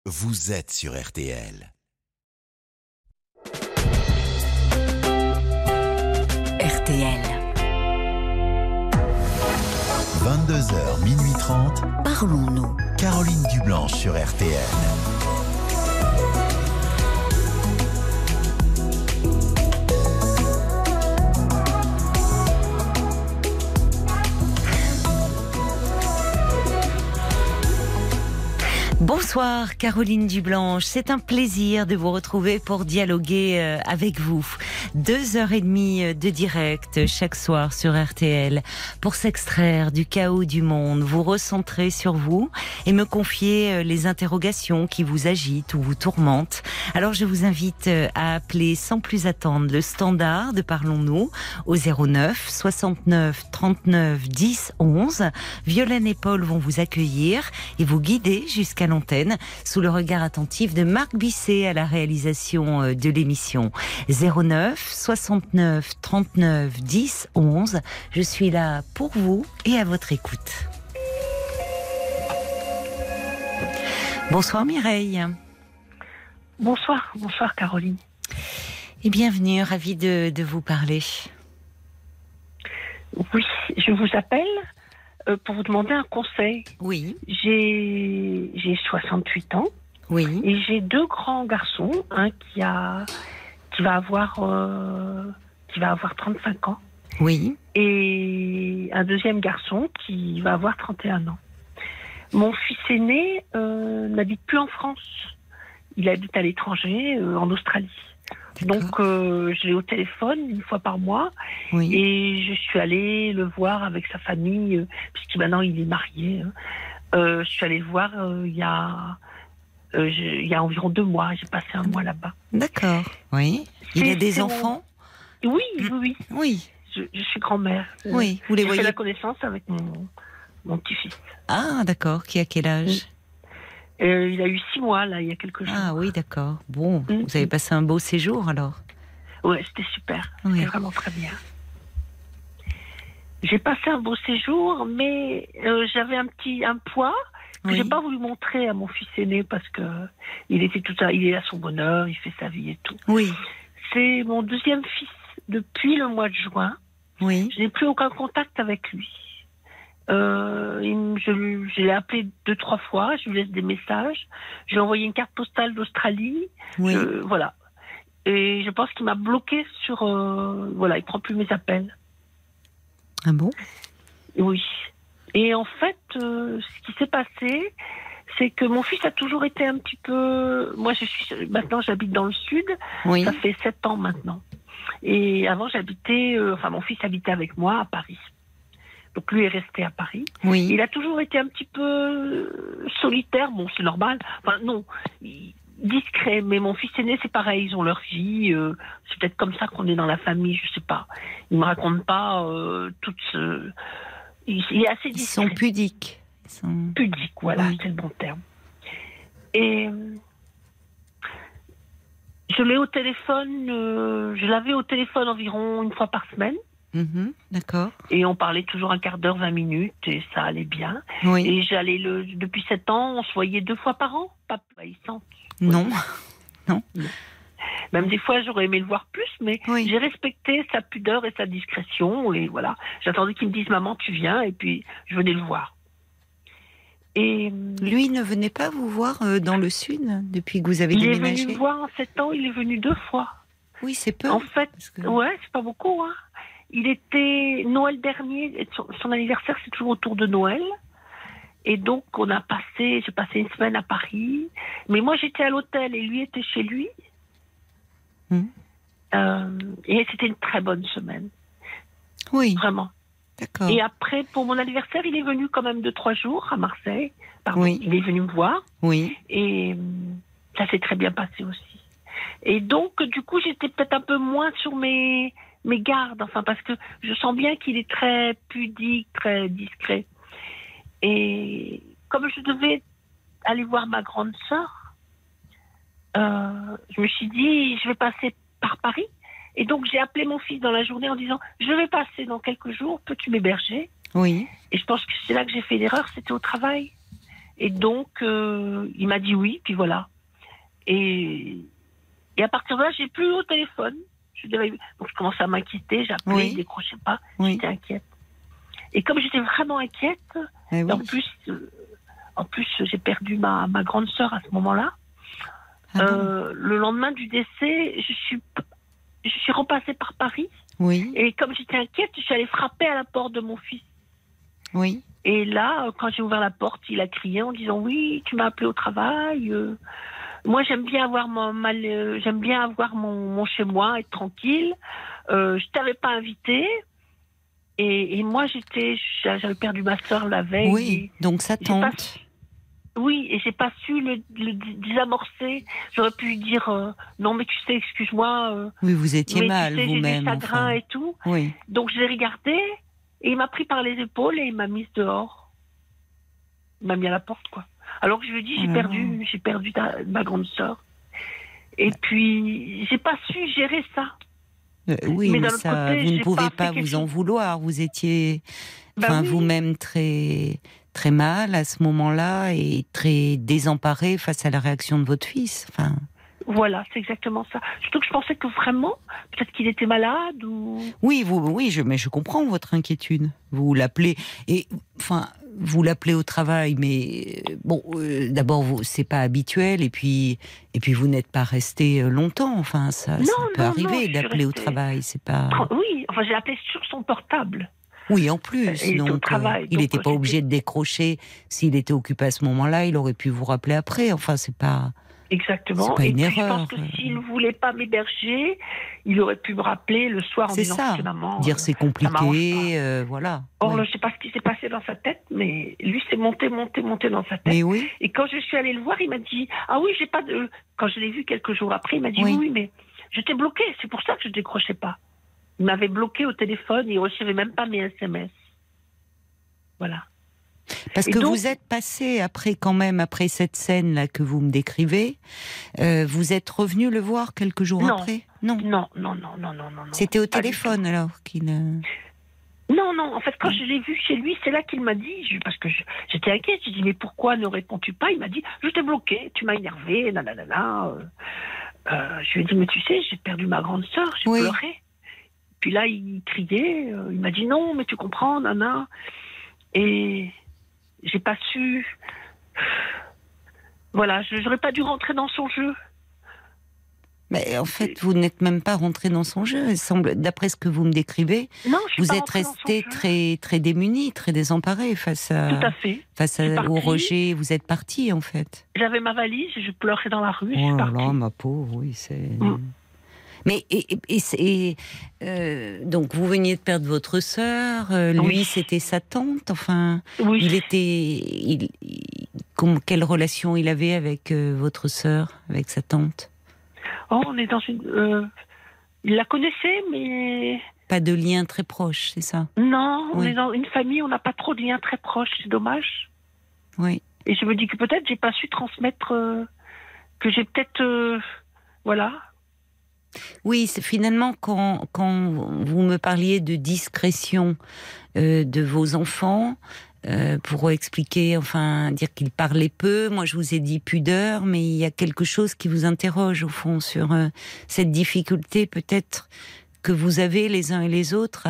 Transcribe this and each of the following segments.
vous êtes sur RTL. RTL. 22h, minuit 30. Parlons-nous. Caroline Dublanche sur RTL. Bonsoir Caroline Dublanche, c'est un plaisir de vous retrouver pour dialoguer avec vous. 2h30 de direct chaque soir sur RTL pour s'extraire du chaos du monde, vous recentrer sur vous et me confier les interrogations qui vous agitent ou vous tourmentent. Alors je vous invite à appeler sans plus attendre le standard de Parlons-nous au 09 69 39 10 11. Violaine et Paul vont vous accueillir et vous guider jusqu'à l'antenne sous le regard attentif de Marc Bisset à la réalisation de l'émission. 09 69 39 10 11. Je suis là pour vous et à votre écoute. Bonsoir Mireille. Bonsoir Caroline. Et bienvenue, ravie de vous parler. Oui, je vous appelle pour vous demander un conseil. Oui. J'ai 68 ans. Oui. Et j'ai 2 grands garçons, un qui va avoir 35 ans. Oui. Et un deuxième garçon qui va avoir 31 ans. Mon fils aîné n'habite plus en France. Il habite à l'étranger, en Australie. D'accord. Donc, je l'ai au téléphone une fois par mois. Oui. Et je suis allée le voir avec sa famille, puisque maintenant il est marié. Je suis allée le voir il y a environ 2 mois. J'ai passé un mois là-bas. D'accord. Oui. Il a des C'est enfants ? Oui. Oui. Je suis grand-mère. Oui. Vous les J'ai voyez ? fait la connaissance avec mon petit-fils. Ah, d'accord. Qui a quel âge ? Il a eu 6 mois, là, il y a quelques jours. Ah oui, d'accord. Bon, vous avez passé un beau séjour, alors ? Ouais, c'était super. Oui. C'était vraiment très bien. J'ai passé un beau séjour, mais j'avais un poids que j'ai pas voulu montrer à mon fils aîné parce que il est à son bonheur, il fait sa vie et tout. Oui. C'est mon deuxième fils depuis le mois de juin. Oui. Je n'ai plus aucun contact avec lui. Je l'ai appelé 2-3 fois, je lui laisse des messages. Je lui ai envoyé une carte postale d'Australie. Oui. Voilà. Et je pense qu'il m'a bloqué sur... il prend plus mes appels. Ah bon ? Oui. Et en fait, ce qui s'est passé, c'est que mon fils a toujours été un petit peu... Moi, maintenant, j'habite dans le sud. Oui. Ça fait 7 ans maintenant. Et avant, mon fils habitait avec moi à Paris. Donc lui est resté à Paris. Oui. Il a toujours été un petit peu solitaire. Bon, c'est normal. Enfin, non, discret. Mais mon fils aîné, c'est pareil. Ils ont leur vie. C'est peut-être comme ça qu'on est dans la famille. Je sais pas. Il me raconte pas il est assez discret. Ils sont pudiques. Pudiques, voilà, Oui. c'est le bon terme. Et je l'ai au téléphone. Je l'avais au téléphone environ une fois par semaine. D'accord. Et on parlait toujours un quart d'heure, 20 minutes, et ça allait bien. Oui. Et depuis 7 ans, on se voyait 2 fois par an. Pas envahissant. Non. Même des fois, j'aurais aimé le voir plus, mais j'ai respecté sa pudeur et sa discrétion. Et voilà, j'attendais qu'il me dise « Maman, tu viens ?» et puis je venais le voir. Et lui ne venait pas vous voir dans le sud depuis que vous avez déménagé ? Il est venu me voir en 7 ans, il est venu 2 fois. Oui, c'est peu. En fait, ouais, c'est pas beaucoup, hein. Il était Noël dernier, son anniversaire c'est toujours autour de Noël. Et donc j'ai passé une semaine à Paris. Mais moi j'étais à l'hôtel et lui était chez lui. Et c'était une très bonne semaine. Oui. Vraiment. D'accord. Et après, pour mon anniversaire, il est venu quand même 2-3 jours à Marseille. Pardon, oui. Il est venu me voir. Oui. Et ça s'est très bien passé aussi. Et donc, du coup, j'étais peut-être un peu moins sur mes gardes, enfin, parce que je sens bien qu'il est très pudique, très discret. Et comme je devais aller voir ma grande sœur, je me suis dit, je vais passer par Paris. Et donc, j'ai appelé mon fils dans la journée en disant, je vais passer dans quelques jours, peux-tu m'héberger ? Oui. Et je pense que c'est là que j'ai fait l'erreur, c'était au travail. Et donc, il m'a dit oui, puis voilà. Et à partir de là, j'ai plus eu au téléphone. Donc, je commençais à m'inquiéter, j'appelais, il ne décrochait pas, j'étais inquiète. Et comme j'étais vraiment inquiète, en plus, j'ai perdu ma grande sœur à ce moment-là. Le lendemain du décès, je suis repassée par Paris. Oui. Et comme j'étais inquiète, je suis allée frapper à la porte de mon fils. Oui. Et là, quand j'ai ouvert la porte, il a crié en disant oui, tu m'as appelé au travail. Moi, j'aime bien avoir mon chez moi, être tranquille. Je t'avais pas invité. Et moi, j'avais perdu ma sœur la veille. Oui, donc sa tante. Oui, et j'ai pas su le désamorcer. J'aurais pu lui dire non, mais tu sais, excuse-moi. Oui, vous étiez mal vous-même. J'ai du chagrin et tout. Oui. Donc je l'ai regardé et il m'a pris par les épaules et il m'a mise dehors. Il m'a mis à la porte, quoi. Alors que je lui ai dit j'ai perdu ma grande sœur. Et puis j'ai pas su gérer ça. Oui, mais ça, côté, vous ne pouvez pas vous en vouloir. Vous étiez, vous-même très très mal à ce moment-là et très désemparée face à la réaction de votre fils. Enfin. Voilà, c'est exactement ça. Surtout que je pensais que vraiment, peut-être qu'il était malade ou. Oui, mais je comprends votre inquiétude. Vous l'appelez vous l'appelez au travail, mais bon, d'abord c'est pas habituel et puis vous n'êtes pas resté longtemps. Enfin, ça peut arriver d'appeler au travail, c'est pas. Oui, enfin j'ai appelé sur son portable. Oui, en plus, donc il n'était pas obligé de décrocher. S'il était occupé à ce moment-là, il aurait pu vous rappeler après. Enfin, c'est pas. Exactement. C'est pas une erreur. Je pense que s'il ne voulait pas m'héberger, il aurait pu me rappeler le soir en disant que maman. Dire c'est compliqué, voilà. Or, je ne sais pas ce qui s'est passé dans sa tête, mais lui, c'est monté dans sa tête. Mais oui. Et quand je suis allée le voir, il m'a dit ah oui, j'ai pas de. Quand je l'ai vu quelques jours après, il m'a dit oui, mais je t'ai bloqué. C'est pour ça que je ne décrochais pas. Il m'avait bloqué au téléphone, il ne recevait même pas mes SMS. Voilà. Parce que vous êtes passé après cette scène-là que vous me décrivez, vous êtes revenu le voir quelques jours après ? Non. Non. C'était au téléphone alors qu'il... Non, en fait, quand je l'ai vu chez lui, c'est là qu'il m'a dit, parce que j'étais inquiète, j'ai dit, mais pourquoi ne réponds-tu pas ? Il m'a dit, je t'ai bloqué, tu m'as énervé, nanana. Je lui ai dit, mais tu sais, j'ai perdu ma grande sœur, j'ai pleuré. Puis là, il criait, il m'a dit, non, mais tu comprends, nana. Et j'ai pas su. Voilà, j'aurais pas dû rentrer dans son jeu. Mais en fait, vous n'êtes même pas rentré dans son jeu. Il semble, d'après ce que vous me décrivez, vous êtes resté très, très démuni, très désemparé face au rejet. Vous êtes parti, en fait. J'avais ma valise, je pleurais dans la rue. Oh là là, ma pauvre, oui, c'est. Mais donc vous veniez de perdre votre sœur, lui c'était sa tante, enfin quelle relation il avait avec votre sœur, avec sa tante? On est dans une il la connaissait mais pas de lien très proche, c'est ça? Non, on est dans une famille, on n'a pas trop de liens très proches, c'est dommage. Oui. Et je me dis que peut-être j'ai pas su transmettre que j'ai peut-être voilà. Oui, c'est finalement quand vous me parliez de discrétion de vos enfants, pour expliquer, enfin dire qu'ils parlaient peu, moi je vous ai dit pudeur, mais il y a quelque chose qui vous interroge au fond sur cette difficulté peut-être que vous avez les uns et les autres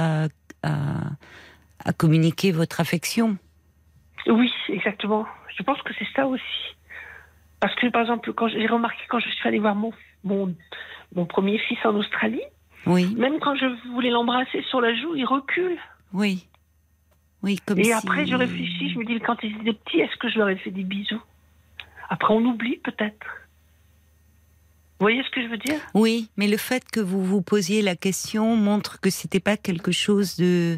à communiquer votre affection. Oui, exactement. Je pense que c'est ça aussi. Parce que par exemple, quand j'ai remarqué quand je suis allée voir mon premier fils en Australie, même quand je voulais l'embrasser sur la joue, il recule. Oui, comme et après, je réfléchis, je me dis, quand ils étaient petits, est-ce que je leur ai fait des bisous ? Après, on oublie peut-être. Vous voyez ce que je veux dire ? Oui, mais le fait que vous vous posiez la question montre que c'était pas quelque chose de...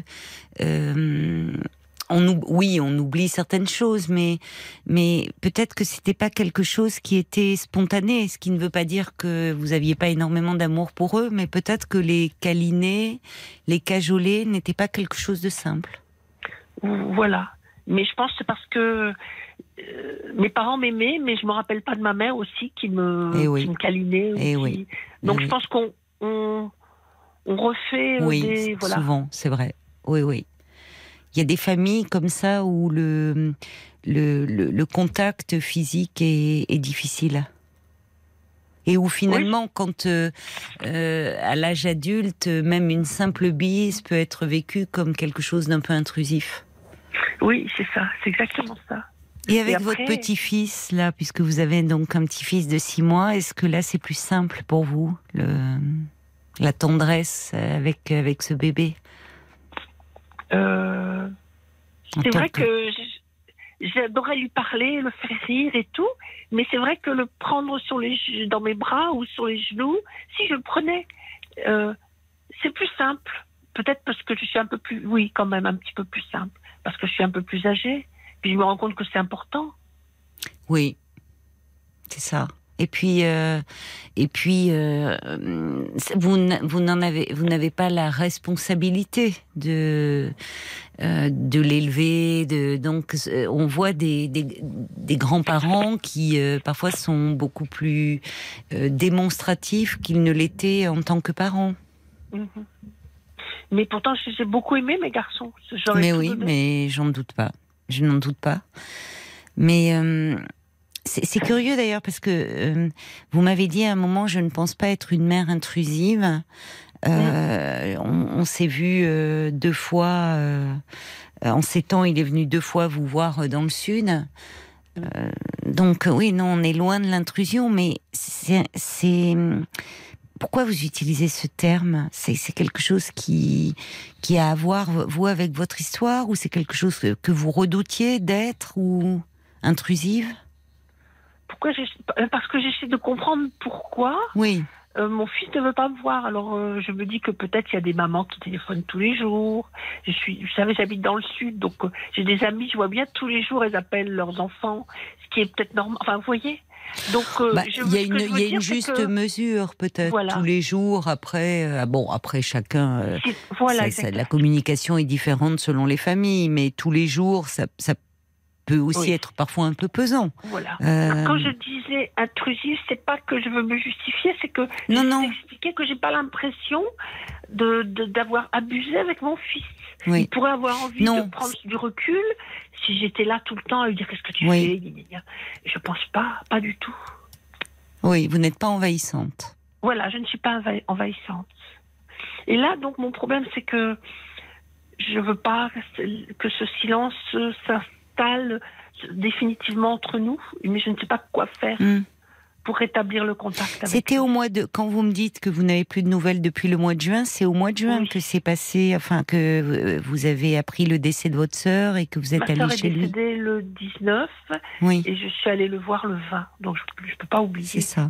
on oublie certaines choses, mais peut-être que c'était pas quelque chose qui était spontané, ce qui ne veut pas dire que vous aviez pas énormément d'amour pour eux, mais peut-être que les câliner, les cajoler n'était pas quelque chose de simple. Voilà. Mais je pense que c'est parce que mes parents m'aimaient, mais je me rappelle pas de ma mère aussi qui me câlinait. Donc je pense qu'on refait des... Voilà. Souvent, c'est vrai. Oui. Il y a des familles comme ça où le le contact physique est difficile. Et où finalement, quand à l'âge adulte, même une simple bise peut être vécue comme quelque chose d'un peu intrusif. Oui, c'est ça, c'est exactement ça. Et avec après, votre petit-fils, là, puisque vous avez donc un petit-fils de 6 mois, est-ce que là c'est plus simple pour vous, la tendresse avec ce bébé? C'est vrai que j'adorais lui parler, le faire rire et tout, mais c'est vrai que le prendre dans mes bras ou sur les genoux, si je le prenais, c'est plus simple. Peut-être parce que je suis un peu plus, oui, quand même un petit peu plus simple, parce que je suis un peu plus âgée. Puis je me rends compte que c'est important. Oui, c'est ça. Et puis, vous n'avez pas la responsabilité de l'élever. Donc, on voit des grands-parents qui parfois sont beaucoup plus démonstratifs qu'ils ne l'étaient en tant que parents. Mm-hmm. Mais pourtant, j'ai beaucoup aimé mes garçons. Mais oui, mais j'en doute pas. Je n'en doute pas. Mais c'est curieux d'ailleurs parce que vous m'avez dit à un moment, je ne pense pas être une mère intrusive. On s'est vu 2 fois. En 7 ans, il est venu 2 fois vous voir dans le sud. Donc oui, non, on est loin de l'intrusion, mais c'est pourquoi vous utilisez ce terme? C'est quelque chose qui a à voir, vous, avec votre histoire, ou c'est quelque chose que vous redoutiez d'être, ou intrusive? Parce que j'essaie de comprendre pourquoi. Oui. Mon fils ne veut pas me voir. Alors je me dis que peut-être il y a des mamans qui téléphonent tous les jours. Vous savez, j'habite dans le sud, donc j'ai des amis, je vois bien tous les jours, elles appellent leurs enfants, ce qui est peut-être normal. Enfin, vous voyez. Donc, il y a une juste mesure, peut-être, voilà. Tous les jours, après, après chacun, la communication est différente selon les familles, mais tous les jours, ça peut aussi être parfois un peu pesant. Voilà. Quand je disais intrusif, c'est pas que je veux me justifier, c'est que je vais expliquer que j'ai pas l'impression d'avoir abusé avec mon fils. Oui. Il pourrait avoir envie de prendre du recul si j'étais là tout le temps à lui dire qu'est-ce que tu fais. Je pense pas du tout. Oui, vous n'êtes pas envahissante. Voilà, je ne suis pas envahissante. Et là, donc, mon problème, c'est que je veux pas que ce silence s'installe définitivement entre nous, mais je ne sais pas quoi faire pour rétablir le contact avec C'était lui. Quand vous me dites que vous n'avez plus de nouvelles depuis le mois de juin, c'est au mois de juin que c'est passé, enfin que vous avez appris le décès de votre sœur et que vous êtes allée chez lui. Ma sœur est décédée le 19 et je suis allée le voir le 20, donc je peux pas oublier. C'est ça.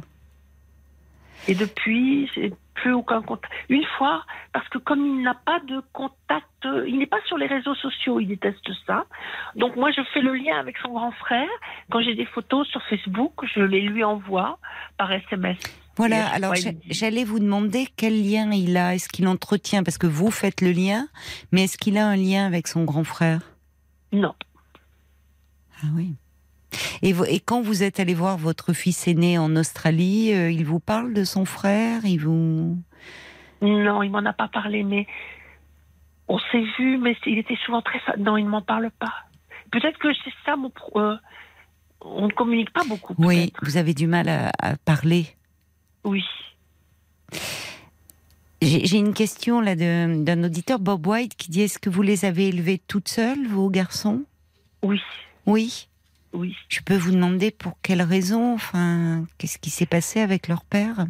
Et depuis, j'ai plus aucun contact. Une fois, parce que comme il n'a pas de contact, il n'est pas sur les réseaux sociaux, il déteste ça. Donc moi, je fais le lien avec son grand frère. Quand j'ai des photos sur Facebook, je les lui envoie par SMS. Voilà, alors j'allais vous demander quel lien il a. Est-ce qu'il entretient, parce que vous faites le lien, mais est-ce qu'il a un lien avec son grand frère? Non. Ah oui. Et quand vous êtes allé voir votre fils aîné en Australie, il vous parle de son frère? Non, il m'en a pas parlé, mais on s'est vu, mais il était souvent très... Non, il ne m'en parle pas. Peut-être que c'est ça, on ne communique pas beaucoup. Oui, vous avez du mal à parler. Oui. J'ai une question là d'un auditeur, Bob White, qui dit: est-ce que vous les avez élevés toutes seules, vos garçons? Oui. Oui. Oui. Je peux vous demander pour quelle raison? Enfin, qu'est-ce qui s'est passé avec leur père?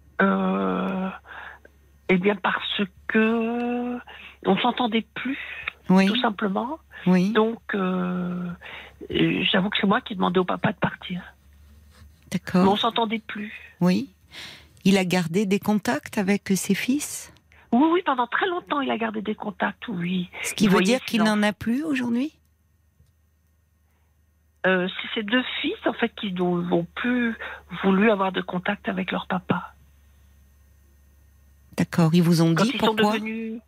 Eh bien, parce que on s'entendait plus, tout simplement. Oui. Donc, j'avoue que c'est moi qui ai demandé au papa de partir. D'accord. Mais on s'entendait plus. Oui. Il a gardé des contacts avec ses fils? Oui, pendant très longtemps, il a gardé des contacts, oui. Ce qui veut dire qu'il n'en a plus aujourd'hui? C'est ces 2 fils, en fait, qui n'ont plus voulu avoir de contact avec leur papa. D'accord, ils vous ont Quand dit ils pourquoi? sont devenus...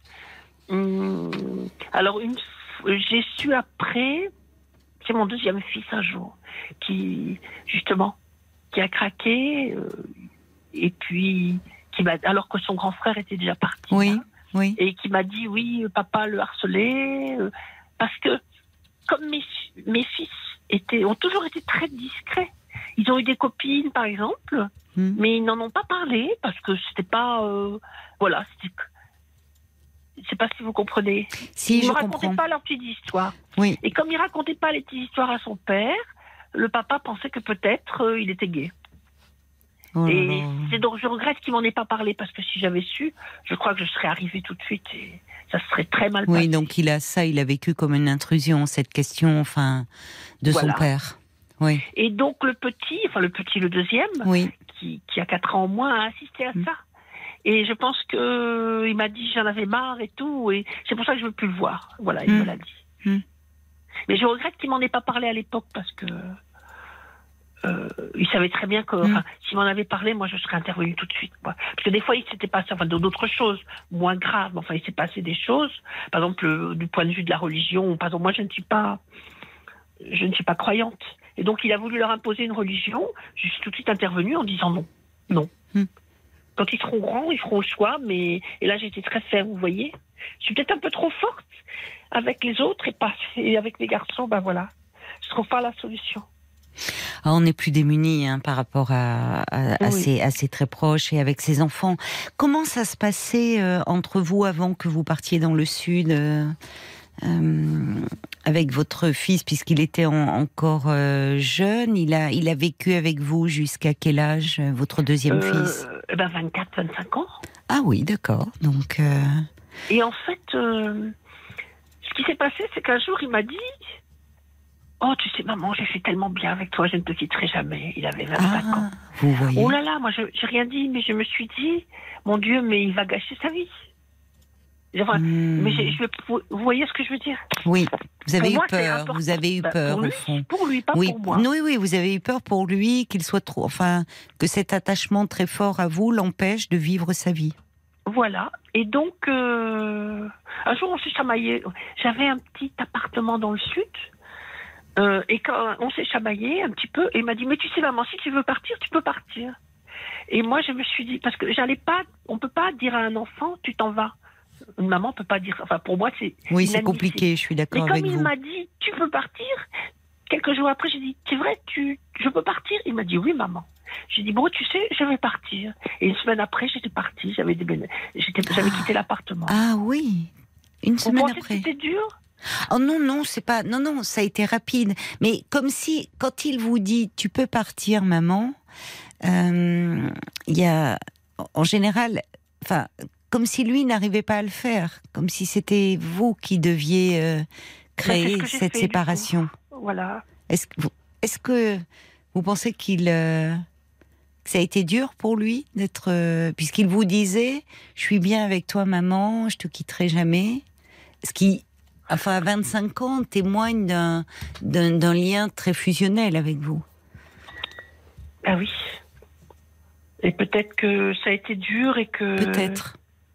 Alors, j'ai su après, c'est mon 2e fils un jour, qui a craqué, et puis, alors que son grand frère était déjà parti. Oui, hein, oui. Et qui m'a dit, oui, papa le harcelait, parce que, comme mes fils ont toujours été très discrets. Ils ont eu des copines, par exemple, mais ils n'en ont pas parlé parce que c'était pas... voilà, je ne sais pas si vous comprenez. Si, ils je ne racontaient comprends. pas leurs petites histoires. Oui. Et comme il ne racontait pas les petites histoires à son père, le papa pensait que peut-être il était gay. Oh là Et là. c'est donc je regrette qu'il m'en ait pas parlé parce que si j'avais su, je crois que je serais arrivée tout de suite et ça se serait très mal passé. Oui, donc il a vécu comme une intrusion, cette question, enfin, de Voilà. son père. Oui. Et donc le deuxième, Oui. qui a 4 ans en moins, a assisté à ça. Et je pense que il m'a dit j'en avais marre et tout, et c'est pour ça que je veux plus le voir. Voilà, il me l'a dit. Mais je regrette qu'il m'en ait pas parlé à l'époque parce que il savait très bien que s'il m'en avait parlé, moi je serais intervenue tout de suite. Quoi. Parce que des fois il s'était passé d'autres choses moins graves. Enfin, il s'est passé des choses, par exemple du point de vue de la religion. Par exemple, moi je ne suis pas croyante. Et donc il a voulu leur imposer une religion. Je suis tout de suite intervenue en disant non. Quand ils seront grands, ils feront le choix. Et là j'étais très ferme, vous voyez. Je suis peut-être un peu trop forte avec les autres et avec les garçons. Ben voilà, je trouve pas la solution. Ah, on n'est plus démunis par rapport à ses très proches et avec ses enfants. Comment ça se passait entre vous avant que vous partiez dans le sud avec votre fils, puisqu'il était encore jeune? Il a vécu avec vous jusqu'à quel âge, votre deuxième fils? 24, 25 ans. Ah oui, d'accord. Donc, Et en fait, ce qui s'est passé, c'est qu'un jour, il m'a dit « Oh, tu sais, maman, j'ai fait tellement bien avec toi, je ne te quitterai jamais. » Il avait 25 ans. Vous voyez. Oh là là, moi, j'ai rien dit, mais je me suis dit « Mon Dieu, mais il va gâcher sa vie. » Enfin, mais vous voyez ce que je veux dire? Oui, vous avez Pour eu moi, c'est peur. important. Vous avez eu peur, pour lui, au fond. Pour lui, pas Oui, pour moi. oui, vous avez eu peur pour lui, qu'il soit trop, enfin, que cet attachement très fort à vous l'empêche de vivre sa vie. Voilà. Et donc, un jour, on s'est chamaillé. J'avais un petit appartement dans le sud. Et quand on s'est chamaillé un petit peu, et il m'a dit « Mais tu sais, maman, si tu veux partir, tu peux partir. » Et moi, je me suis dit, parce que on peut pas dire à un enfant « Tu t'en vas ». Une maman peut pas dire ça. Enfin, pour moi, c'est Oui, c'est inadmissible. compliqué, je suis d'accord Mais avec comme vous. il m'a dit « Tu peux partir », quelques jours après, j'ai dit « C'est vrai, je peux partir ?» Il m'a dit « Oui, maman ». J'ai dit « Bon, tu sais, je vais partir. » Et une semaine après, j'étais partie. J'avais quitté l'appartement. Ah oui, une Vous semaine pensez que après. c'était dur? Oh non, c'est pas. Non, ça a été rapide. Mais comme si, quand il vous dit tu peux partir, maman, il y a, en général, enfin, comme si lui n'arrivait pas à le faire, comme si c'était vous qui deviez créer c'est ce que j'ai cette fait, séparation. Voilà. Est-ce que vous pensez que ça a été dur pour lui d'être, puisqu'il vous disait je suis bien avec toi, maman, je te quitterai jamais, ce qui, enfin, à 25 ans, témoigne d'un lien très fusionnel avec vous. Ah oui. Et peut-être que ça a été dur et que... Peut-être.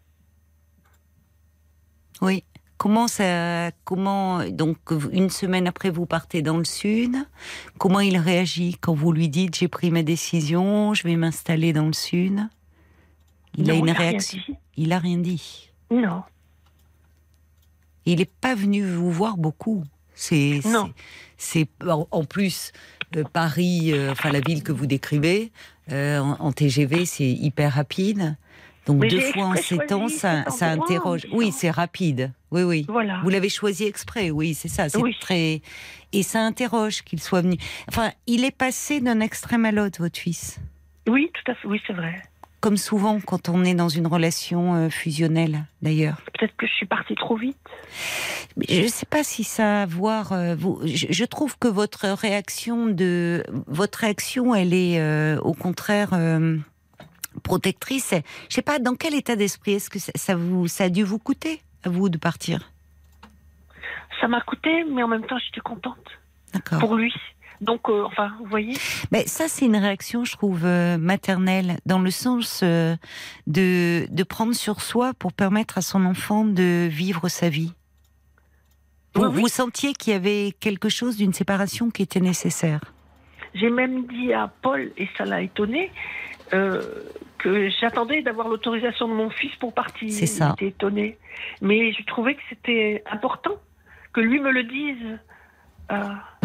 Oui. Comment, donc, une semaine après, vous partez dans le sud. Comment il réagit quand vous lui dites j'ai pris ma décision, je vais m'installer dans le sud? Il a une réaction. Il a rien dit. Non. Il n'est pas venu vous voir beaucoup. C'est en plus Paris, enfin la ville que vous décrivez, en TGV, c'est hyper rapide. Donc Mais 2 fois en 7 ans, ça interroge. Oui, c'est rapide. Oui. Voilà. Vous l'avez choisi exprès. Oui, c'est ça. C'est très. Et ça interroge qu'il soit venu. Enfin, il est passé d'un extrême à l'autre, votre fils. Oui, tout à fait. Oui, c'est vrai. Comme souvent quand on est dans une relation fusionnelle, d'ailleurs. Peut-être que je suis partie trop vite. Mais je ne sais pas si ça a à voir. Je trouve que votre réaction, elle est au contraire protectrice. Je ne sais pas dans quel état d'esprit est-ce que ça a dû vous coûter à vous de partir. Ça m'a coûté, mais en même temps, j'étais contente. D'accord. Pour lui. Donc, enfin, vous voyez. Mais ça, c'est une réaction, je trouve, maternelle, dans le sens de prendre sur soi pour permettre à son enfant de vivre sa vie. Vous sentiez qu'il y avait quelque chose d'une séparation qui était nécessaire. J'ai même dit à Paul, et ça l'a étonné, que j'attendais d'avoir l'autorisation de mon fils pour partir. C'est ça. Il était étonné. Mais je trouvais que c'était important que lui me le dise.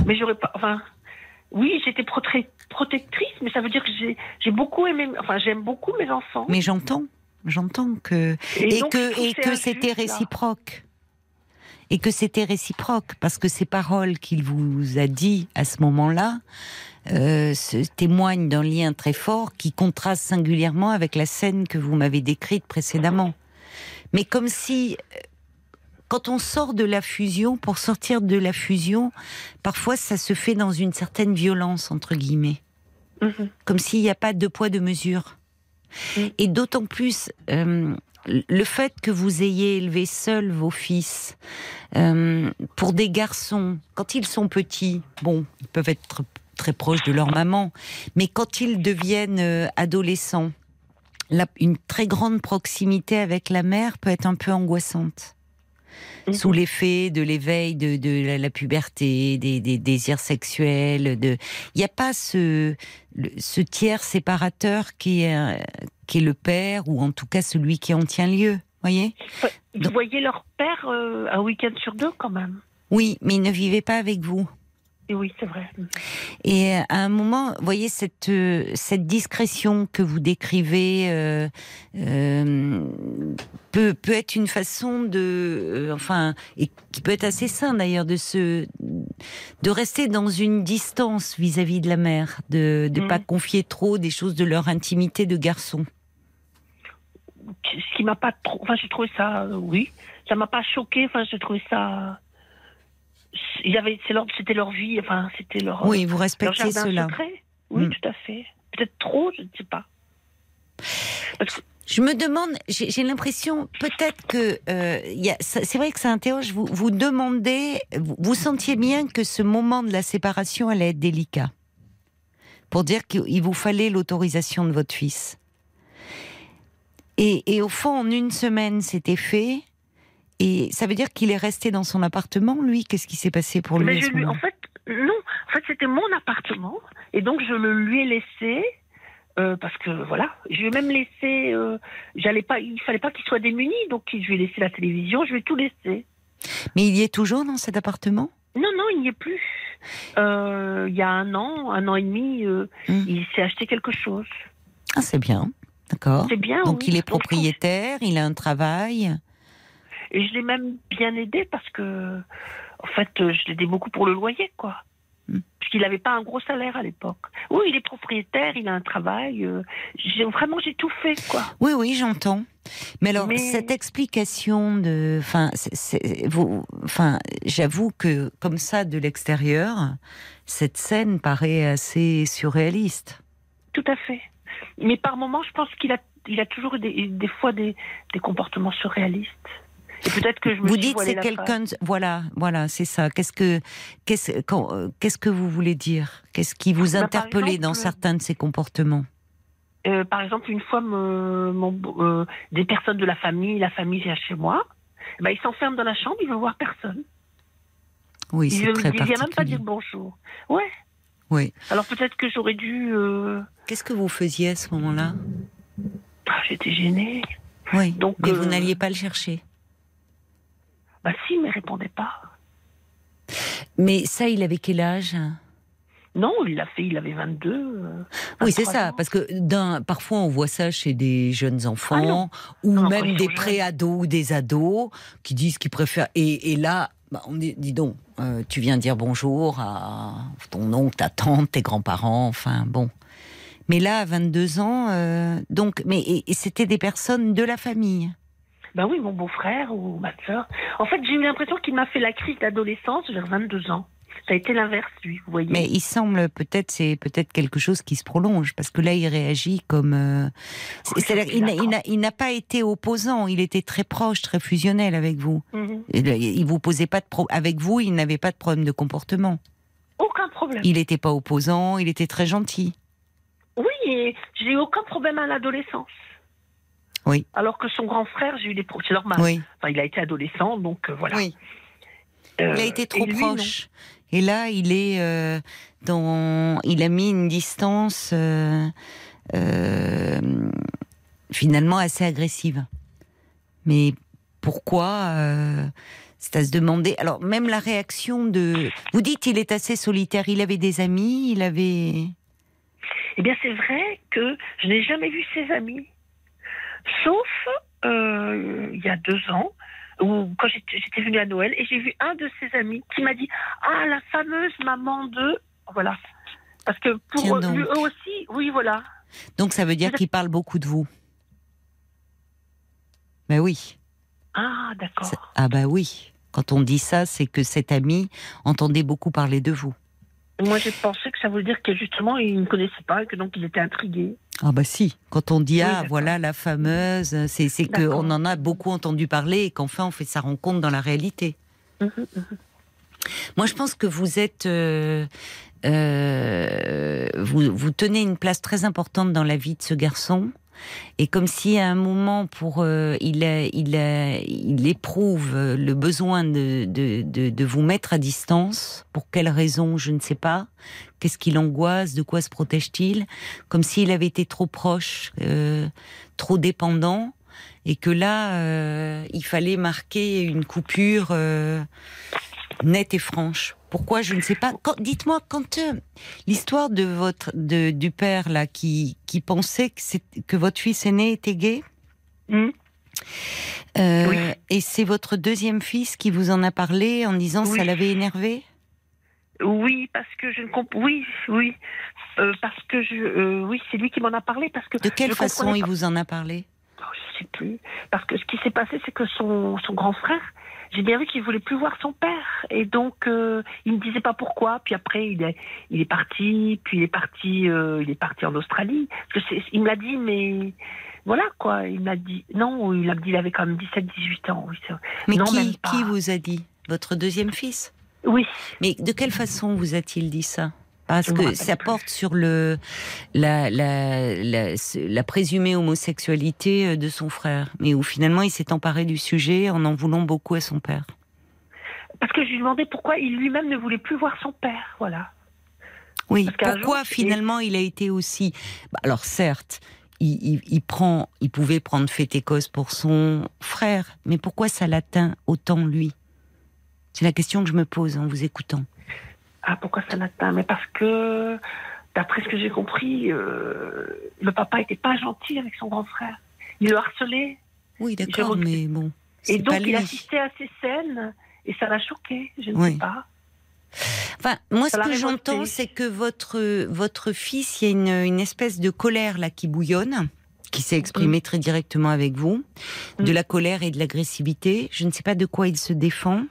Mais j'aurais pas. Enfin, oui, j'étais protectrice, mais ça veut dire que j'ai beaucoup aimé. Enfin, j'aime beaucoup mes enfants. Mais j'entends que donc, que c'était réciproque. Et que c'était réciproque, parce que ces paroles qu'il vous a dit à ce moment-là témoignent d'un lien très fort qui contraste singulièrement avec la scène que vous m'avez décrite précédemment. Mais comme si, quand on sort de la fusion, pour sortir de la fusion, parfois ça se fait dans une certaine violence, entre guillemets. Comme s'il n'y a pas de poids, de mesure. Et d'autant plus... le fait que vous ayez élevé seuls vos fils, pour des garçons, quand ils sont petits, bon, ils peuvent être très proches de leur maman, mais quand ils deviennent adolescents, une très grande proximité avec la mère peut être un peu angoissante. Sous l'effet de l'éveil de la puberté, des désirs sexuels, il n'y a pas ce tiers séparateur qui est le père, ou en tout cas celui qui en tient lieu, voyez. Vous voyez leur père un week-end sur 2 quand même. Oui, mais ils ne vivaient pas avec vous. Et oui, c'est vrai. Et à un moment, vous voyez, cette discrétion que vous décrivez peut être une façon et qui peut être assez sain d'ailleurs, de rester dans une distance vis-à-vis de la mère, de pas confier trop des choses de leur intimité de garçon. Ce qui m'a pas trop... Enfin, j'ai trouvé ça... oui, ça m'a pas choqué. Enfin, j'ai trouvé ça... C'était leur vie, enfin, c'était leur... Oui, vous respectiez leur jardin cela. Secret. Oui, tout à fait. Peut-être trop, je ne sais pas. Parce que... Je me demande, j'ai l'impression, peut-être que... c'est vrai que ça interroge, vous demandez, vous sentiez bien que ce moment de la séparation allait être délicat. Pour dire qu'il vous fallait l'autorisation de votre fils. Et au fond, en une semaine, c'était fait... Et ça veut dire qu'il est resté dans son appartement, lui? Qu'est-ce qui s'est passé pour lui à ce moment-là? En fait, non. En fait, c'était mon appartement. Et donc, je le lui ai laissé. Parce que, voilà. Je lui ai même laissé... il fallait pas qu'il soit démuni. Donc, je lui ai laissé la télévision. Je lui ai tout laissé. Mais il y est toujours dans cet appartement? Non, il n'y est plus. Il y a un an et demi, il s'est acheté quelque chose. Ah, c'est bien. D'accord. C'est bien, donc, oui. il est propriétaire, il a un travail... Et je l'ai même bien aidé parce que, en fait, je l'ai aidé beaucoup pour le loyer, quoi. Parce qu'il n'avait pas un gros salaire à l'époque. Oui, il est propriétaire, il a un travail. J'ai tout fait, quoi. Oui, j'entends. Mais alors, cette explication j'avoue que, comme ça, de l'extérieur, cette scène paraît assez surréaliste. Tout à fait. Mais par moments, je pense qu'il a toujours des fois des comportements surréalistes. Et peut-être que je me vous suis dites c'est quelqu'un... Voilà, c'est ça. Qu'est-ce que vous voulez dire? Qu'est-ce qui vous interpellait dans certains de ces comportements? Par exemple, une fois, des personnes de la famille vient chez moi. Il s'enferme dans la chambre, il veut voir personne. Oui, c'est très particulier. Il vient même pas dire bonjour. Ouais. Oui. Alors peut-être que j'aurais dû... Qu'est-ce que vous faisiez à ce moment-là? J'étais gênée. Oui, donc, mais vous n'alliez pas le chercher? Si, mais il répondait pas. Mais ça, il avait quel âge? Non, il avait 22. Oui, c'est ça, parce que parfois on voit ça chez des jeunes enfants, même des pré-ados ou des ados qui disent qu'ils préfèrent. Et là, on dit, dis donc, tu viens dire bonjour à ton oncle, ta tante, tes grands-parents, enfin bon. Mais là, à 22 ans, et c'était des personnes de la famille. Oui, mon beau-frère ou ma sœur. En fait, j'ai eu l'impression qu'il m'a fait la crise d'adolescence vers 22 ans. Ça a été l'inverse, lui, vous voyez. Mais il semble, c'est peut-être quelque chose qui se prolonge, parce que là, il réagit comme... C'est-à-dire, il n'a pas été opposant, il était très proche, très fusionnel avec vous. Il vous posait pas avec vous, il n'avait pas de problème de comportement. Aucun problème. Il n'était pas opposant, il était très gentil. Oui, et j'ai eu aucun problème à l'adolescence. Oui. Alors que son grand frère, j'ai eu des problèmes. C'est normal. Oui. Enfin, il a été adolescent, donc voilà. Oui. Il a été trop proche. Non. Et là, il a mis une distance finalement assez agressive. Mais pourquoi C'est à se demander. Alors, même la réaction de... Vous dites il est assez solitaire. Il avait des amis, il avait... Eh bien, c'est vrai que je n'ai jamais vu ses amis. Sauf il y a 2 ans, où, quand j'étais venue à Noël, et j'ai vu un de ses amis qui m'a dit « Ah, la fameuse maman de... » Voilà. Parce que pour eux aussi, oui, voilà. Donc, ça veut dire qu'il parle beaucoup de vous. Ben oui. Ah, d'accord. Ah ben oui. Quand on dit ça, c'est que cet ami entendait beaucoup parler de vous. Moi, j'ai pensé que ça voulait dire que justement, il ne me connaissait pas et que donc il était intrigué. Ah bah si, quand on dit Oui, voilà la fameuse, c'est qu'on en a beaucoup entendu parler et qu'enfin on fait sa rencontre dans la réalité. Moi je pense que vous êtes, vous tenez une place très importante dans la vie de ce garçon. Et comme si à un moment, il éprouve le besoin de vous mettre à distance. Pour quelle raison, je ne sais pas. Qu'est-ce qui l'angoisse? De quoi se protège-t-il? Comme s'il avait été trop proche, trop dépendant, et que là, il fallait marquer une coupure nette et franche. Pourquoi, je ne sais pas. Dites-moi, quand l'histoire du père là qui pensait que votre fils aîné était gay, oui. Et c'est votre deuxième fils qui vous en a parlé en disant ça l'avait énervé. Oui, parce que je ne comprends. Oui, parce que oui, c'est lui qui m'en a parlé parce que. De quelle façon il vous en a parlé? Je sais plus. Parce que ce qui s'est passé, c'est que son grand frère. J'ai bien vu qu'il voulait plus voir son père et donc il me disait pas pourquoi. Puis après il est parti, puis il est parti en Australie. Il me l'a dit, mais voilà quoi. Il m'a dit non, il a dit il avait quand même 17-18 ans. Oui, mais non, qui vous a dit? Votre deuxième fils? Oui. Mais de quelle façon vous a-t-il dit ça? Parce que ça porte sur la présumée homosexualité de son frère, mais où finalement il s'est emparé du sujet en voulant beaucoup à son père. Parce que je lui demandais pourquoi il lui-même ne voulait plus voir son père, voilà. Oui, pourquoi finalement il a été aussi... Alors certes, il pouvait prendre fait et cause pour son frère, mais pourquoi ça l'atteint autant lui? C'est la question que je me pose en vous écoutant. Ah, pourquoi ça l'atteint? Mais parce que, d'après ce que j'ai compris, le papa n'était pas gentil avec son grand frère. Il le harcelait. Oui, d'accord, mais bon, et donc il assistait à ces scènes et ça l'a choqué, je ne sais pas. Enfin, moi, ce que j'entends, c'est que votre fils, il y a une espèce de colère là qui bouillonne, qui s'est exprimée très directement avec vous, de la colère et de l'agressivité. Je ne sais pas de quoi il se défend.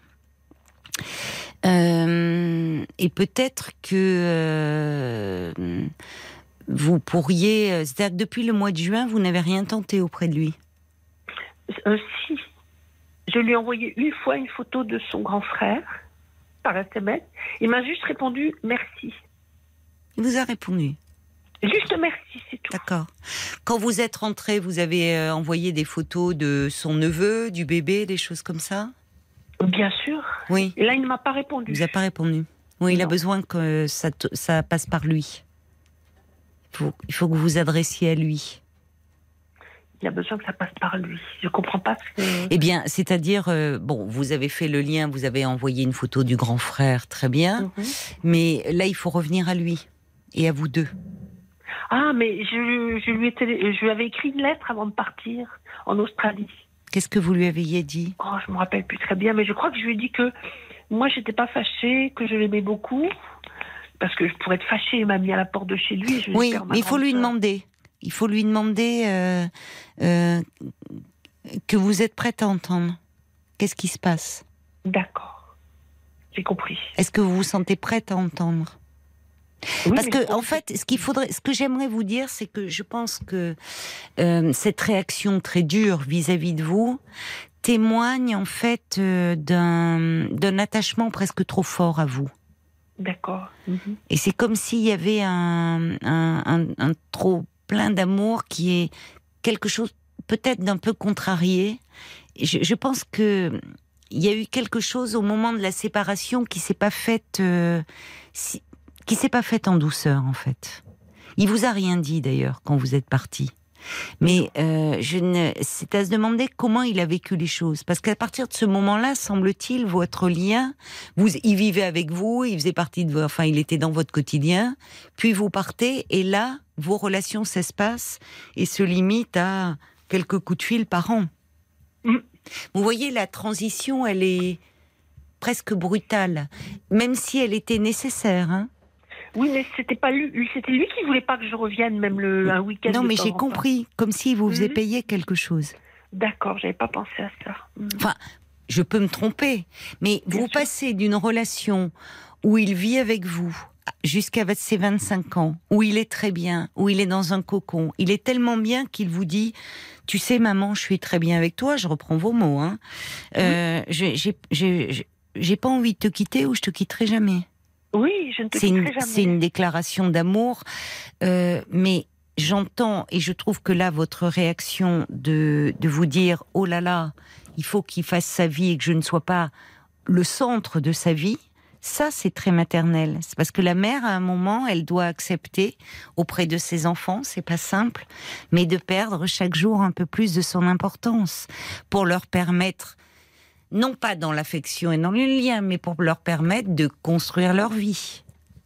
Et peut-être que vous pourriez... C'est-à-dire que depuis le mois de juin, vous n'avez rien tenté auprès de lui? Si. Je lui ai envoyé une fois une photo de son grand frère par SMS. Il m'a juste répondu « merci ». Il vous a répondu? Juste merci, c'est tout. D'accord. Quand vous êtes rentrée, vous avez envoyé des photos de son neveu, du bébé, des choses comme ça? Bien sûr. Oui. Et là, il ne m'a pas répondu. Il vous a pas répondu. Oui, il a besoin que ça passe par lui. Il faut que vous vous adressiez à lui. Il a besoin que ça passe par lui. Je comprends pas ce que... Eh bien, c'est-à-dire, bon, vous avez fait le lien, vous avez envoyé une photo du grand frère, très bien. Mais là, il faut revenir à lui et à vous deux. Ah, mais je lui avais écrit une lettre avant de partir en Australie. Qu'est-ce que vous lui aviez dit? Oh, je me rappelle plus très bien, mais je crois que je lui ai dit que moi, j'étais pas fâchée, que je l'aimais beaucoup, parce que je pourrais être fâchée, il m'a mis à la porte de chez lui. Oui, mais il faut lui demander. Il faut lui demander que vous êtes prête à entendre. Qu'est-ce qui se passe? D'accord, j'ai compris. Est-ce que vous vous sentez prête à entendre? Oui, parce que en fait, ce que j'aimerais vous dire, c'est que je pense que cette réaction très dure vis-à-vis de vous témoigne en fait d'un attachement presque trop fort à vous. D'accord. Et c'est comme s'il y avait un trop plein d'amour qui est quelque chose peut-être d'un peu contrarié. Je pense que il y a eu quelque chose au moment de la séparation qui s'est pas faite en douceur en fait. Il vous a rien dit d'ailleurs quand vous êtes partis. Mais c'est à se demander comment il a vécu les choses. Parce qu'à partir de ce moment-là, semble-t-il, votre lien, il vivait avec vous, il faisait partie de il était dans votre quotidien, puis vous partez, et là, vos relations s'espacent et se limitent à quelques coups de fil par an. Vous voyez, la transition, elle est presque brutale, même si elle était nécessaire, hein. Oui, mais c'était lui qui voulait pas que je revienne, même un week-end. Non, mais de j'ai temps en temps. compris, comme s'il vous faisait payer quelque chose. D'accord, j'avais pas pensé à ça. Enfin, je peux me tromper, mais Bien vous sûr. passez d'une relation où il vit avec vous jusqu'à ses 25 ans, où il est très bien, où il est dans un cocon, il est tellement bien qu'il vous dit, tu sais maman, je suis très bien avec toi, je reprends vos mots, hein. J'ai pas envie de te quitter ou je te quitterai jamais. Oui, je ne te quitterai jamais. C'est une déclaration d'amour, mais j'entends et je trouve que là, votre réaction de vous dire « Oh là là, il faut qu'il fasse sa vie et que je ne sois pas le centre de sa vie », ça, c'est très maternel. C'est parce que la mère, à un moment, elle doit accepter auprès de ses enfants, c'est pas simple, mais de perdre chaque jour un peu plus de son importance pour leur permettre, non pas dans l'affection et dans le lien, mais pour leur permettre de construire leur vie.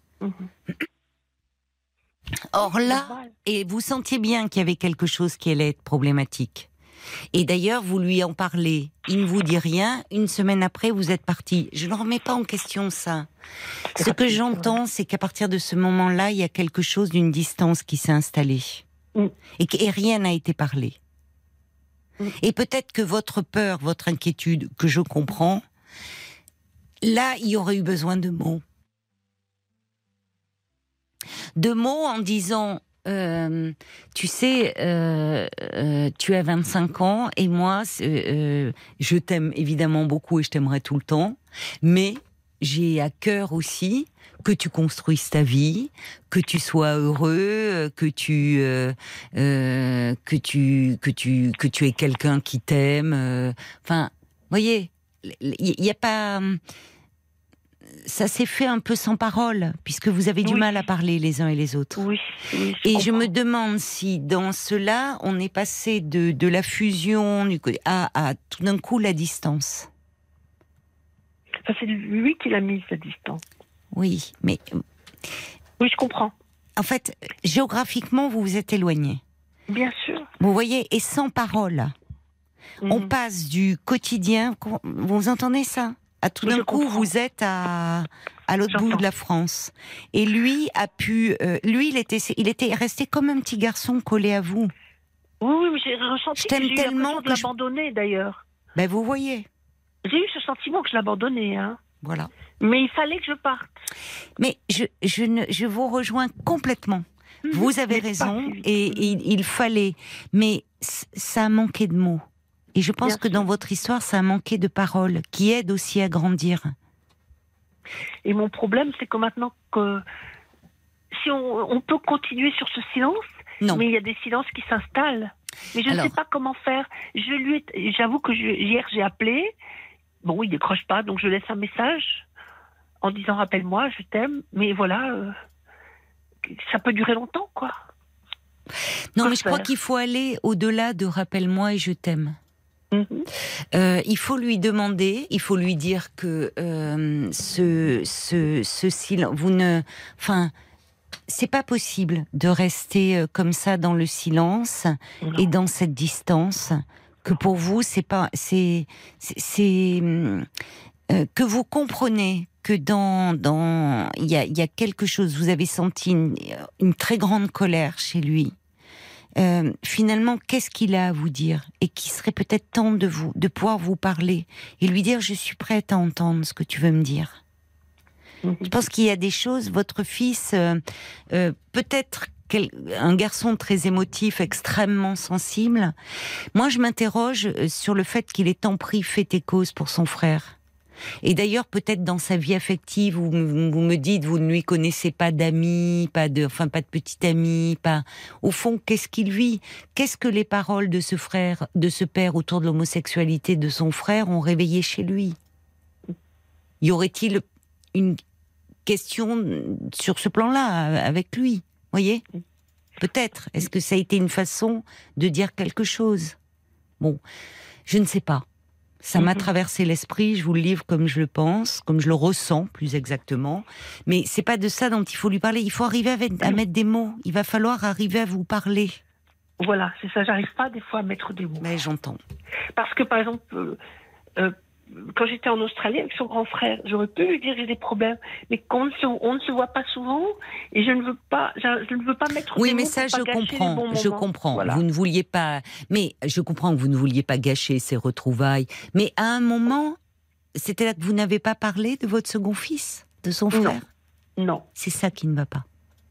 Or là, et vous sentiez bien qu'il y avait quelque chose qui allait être problématique. Et d'ailleurs, vous lui en parlez. Il ne vous dit rien. Une semaine après, vous êtes parti. Je ne remets pas en question ça. Ce que j'entends, c'est qu'à partir de ce moment-là, il y a quelque chose d'une distance qui s'est installée. Et rien n'a été parlé. Et peut-être que votre peur, votre inquiétude, que je comprends, là, il y aurait eu besoin de mots. De mots en disant, tu sais, tu as 25 ans et moi, je t'aime évidemment beaucoup et je t'aimerai tout le temps, mais j'ai à cœur aussi que tu construises ta vie, que tu sois heureux, que tu aies quelqu'un qui t'aime. Enfin, voyez, il y a pas. Ça s'est fait un peu sans parole, puisque vous avez du mal à parler les uns et les autres. Oui, et je me demande si dans cela, on est passé de la fusion à tout d'un coup la distance. Ça, c'est lui qui l'a mise, la distance. Oui, mais... Oui, je comprends. En fait, géographiquement, vous vous êtes éloigné. Bien sûr. Vous voyez, et sans parole. On passe du quotidien... Vous entendez ça ? À tout d'un coup, vous êtes à l'autre bout de la France. Et lui a pu... lui, il était resté comme un petit garçon collé à vous. Oui, mais j'ai ressenti je t'aime tellement que je l'abandonnais, d'ailleurs. Ben, vous voyez. J'ai eu ce sentiment que je l'abandonnais, hein. Voilà. Mais il fallait que je parte. Mais je vous rejoins complètement. Vous avez raison, et il fallait. Mais ça a manqué de mots. Et je pense que dans votre histoire, ça a manqué de paroles qui aident aussi à grandir. Et mon problème, c'est que maintenant que si on peut continuer sur ce silence, non. Mais il y a des silences qui s'installent. Mais je ne sais pas comment faire. J'avoue que hier j'ai appelé. Bon, il décroche pas, donc je laisse un message en disant rappelle-moi, je t'aime. Mais voilà, ça peut durer longtemps, quoi. Non, mais je crois qu'il faut aller au-delà de rappelle-moi et je t'aime. Il faut lui demander, il faut lui dire que ce silence, c'est pas possible de rester comme ça dans le silence et dans cette distance. Que pour vous, que vous comprenez que il y a quelque chose. Vous avez senti une très grande colère chez lui. Finalement, qu'est-ce qu'il a à vous dire et qui serait peut-être temps de pouvoir vous parler et lui dire je suis prête à entendre ce que tu veux me dire. Je pense qu'il y a des choses. Votre fils, peut-être un garçon très émotif, extrêmement sensible. Moi, je m'interroge sur le fait qu'il ait tant pris fait et cause pour son frère. Et d'ailleurs, peut-être dans sa vie affective, vous me dites, vous ne lui connaissez pas d'amis, pas de petit ami, pas. Au fond, qu'est-ce qu'il vit ? Qu'est-ce que les paroles de ce frère, de ce père autour de l'homosexualité de son frère ont réveillé chez lui ? Y aurait-il une question sur ce plan-là avec lui ? Voyez ? Peut-être. Est-ce que ça a été une façon de dire quelque chose? Bon, je ne sais pas. Ça m'a traversé l'esprit, je vous le livre comme je le pense, comme je le ressens plus exactement. Mais c'est pas de ça dont il faut lui parler. Il faut arriver à mettre des mots. Il va falloir arriver à vous parler. Voilà, c'est ça. J'arrive pas des fois à mettre des mots. Mais j'entends. Parce que par exemple, quand j'étais en Australie avec son grand frère, j'aurais pu lui dire j'ai des problèmes, mais on ne se voit pas souvent et je ne veux pas mettre oui, des mais mots ça, pour je pas gâcher comprends. les bons Je moments. comprends. Voilà. Vous ne vouliez pas. Mais je comprends que vous ne vouliez pas gâcher ces retrouvailles. Mais à un moment, c'était là que vous n'avez pas parlé de votre second fils, de son frère. Non. C'est ça qui ne va pas.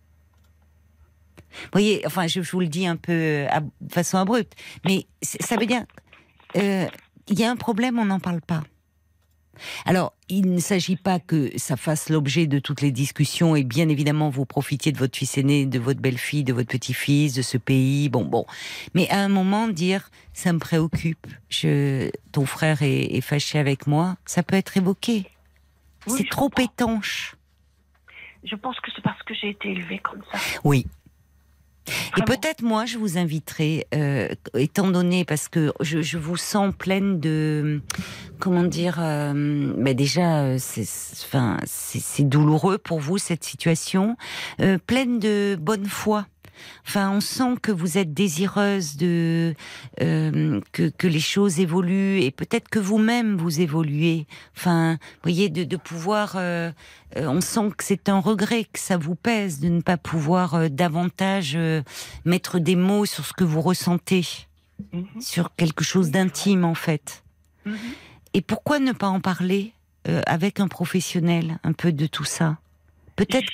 Vous voyez, enfin, je vous le dis un peu de façon abrupte, mais ça veut dire, il y a un problème, on n'en parle pas. Alors, il ne s'agit pas que ça fasse l'objet de toutes les discussions et bien évidemment vous profitiez de votre fils aîné, de votre belle-fille, de votre petit-fils, de ce pays, bon. Mais à un moment, dire, ça me préoccupe, ton frère est fâché avec moi, ça peut être évoqué. Oui, c'est trop comprends. étanche. Je pense que c'est parce que j'ai été élevée comme ça. Oui. Et Vraiment. peut-être moi je vous inviterai, étant donné parce que je vous sens pleine de, comment dire, déjà c'est douloureux pour vous cette situation, pleine de bonne foi. Enfin, on sent que vous êtes désireuse de que les choses évoluent et peut-être que vous-même vous évoluez. Enfin, vous voyez, de pouvoir. On sent que c'est un regret, que ça vous pèse de ne pas pouvoir davantage mettre des mots sur ce que vous ressentez, sur quelque chose d'intime en fait. Et pourquoi ne pas en parler avec un professionnel, un peu de tout ça? Peut-être.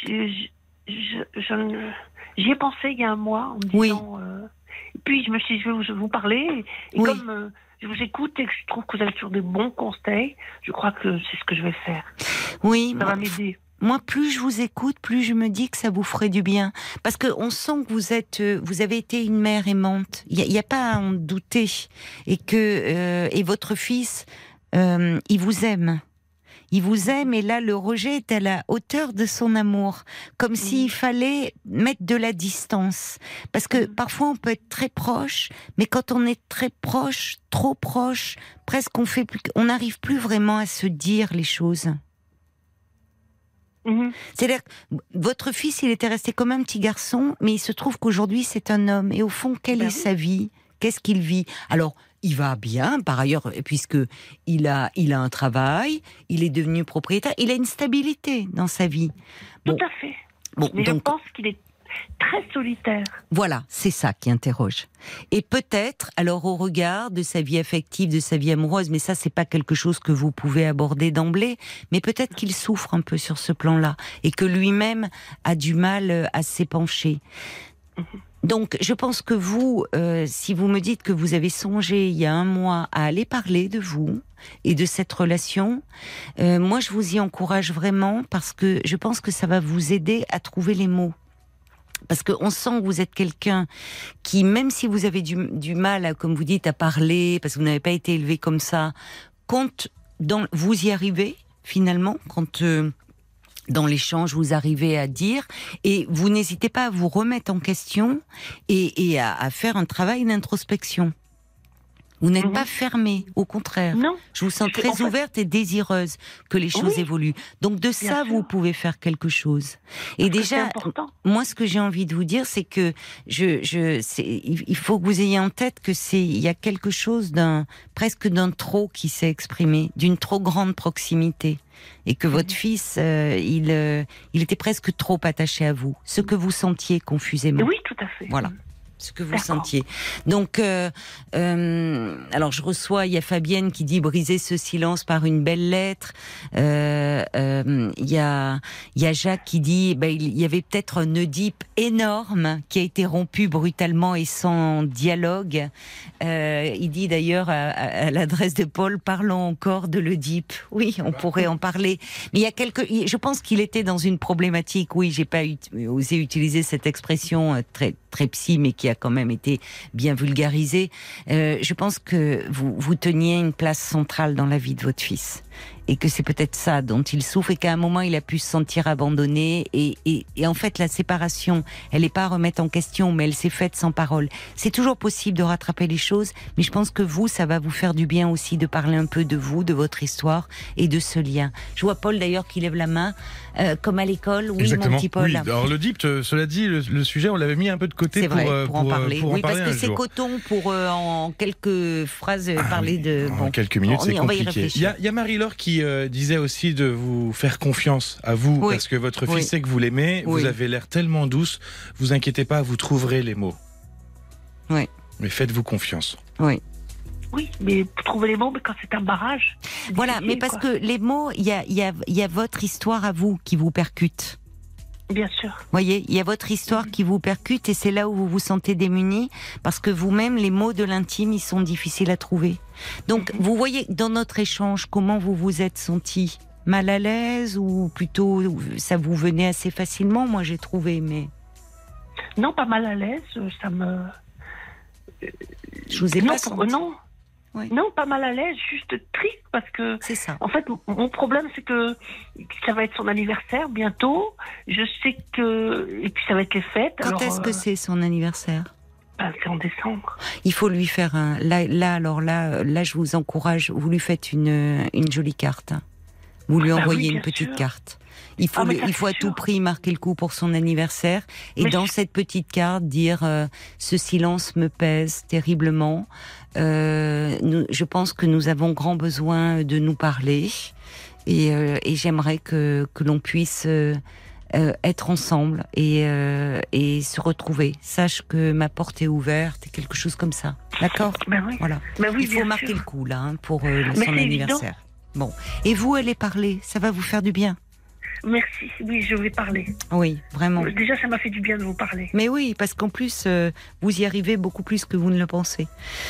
J'y ai pensé il y a un mois en me disant. Et puis je me suis dit, je vais vous parler. Et comme je vous écoute et que je trouve que vous avez toujours des bons conseils, je crois que c'est ce que je vais faire. Oui, ça va m'aider. Moi, plus je vous écoute, plus je me dis que ça vous ferait du bien. Parce qu'on sent que vous avez été une mère aimante. Il n'y a pas à en douter. Et votre fils, il vous aime. Il vous aime et là, le rejet est à la hauteur de son amour. Comme s'il fallait mettre de la distance. Parce que parfois, on peut être très proche, mais quand on est très proche, trop proche, presque on n'arrive plus vraiment à se dire les choses. C'est-à-dire que votre fils, il était resté comme un petit garçon, mais il se trouve qu'aujourd'hui, c'est un homme. Et au fond, quelle est sa vie? Qu'est-ce qu'il vit? Alors, il va bien, par ailleurs, puisque il a un travail, il est devenu propriétaire, il a une stabilité dans sa vie. Tout à fait. Mais donc, je pense qu'il est très solitaire. Voilà, c'est ça qui interroge. Et peut-être, alors au regard de sa vie affective, de sa vie amoureuse, mais ça c'est pas quelque chose que vous pouvez aborder d'emblée, mais peut-être qu'il souffre un peu sur ce plan-là, et que lui-même a du mal à s'épancher. Donc, je pense que vous, si vous me dites que vous avez songé il y a un mois à aller parler de vous et de cette relation, moi je vous y encourage vraiment parce que je pense que ça va vous aider à trouver les mots. Parce qu'on sent que vous êtes quelqu'un qui, même si vous avez du mal, comme vous dites, à parler, parce que vous n'avez pas été élevé comme ça, vous y arrivez, finalement, quand dans l'échange vous arrivez à dire, et vous n'hésitez pas à vous remettre en question et à faire un travail d'introspection. Vous n'êtes pas fermée, au contraire. Non. Je vous sens très ouverte et désireuse que les choses évoluent. Donc de ça, vous pouvez faire quelque chose. Et déjà, moi, ce que j'ai envie de vous dire, c'est que il faut que vous ayez en tête que il y a quelque chose presque d'un trop qui s'est exprimé, d'une trop grande proximité. Et que votre fils, il était presque trop attaché à vous. Ce que vous sentiez confusément. Oui, tout à fait. Voilà. Ce que vous sentiez. Donc, alors je reçois, il y a Fabienne qui dit briser ce silence par une belle lettre. Il y a Jacques qui dit, il y avait peut-être un Oedipe énorme qui a été rompu brutalement et sans dialogue. Il dit d'ailleurs à l'adresse de Paul, parlons encore de l'Oedipe. Oui, on pourrait en parler. Mais je pense qu'il était dans une problématique. Oui, j'ai pas osé utiliser cette expression très très psy, mais qui a quand même été bien vulgarisée. Je pense que vous teniez une place centrale dans la vie de votre fils. et que c'est peut-être ça dont il souffre et qu'à un moment il a pu se sentir abandonné et en fait la séparation, elle n'est pas à remettre en question, mais elle s'est faite sans parole. C'est toujours possible de rattraper les choses, mais je pense que vous, ça va vous faire du bien aussi de parler un peu de vous, de votre histoire et de ce lien. Je vois Paul d'ailleurs qui lève la main, comme à l'école. Oui, Exactement. Mon petit Paul. Oui. Alors le DIPT, cela dit, le sujet, on l'avait mis un peu de côté C'est vrai, pour en parler. pour en Oui, parler parce que un c'est jour. coton pour en quelques phrases parler de. En quelques minutes, c'est on va y compliqué. réfléchir. Il y a Marie-Laure qui disait aussi de vous faire confiance à vous, Oui. parce que votre Oui. fils sait que vous l'aimez, Oui. vous avez l'air tellement douce, vous inquiétez pas, vous trouverez les mots. Oui. Mais faites-vous confiance. Oui. Oui, mais pour trouver les mots, mais quand c'est un barrage. c'est Voilà, difficile, mais parce quoi. que les mots, il y a votre histoire à vous qui vous percute. Bien sûr. Voyez, il y a votre histoire qui vous percute et c'est là où vous vous sentez démuni parce que vous-même, les mots de l'intime, ils sont difficiles à trouver. Donc, vous voyez, dans notre échange, comment vous vous êtes senti ? Mal à l'aise ou plutôt ça vous venait assez facilement, moi j'ai trouvé, mais Non, pas mal à l'aise, ça me... je vous ai non, pas senti. non. Oui. Non, pas mal à l'aise, juste triste parce que... C'est ça. En fait, mon problème, c'est que ça va être son anniversaire bientôt. Je sais que... Et puis, ça va être les fêtes. Quand alors, est-ce que c'est son anniversaire ? c'est en décembre. Il faut lui faire un... Là, je vous encourage, vous lui faites une jolie carte. Vous lui Ah bah envoyez oui, une bien petite sûr. carte. Il faut, mais ça, il faut à c'est tout sûr. prix marquer le coup pour son anniversaire. Et Mais dans je- cette petite carte, dire ce silence me pèse terriblement. Je pense que nous avons grand besoin de nous parler. Et j'aimerais que l'on puisse être ensemble et se retrouver. Sache que ma porte est ouverte et quelque chose comme ça. D'accord ? Ben oui. Voilà. Ben oui, Il faut bien marquer sûr. le coup là pour Mais son c'est anniversaire. Bon. Et vous, allez parler. Ça va vous faire du bien. Merci. Oui, je vais parler. Oui, vraiment. Déjà, ça m'a fait du bien de vous parler. Mais oui, parce qu'en plus, vous y arrivez beaucoup plus que vous ne le pensez.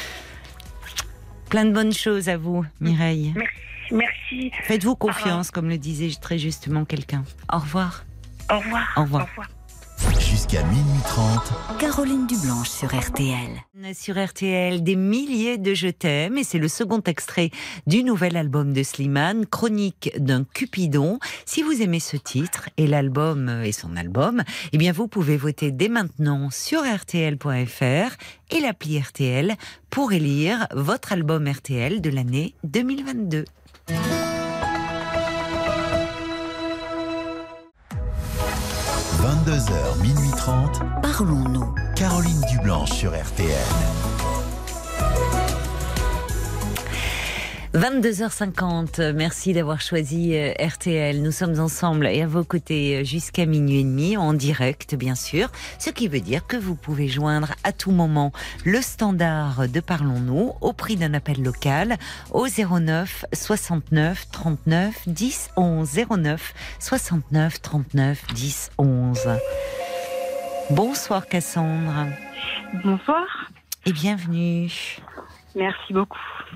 Plein de bonnes choses à vous, Mireille. Merci. Faites-vous confiance, comme le disait très justement quelqu'un. Au revoir. Au revoir. Au revoir. Jusqu'à minuit 30, Caroline Dublanche sur RTL. Sur RTL, des milliers de je t'aime, et c'est le second extrait du nouvel album de Slimane, Chronique d'un Cupidon. Si vous aimez ce titre et l'album et son album, eh bien vous pouvez voter dès maintenant sur rtl.fr et l'appli RTL pour élire votre album RTL de l'année 2022. 22h, minuit 30, Parlons-nous. Caroline Dublanche sur RTL. 22h50, merci d'avoir choisi RTL. Nous sommes ensemble et à vos côtés jusqu'à minuit et demi, en direct bien sûr. Ce qui veut dire que vous pouvez joindre à tout moment le standard de Parlons-nous au prix d'un appel local au 09 69 39 10 11. 09 69 39 10 11. Bonsoir Cassandre Bonsoir, et bienvenue. merci beaucoup.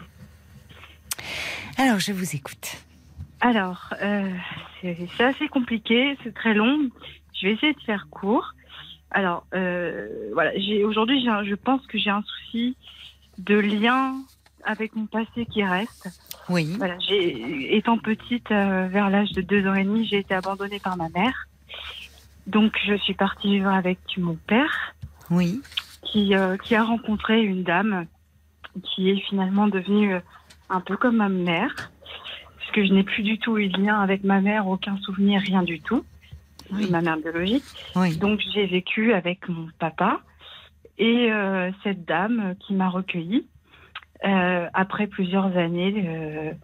Alors je vous écoute. Alors, c'est assez compliqué, c'est très long. Je vais essayer de faire court. Alors, voilà, aujourd'hui, je pense que j'ai un souci de lien avec mon passé qui reste. Oui. Voilà, étant petite, vers l'âge de 2 ans et demi, j'ai été abandonnée par ma mère. Donc, je suis partie vivre avec mon père, Oui. qui a rencontré une dame qui est finalement devenue un peu comme ma mère, puisque je n'ai plus du tout eu de lien avec ma mère, aucun souvenir, rien du tout, Oui. ma mère biologique. Oui. Donc j'ai vécu avec mon papa et cette dame qui m'a recueillie après plusieurs années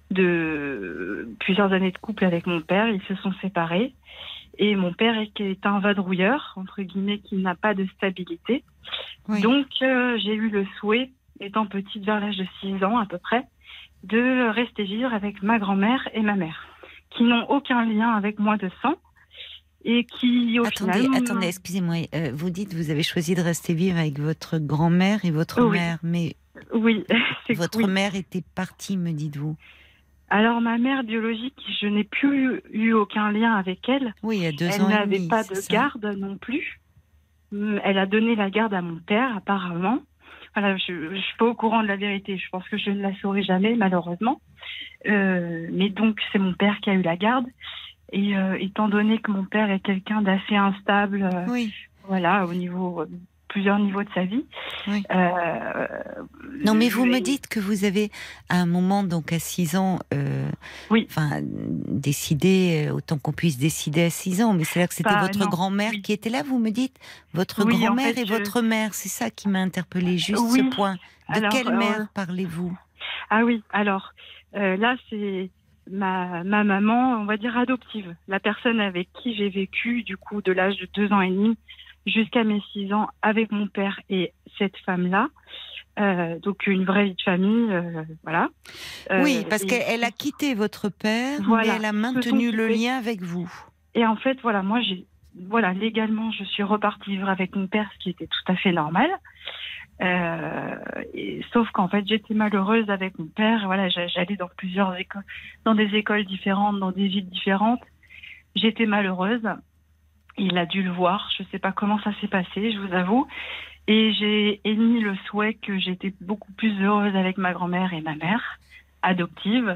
de couple avec mon père. Ils se sont séparés et mon père est un vadrouilleur, entre guillemets, qui n'a pas de stabilité. Oui. Donc j'ai eu le souhait, étant petite, vers l'âge de 6 ans à peu près, de rester vivre avec ma grand-mère et ma mère, qui n'ont aucun lien avec moi de sang et qui, au final... Attendez, excusez-moi. Vous dites vous avez choisi de rester vivre avec votre grand-mère et votre Oui. mère, mais Oui, c'est votre oui. mère était partie, me dites-vous. Alors, ma mère biologique, je n'ai plus eu aucun lien avec elle. Oui, il y a 2 Elle ans et n'avait demi. pas c'est de ça garde non plus. Elle a donné la garde à mon père, apparemment. voilà, je suis pas au courant de la vérité. Je pense que je ne la saurai jamais, malheureusement. Mais donc, c'est mon père qui a eu la garde. Et étant donné que mon père est quelqu'un d'assez instable, Oui. voilà, plusieurs niveaux de sa vie. Oui. Non, mais vous me dites que vous avez, à un moment, donc à 6 ans, Oui. enfin, décidé, autant qu'on puisse décider à 6 ans, mais c'est là que c'était votre Non, grand-mère oui. qui était là, vous me dites? Votre Oui, en grand-mère fait, et votre mère, c'est ça qui m'a interpellée, juste Oui. ce point. De Alors, quelle mère parlez-vous? Ah oui, alors, là, c'est ma maman, on va dire adoptive. La personne avec qui j'ai vécu, du coup, de l'âge de 2 ans et demi jusqu'à mes 6 ans avec mon père et cette femme-là. Donc, une vraie vie de famille, voilà. Oui, parce qu'elle a quitté votre père, Voilà, mais elle a ils se maintenu sont le quittés. lien avec vous. Et en fait, voilà, moi, légalement, je suis repartie vivre avec mon père, ce qui était tout à fait normal. Sauf qu'en fait, j'étais malheureuse avec mon père. Voilà, j'allais dans plusieurs écoles, dans des écoles différentes, dans des villes différentes. J'étais malheureuse. Il a dû le voir. Je ne sais pas comment ça s'est passé, je vous avoue. Et j'ai émis le souhait que j'étais beaucoup plus heureuse avec ma grand-mère et ma mère adoptive.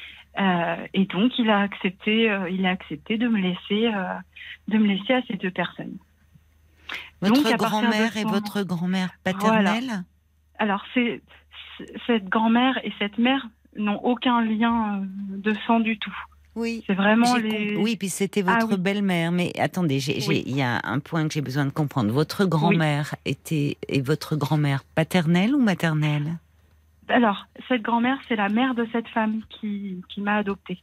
Et donc, il a accepté de me laisser à ces 2 personnes. Votre Donc, à partir de grand-mère ce et moment- votre grand-mère paternelle? Voilà. Alors, cette grand-mère et cette mère n'ont aucun lien de sang du tout. Oui. C'est vraiment les... Oui, puis c'était votre oui. belle-mère. Mais attendez, Oui. il y a un point que j'ai besoin de comprendre. Votre grand-mère est votre grand-mère paternelle ou maternelle? Alors, cette grand-mère, c'est la mère de cette femme qui m'a adoptée.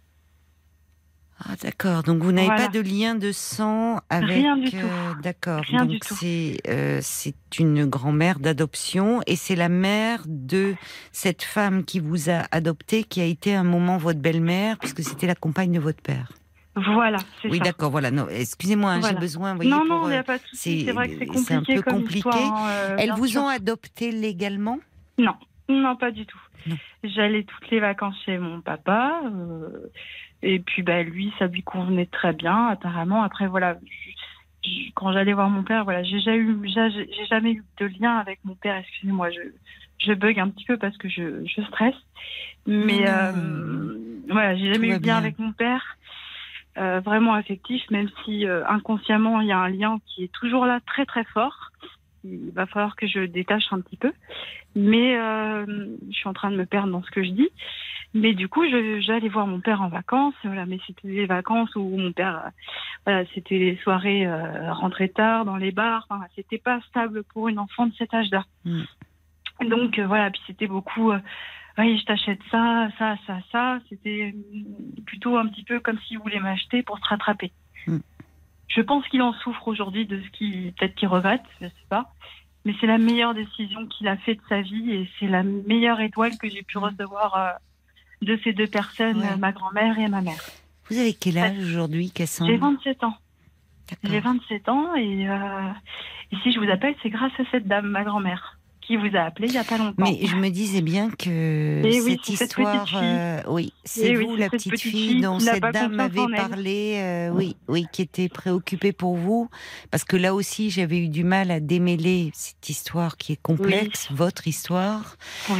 Ah, d'accord. Donc vous n'avez Voilà. pas de lien de sang avec. Rien du tout. D'accord. Rien Donc du tout. c'est une grand-mère d'adoption et c'est la mère de cette femme qui vous a adopté, qui a été à un moment votre belle-mère, puisque c'était la compagne de votre père. Voilà, c'est Oui, ça. d'accord. Voilà. Non, excusez-moi, Voilà. j'ai besoin. Vous voyez, Non, pour, il n'y a pas de souci. C'est vrai que c'est compliqué. C'est un peu comme compliqué. histoire, hein, Elles bien vous sûr. ont adopté légalement? Non, pas du tout. Non. J'allais toutes les vacances chez mon papa. Et puis, lui, ça lui convenait très bien, apparemment. Après, voilà, quand j'allais voir mon père, voilà, j'ai jamais eu de lien avec mon père. Excusez-moi, je bug un petit peu parce que je stresse. Mais voilà, j'ai jamais eu de lien avec mon père. Vraiment affectif, même si inconsciemment, il y a un lien qui est toujours là, très très fort. Il va falloir que je détache un petit peu. Mais je suis en train de me perdre dans ce que je dis. Mais du coup, j'allais voir mon père en vacances. Voilà, mais c'était des vacances où mon père, voilà, c'était les soirées rentrer tard dans les bars. Enfin, c'était pas stable pour une enfant de cet âge-là. Mm. Donc voilà, puis c'était beaucoup. Oui, je t'achète ça. C'était plutôt un petit peu comme s'il voulait m'acheter pour se rattraper. Mm. Je pense qu'il en souffre aujourd'hui de peut-être qu'il regrette, je sais pas. Mais c'est la meilleure décision qu'il a fait de sa vie et c'est la meilleure étoile que j'ai pu recevoir de ces 2 personnes, ma grand-mère et ma mère. Vous avez quel âge aujourd'hui, Cassandre? J'ai 27 ans. D'accord. J'ai 27 ans et si je vous appelle, c'est grâce à cette dame, ma grand-mère, qui vous a appelé il n'y a pas longtemps. Mais je me disais bien que cette histoire, c'est vous, la petite fille dont cette dame avait parlé, oui, qui était préoccupée pour vous, parce que là aussi j'avais eu du mal à démêler cette histoire qui est complexe, votre histoire,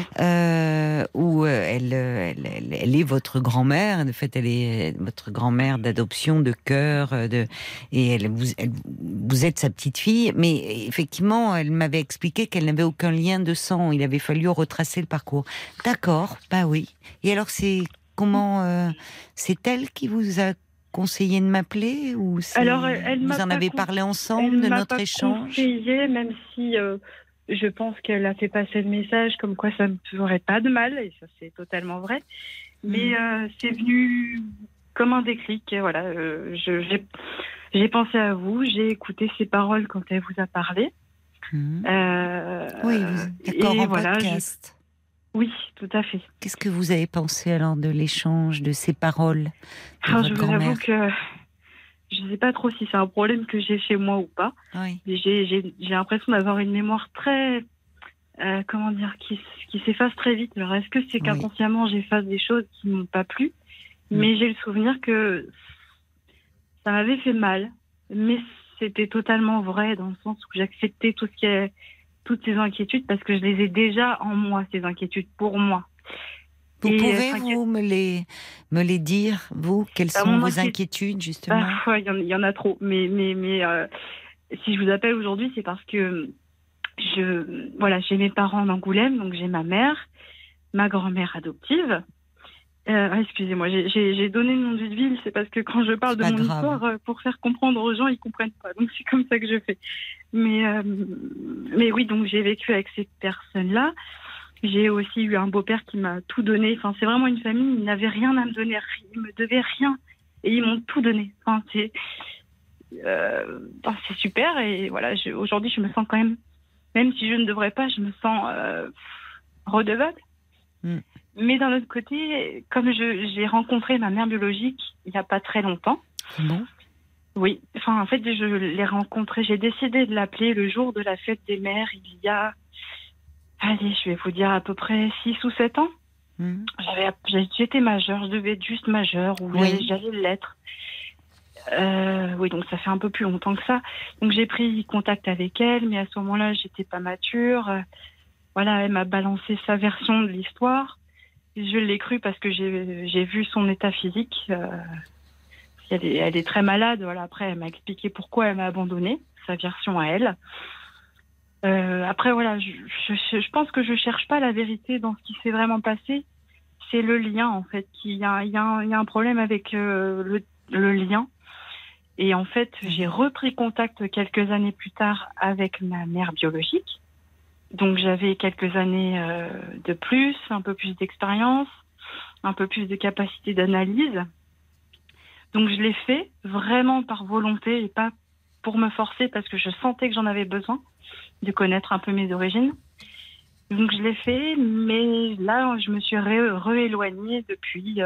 où elle est votre grand-mère, de fait elle est votre grand-mère d'adoption, de cœur, et vous êtes sa petite fille, mais effectivement elle m'avait expliqué qu'elle n'avait aucun lien de sang, il avait fallu retracer le parcours. D'accord, oui. Et alors c'est comment c'est elle qui vous a conseillé de m'appeler ou alors elle vous en avez parlé ensemble de notre échange? Conseillé, même si je pense qu'elle a fait passer le message comme quoi ça ne ferait pas de mal, et ça c'est totalement vrai. Mais c'est venu comme un déclic. Et voilà, j'ai pensé à vous, j'ai écouté ses paroles quand elle vous a parlé. Oui, d'accord, en podcast. Oui, tout à fait. Qu'est-ce que vous avez pensé alors de l'échange, de ces paroles de votre je vous grand-mère? avoue que je ne sais pas trop si c'est un problème que j'ai chez moi ou pas. Oui. J'ai l'impression d'avoir une mémoire très, qui s'efface très vite. Alors, est-ce que c'est qu'inconsciemment j'efface des choses qui ne m'ont pas plu? Mais j'ai le souvenir que ça m'avait fait mal. Mais c'était totalement vrai dans le sens où j'acceptais tout ce toutes ces inquiétudes parce que je les ai déjà en moi, ces inquiétudes pour moi. Vous pouvez, vous, me les dire, vous, quelles sont vos inquiétudes, justement? Il y en a trop. Mais si je vous appelle aujourd'hui, c'est parce que j'ai mes parents d'Angoulême, donc j'ai ma mère, ma grand-mère adoptive. Excusez-moi, j'ai donné le nom d'une ville, c'est parce que quand je parle de mon histoire, pour faire comprendre aux gens, ils comprennent pas. Donc c'est comme ça que je fais. Mais oui, donc j'ai vécu avec ces personnes-là. J'ai aussi eu un beau-père qui m'a tout donné. Enfin, c'est vraiment une famille, ils n'avaient rien à me donner, ils me devaient rien. Et ils m'ont tout donné. Enfin, c'est super. Et voilà, aujourd'hui, je me sens quand même si je ne devrais pas, je me sens redevable. Mais d'un autre côté, comme j'ai rencontré ma mère biologique il n'y a pas très longtemps. Bon. Oui, en fait, je l'ai rencontrée. J'ai décidé de l'appeler le jour de la fête des mères, il y a, je vais vous dire à peu près 6 ou 7 ans. J'étais majeure, je devais être juste majeure, ou j'allais l'être. Oui, donc ça fait un peu plus longtemps que ça. Donc j'ai pris contact avec elle, mais à ce moment-là, j'étais pas mature. Elle m'a balancé sa version de l'histoire. Je l'ai cru parce que j'ai vu son état physique. Elle est très malade. Après, elle m'a expliqué pourquoi elle m'a abandonnée, sa version à elle. Après, je pense que je cherche pas la vérité dans ce qui s'est vraiment passé. C'est le lien, en fait. Il y a un problème avec le lien. Et en fait, j'ai repris contact quelques années plus tard avec ma mère biologique. Donc j'avais quelques années de plus, un peu plus d'expérience, un peu plus de capacité d'analyse. Donc je l'ai fait vraiment par volonté et pas pour me forcer parce que je sentais que j'en avais besoin de connaître un peu mes origines. Donc je l'ai fait, mais là je me suis rééloignée depuis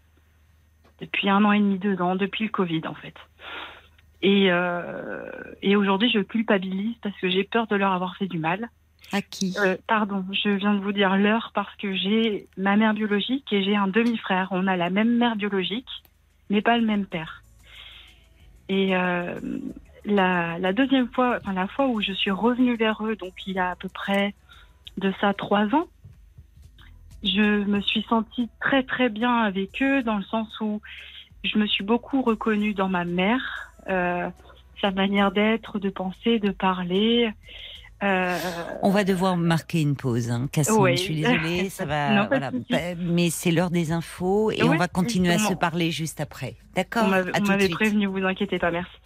1 an et demi, 2 ans, depuis le Covid en fait. Et aujourd'hui je culpabilise parce que j'ai peur de leur avoir fait du mal. À qui? Pardon, je viens de vous dire l'heure parce que j'ai ma mère biologique et j'ai un demi-frère. On a la même mère biologique, mais pas le même père. Et la deuxième fois, la fois où je suis revenue vers eux, donc il y a à peu près de ça 3 ans, je me suis sentie très très bien avec eux dans le sens où je me suis beaucoup reconnue dans ma mère, sa manière d'être, de penser, de parler. On va devoir marquer une pause, Cassandre. Oui. Je suis désolée, ça va. Non, mais c'est l'heure des infos et on va continuer à se parler juste après. D'accord. On m'avait prévenu, vous inquiétez pas, merci.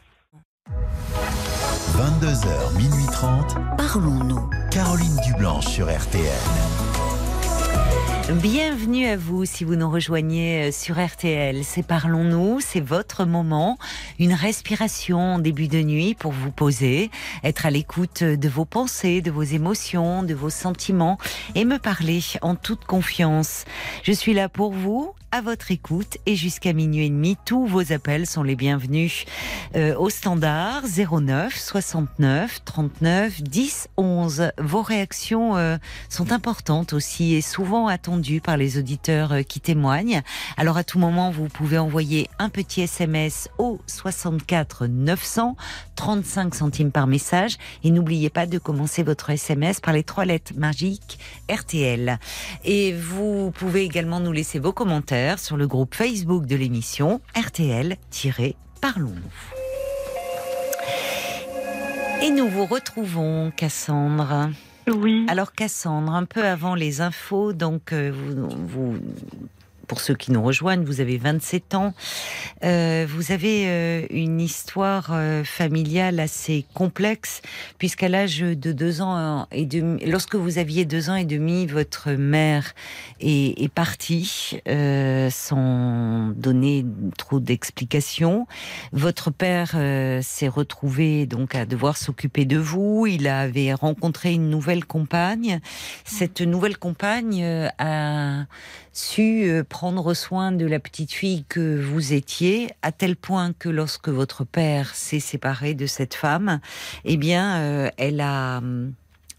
22h, minuit 30. Parlons-nous. Caroline Dublanche sur RTL. Bienvenue à vous si vous nous rejoignez sur RTL. C'est Parlons-nous, c'est votre moment, une respiration en début de nuit pour vous poser, être à l'écoute de vos pensées, de vos émotions, de vos sentiments et me parler en toute confiance. Je suis là pour vous, à votre écoute et jusqu'à minuit et demi. Tous vos appels sont les bienvenus au standard 09 69 39 10 11. Vos réactions sont importantes aussi et souvent attendues par les auditeurs qui témoignent. Alors à tout moment, vous pouvez envoyer un petit SMS au 64 900, 35 centimes par message. Et n'oubliez pas de commencer votre SMS par les 3 lettres magiques RTL. Et vous pouvez également nous laisser vos commentaires sur le groupe Facebook de l'émission RTL-Parlons-nous. Et nous vous retrouvons, Cassandre. Oui. Alors Cassandre, un peu avant les infos, donc pour ceux qui nous rejoignent, vous avez 27 ans. Vous avez une histoire familiale assez complexe, puisqu'à l'âge de 2 ans et demi, lorsque vous aviez 2 ans et demi, votre mère est partie sans donner trop d'explications. Votre père s'est retrouvé donc à devoir s'occuper de vous. Il avait rencontré une nouvelle compagne. Cette nouvelle compagne a su prendre soin de la petite fille que vous étiez, à tel point que lorsque votre père s'est séparé de cette femme, eh bien, elle a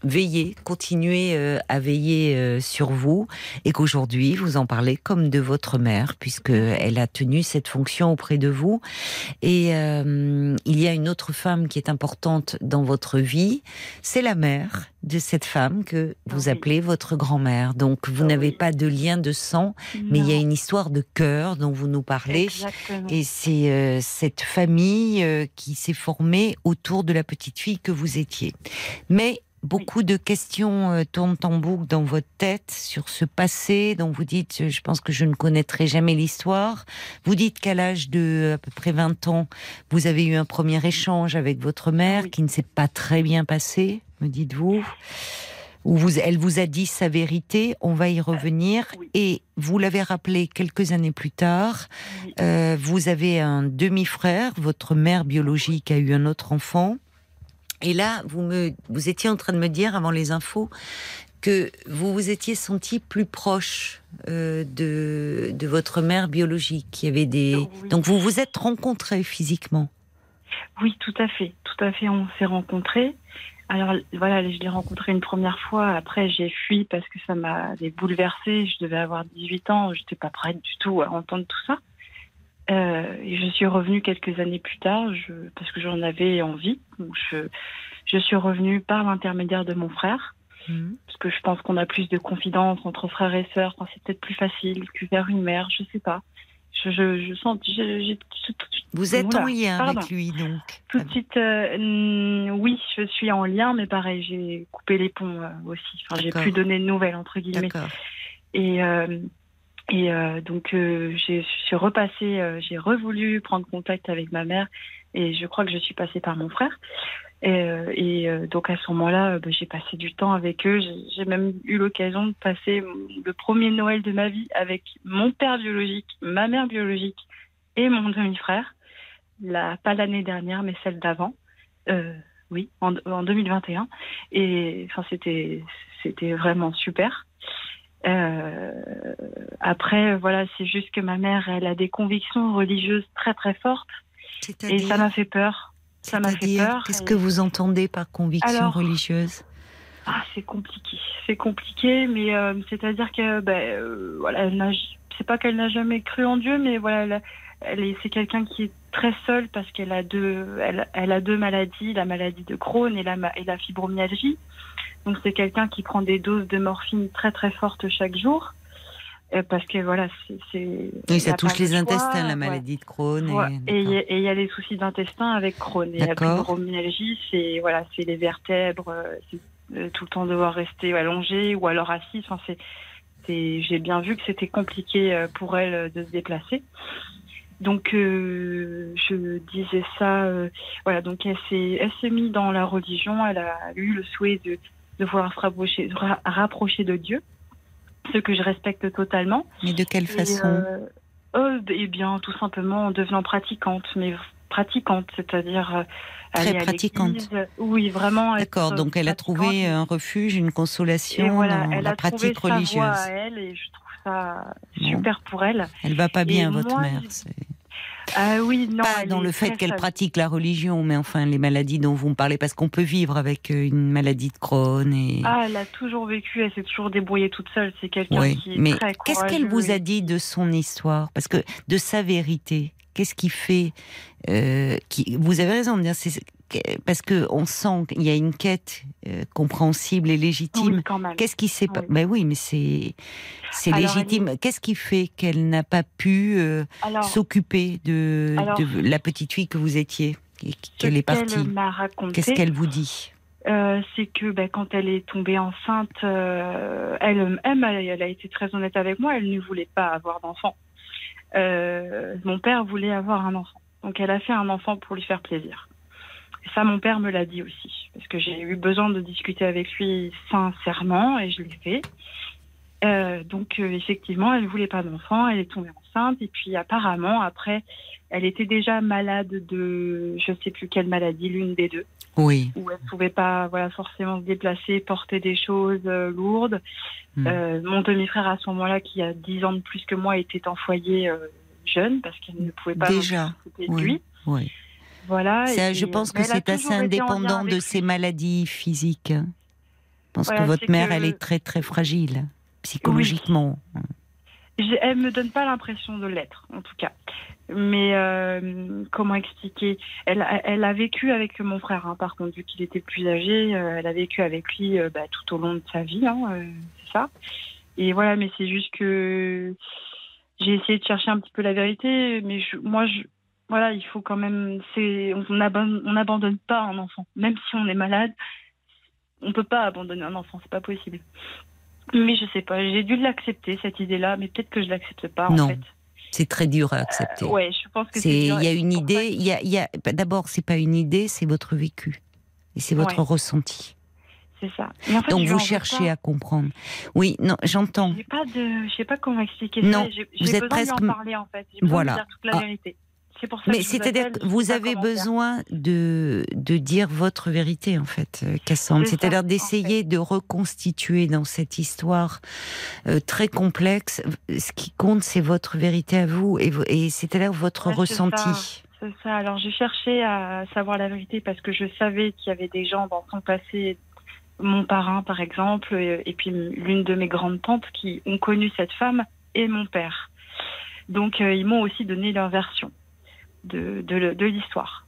veiller, continuer à veiller sur vous, et qu'aujourd'hui vous en parlez comme de votre mère, puisque elle a tenu cette fonction auprès de vous. Et il y a une autre femme qui est importante dans votre vie, c'est la mère de cette femme que vous appelez votre grand-mère. Donc vous n'avez pas de lien de sang, mais il y a une histoire de cœur dont vous nous parlez. Exactement. Et c'est cette famille qui s'est formée autour de la petite fille que vous étiez. Mais beaucoup de questions tournent en boucle dans votre tête sur ce passé dont vous dites, je pense que je ne connaîtrai jamais l'histoire. Vous dites qu'à l'âge de à peu près 20 ans, vous avez eu un premier échange avec votre mère qui ne s'est pas très bien passé, me dites-vous. Où elle vous a dit sa vérité, on va y revenir. Et vous l'avez rappelé quelques années plus tard, vous avez un demi-frère, votre mère biologique a eu un autre enfant. Et là, vous étiez en train de me dire, avant les infos, que vous vous étiez senti plus proche de votre mère biologique. Il y avait Donc vous vous êtes rencontrés physiquement. Oui, tout à fait. Tout à fait, on s'est rencontrés. Alors voilà, je l'ai rencontré une première fois. Après, j'ai fui parce que ça m'avait bouleversée. Je devais avoir 18 ans. Je n'étais pas prête du tout à entendre tout ça. Et je suis revenue quelques années plus tard parce que j'en avais envie. Donc je suis revenue par l'intermédiaire de mon frère. Parce que je pense qu'on a plus de confidence entre frères et sœurs. Enfin, c'est peut-être plus facile que vers une mère. Je sais pas. Je sens... Vous êtes en lien avec lui, donc? Tout de suite, oui, je suis en lien, mais pareil, j'ai coupé les ponts aussi. Enfin, j'ai plus donné de nouvelles, entre guillemets. D'accord. Et donc, je suis repassée, j'ai revoulu prendre contact avec ma mère, et je crois que je suis passée par mon frère. Et donc, à ce moment-là, j'ai passé du temps avec eux. J'ai même eu l'occasion de passer le premier Noël de ma vie avec mon père biologique, ma mère biologique et mon demi-frère. Pas l'année dernière, mais celle d'avant. Oui, en 2021. Et enfin, c'était vraiment super. Après, voilà, c'est juste que ma mère, elle a des convictions religieuses très très fortes. Et ça m'a fait peur. Ça m'a fait peur. Qu'est-ce que vous entendez par conviction religieuse? C'est compliqué. C'est compliqué, mais c'est-à-dire que, voilà, c'est pas qu'elle n'a jamais cru en Dieu, mais voilà, c'est quelqu'un qui est très seul parce qu'elle a deux maladies, la maladie de Crohn et la fibromyalgie. Donc c'est quelqu'un qui prend des doses de morphine très très fortes chaque jour. Parce que voilà, oui, ça touche les intestins, la maladie de Crohn. Et il y a des soucis d'intestin avec Crohn. Et la fibromyalgie, c'est les vertèbres, c'est tout le temps devoir rester allongé ou alors assis. Enfin, j'ai bien vu que c'était compliqué pour elle de se déplacer. Donc je disais ça. Voilà, donc elle s'est mise dans la religion. Elle a eu le souhait de vouloir se rapprocher de Dieu. Ce que je respecte totalement. Mais de quelle façon? Eh bien, tout simplement en devenant pratiquante, c'est-à-dire très aller pratiquante. À l'église. Oui, vraiment. D'accord, donc elle a trouvé un refuge, une consolation dans la pratique religieuse. Elle a trouvé sa voie à elle, et je trouve ça super pour elle. Elle va pas bien, votre mère. Oui, non. Pas dans le fait qu'elle pratique la religion, mais enfin les maladies dont vous me parlez, parce qu'on peut vivre avec une maladie de Crohn. Elle a toujours vécu, elle s'est toujours débrouillée toute seule. C'est quelqu'un qui est mais très courageux. Qu'est-ce qu'elle vous a dit de son histoire? Parce que de sa vérité, qu'est-ce qui fait vous avez raison de dire, parce que on sent qu'il y a une quête compréhensible et légitime. Oui, quand même. Qu'est-ce qui s'est pas... Ben oui, mais c'est légitime. Qu'est-ce qui fait qu'elle n'a pas pu s'occuper de la petite fille que vous étiez, qu'elle est partie? Qu'est-ce qu'elle vous dit? C'est que quand elle est tombée enceinte, elle a été très honnête avec moi. Elle ne voulait pas avoir d'enfant. Mon père voulait avoir un enfant. Donc elle a fait un enfant pour lui faire plaisir. Et ça, mon père me l'a dit aussi. Parce que j'ai eu besoin de discuter avec lui sincèrement, et je l'ai fait. Donc effectivement, elle ne voulait pas d'enfant, elle est tombée enceinte. Et puis apparemment, après, elle était déjà malade de je ne sais plus quelle maladie, l'une des deux. Oui. Où elle ne pouvait pas forcément se déplacer, porter des choses lourdes. Mon demi-frère, à ce moment-là, qui a 10 ans de plus que moi, était en foyer jeune, parce qu'elle ne pouvait pas s'occuper de lui. Oui. Voilà. Je pense que c'est assez indépendant de ses maladies physiques. pense Voilà, que votre c'est mère, que- elle est très très fragile, psychologiquement. Elle me donne pas l'impression de l'être, en tout cas. Mais comment expliquer, elle a vécu avec mon frère, hein, par contre, vu qu'il était plus âgé, elle a vécu avec lui tout au long de sa vie, hein, c'est ça. Et voilà, mais c'est juste que j'ai essayé de chercher un petit peu la vérité, mais voilà, il faut quand même, on n'abandonne pas un enfant, même si on est malade, on peut pas abandonner un enfant, c'est pas possible. Mais je sais pas, j'ai dû l'accepter cette idée-là, mais peut-être que je l'accepte pas en Non. fait. C'est très dur à accepter. Ouais, je pense que c'est Il dur. y a et une c'est pour ça idée, d'abord, c'est pas une idée, c'est votre vécu. Et c'est votre Ouais. ressenti. C'est ça. Mais en fait, Donc je vous lui en veux cherchez pas. à comprendre. Oui, non, j'entends. Je sais pas comment expliquer Non, ça. J'ai vous êtes besoin presque- de lui en parler en fait. J'ai besoin Voilà. de lui dire toute la Ah. vérité. C'est pour ça Mais que je vous c'est-à-dire appelle, que je vous sais pas avez comment faire. besoin de dire votre vérité, en fait, Cassandre. C'est ça, C'est-à-dire en d'essayer de reconstituer dans cette histoire très complexe. Ce qui compte, c'est votre vérité à vous et c'est-à-dire votre Ouais, c'est ressenti. ça. C'est ça. Alors j'ai cherché à savoir la vérité parce que je savais qu'il y avait des gens dans son passé, mon parrain par exemple, et puis l'une de mes grandes tantes qui ont connu cette femme et mon père. Donc ils m'ont aussi donné leur version de l'histoire.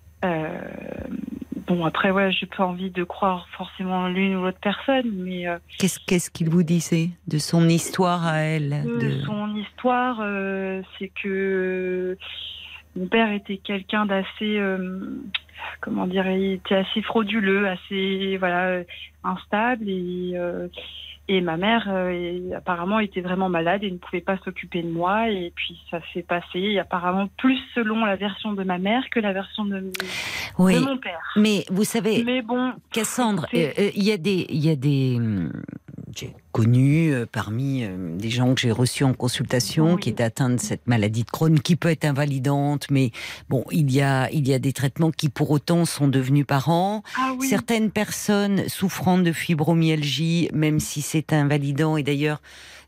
Bon après ouais, j'ai pas envie de croire forcément l'une ou l'autre personne, mais Qu'est-ce qu'il vous disait de son histoire à elle son histoire, c'est que mon père était quelqu'un d'assez, comment dire, il était assez frauduleux, assez instable et ma mère apparemment était vraiment malade et ne pouvait pas s'occuper de moi et puis ça s'est passé apparemment plus selon la version de ma mère que la version de Oui, mon père. mais vous savez, Mais bon, Cassandre, écoutez, il y a des j'ai connu parmi des gens que j'ai reçus en consultation Oui. qui étaient atteints de cette maladie de Crohn qui peut être invalidante, mais bon, il y a des traitements qui pour autant sont devenus parents. ah oui, Certaines personnes souffrant de fibromyalgie, même si c'est invalidant, et d'ailleurs,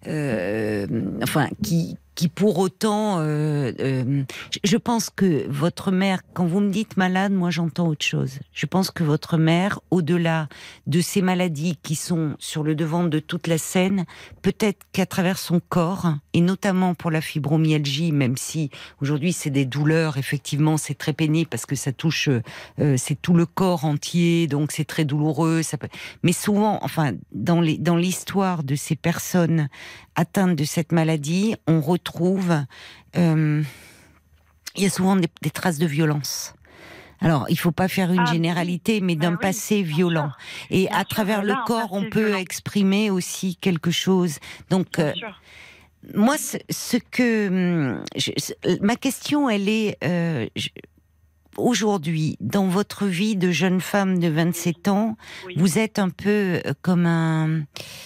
qui pour autant, je pense que votre mère, quand vous me dites malade, moi j'entends autre chose. Je pense que votre mère, au-delà de ces maladies qui sont sur le devant de toute la scène, peut-être qu'à travers son corps, et notamment pour la fibromyalgie, même si aujourd'hui c'est des douleurs, effectivement c'est très pénible parce que ça touche, c'est tout le corps entier, donc c'est très douloureux. Mais souvent, enfin, dans l'histoire de ces personnes atteintes de cette maladie, on retrouve, il y a souvent des traces de violence. Alors, il faut pas faire une généralité, mais d'un passé violent. Et à travers le corps, on peut exprimer aussi quelque chose. Donc, moi, ma question, elle est, aujourd'hui, dans votre vie de jeune femme de 27 ans, vous êtes un peu comme un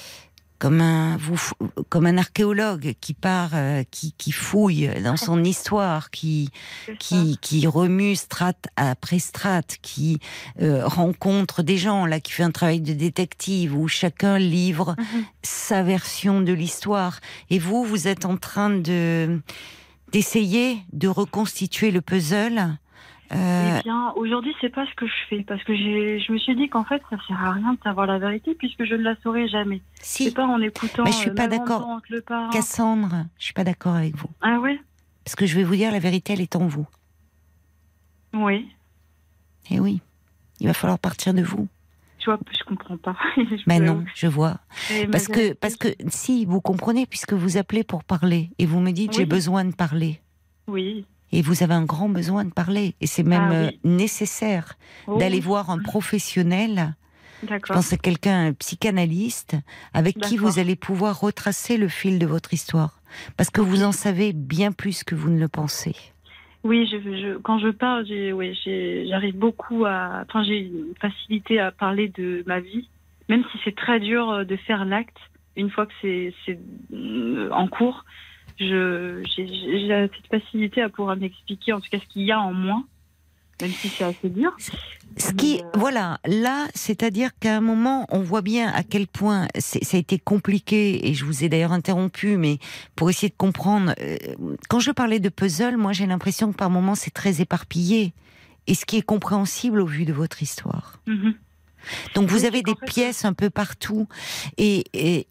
archéologue qui part, qui fouille dans son histoire, qui remue strate après strate, qui rencontre des gens, là, qui fait un travail de détective où chacun livre sa version de l'histoire. Et vous êtes en train d'essayer de reconstituer le puzzle. Eh bien, aujourd'hui, c'est pas ce que je fais, parce que je me suis dit qu'en fait, ça sert à rien de savoir la vérité, puisque je ne la saurai jamais. Si. C'est pas en écoutant. Mais je suis pas d'accord. Cassandre, je suis pas d'accord avec vous. Ah ouais. Parce que je vais vous dire, la vérité, elle est en vous. Oui. Et oui, il va falloir partir de vous. Tu vois, je comprends pas. Mais non, je vois. Parce que si, vous comprenez, puisque vous appelez pour parler, et vous me dites, j'ai besoin de parler. Oui. Et vous avez un grand besoin de parler. Et c'est même nécessaire d'aller voir un professionnel. Je pense à quelqu'un, un psychanalyste, avec qui vous allez pouvoir retracer le fil de votre histoire. Parce que vous en savez bien plus que vous ne le pensez. Oui, quand je parle, j'arrive beaucoup à... Enfin, j'ai une facilité à parler de ma vie, même si c'est très dur de faire l'acte, une fois que c'est en cours. J'ai cette facilité à pouvoir m'expliquer, en tout cas, ce qu'il y a en moi, même si c'est assez dur. Voilà, là, c'est-à-dire qu'à un moment, on voit bien à quel point ça a été compliqué, et je vous ai d'ailleurs interrompu, mais pour essayer de comprendre, quand je parlais de puzzle, moi j'ai l'impression que par moments c'est très éparpillé, et ce qui est compréhensible au vu de votre histoire. Donc vous Oui, avez c'est qu'en des fait, pièces un peu partout. Et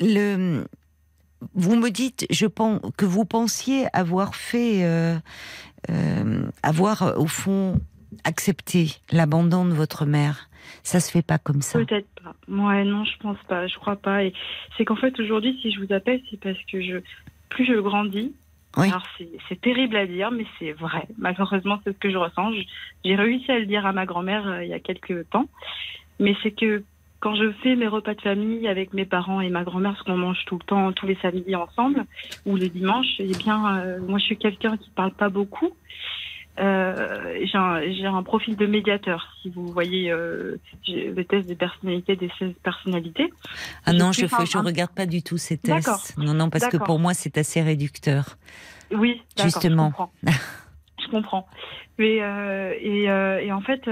vous me dites, je pense, que vous pensiez avoir fait, avoir au fond accepté l'abandon de votre mère. Ça se fait pas comme ça. Peut-être pas. Ouais, non, je pense pas. Je crois pas. Et c'est qu'en fait, aujourd'hui, si je vous appelle, c'est parce que plus je grandis. Oui. Alors, c'est terrible à dire, mais c'est vrai. Malheureusement, c'est ce que je ressens. J'ai réussi à le dire à ma grand-mère il y a quelques temps. Mais c'est que quand je fais mes repas de famille avec mes parents et ma grand-mère, parce qu'on mange tout le temps, tous les samedis ensemble, ou les dimanches, eh bien, moi, je suis quelqu'un qui parle pas beaucoup. J'ai un profil de médiateur, si vous voyez le test de personnalité des 16 personnalités. Ah non, je regarde pas du tout ces tests. D'accord. Non, parce que pour moi, c'est assez réducteur. Oui, d'accord, justement. Je comprends. Mais, et en fait,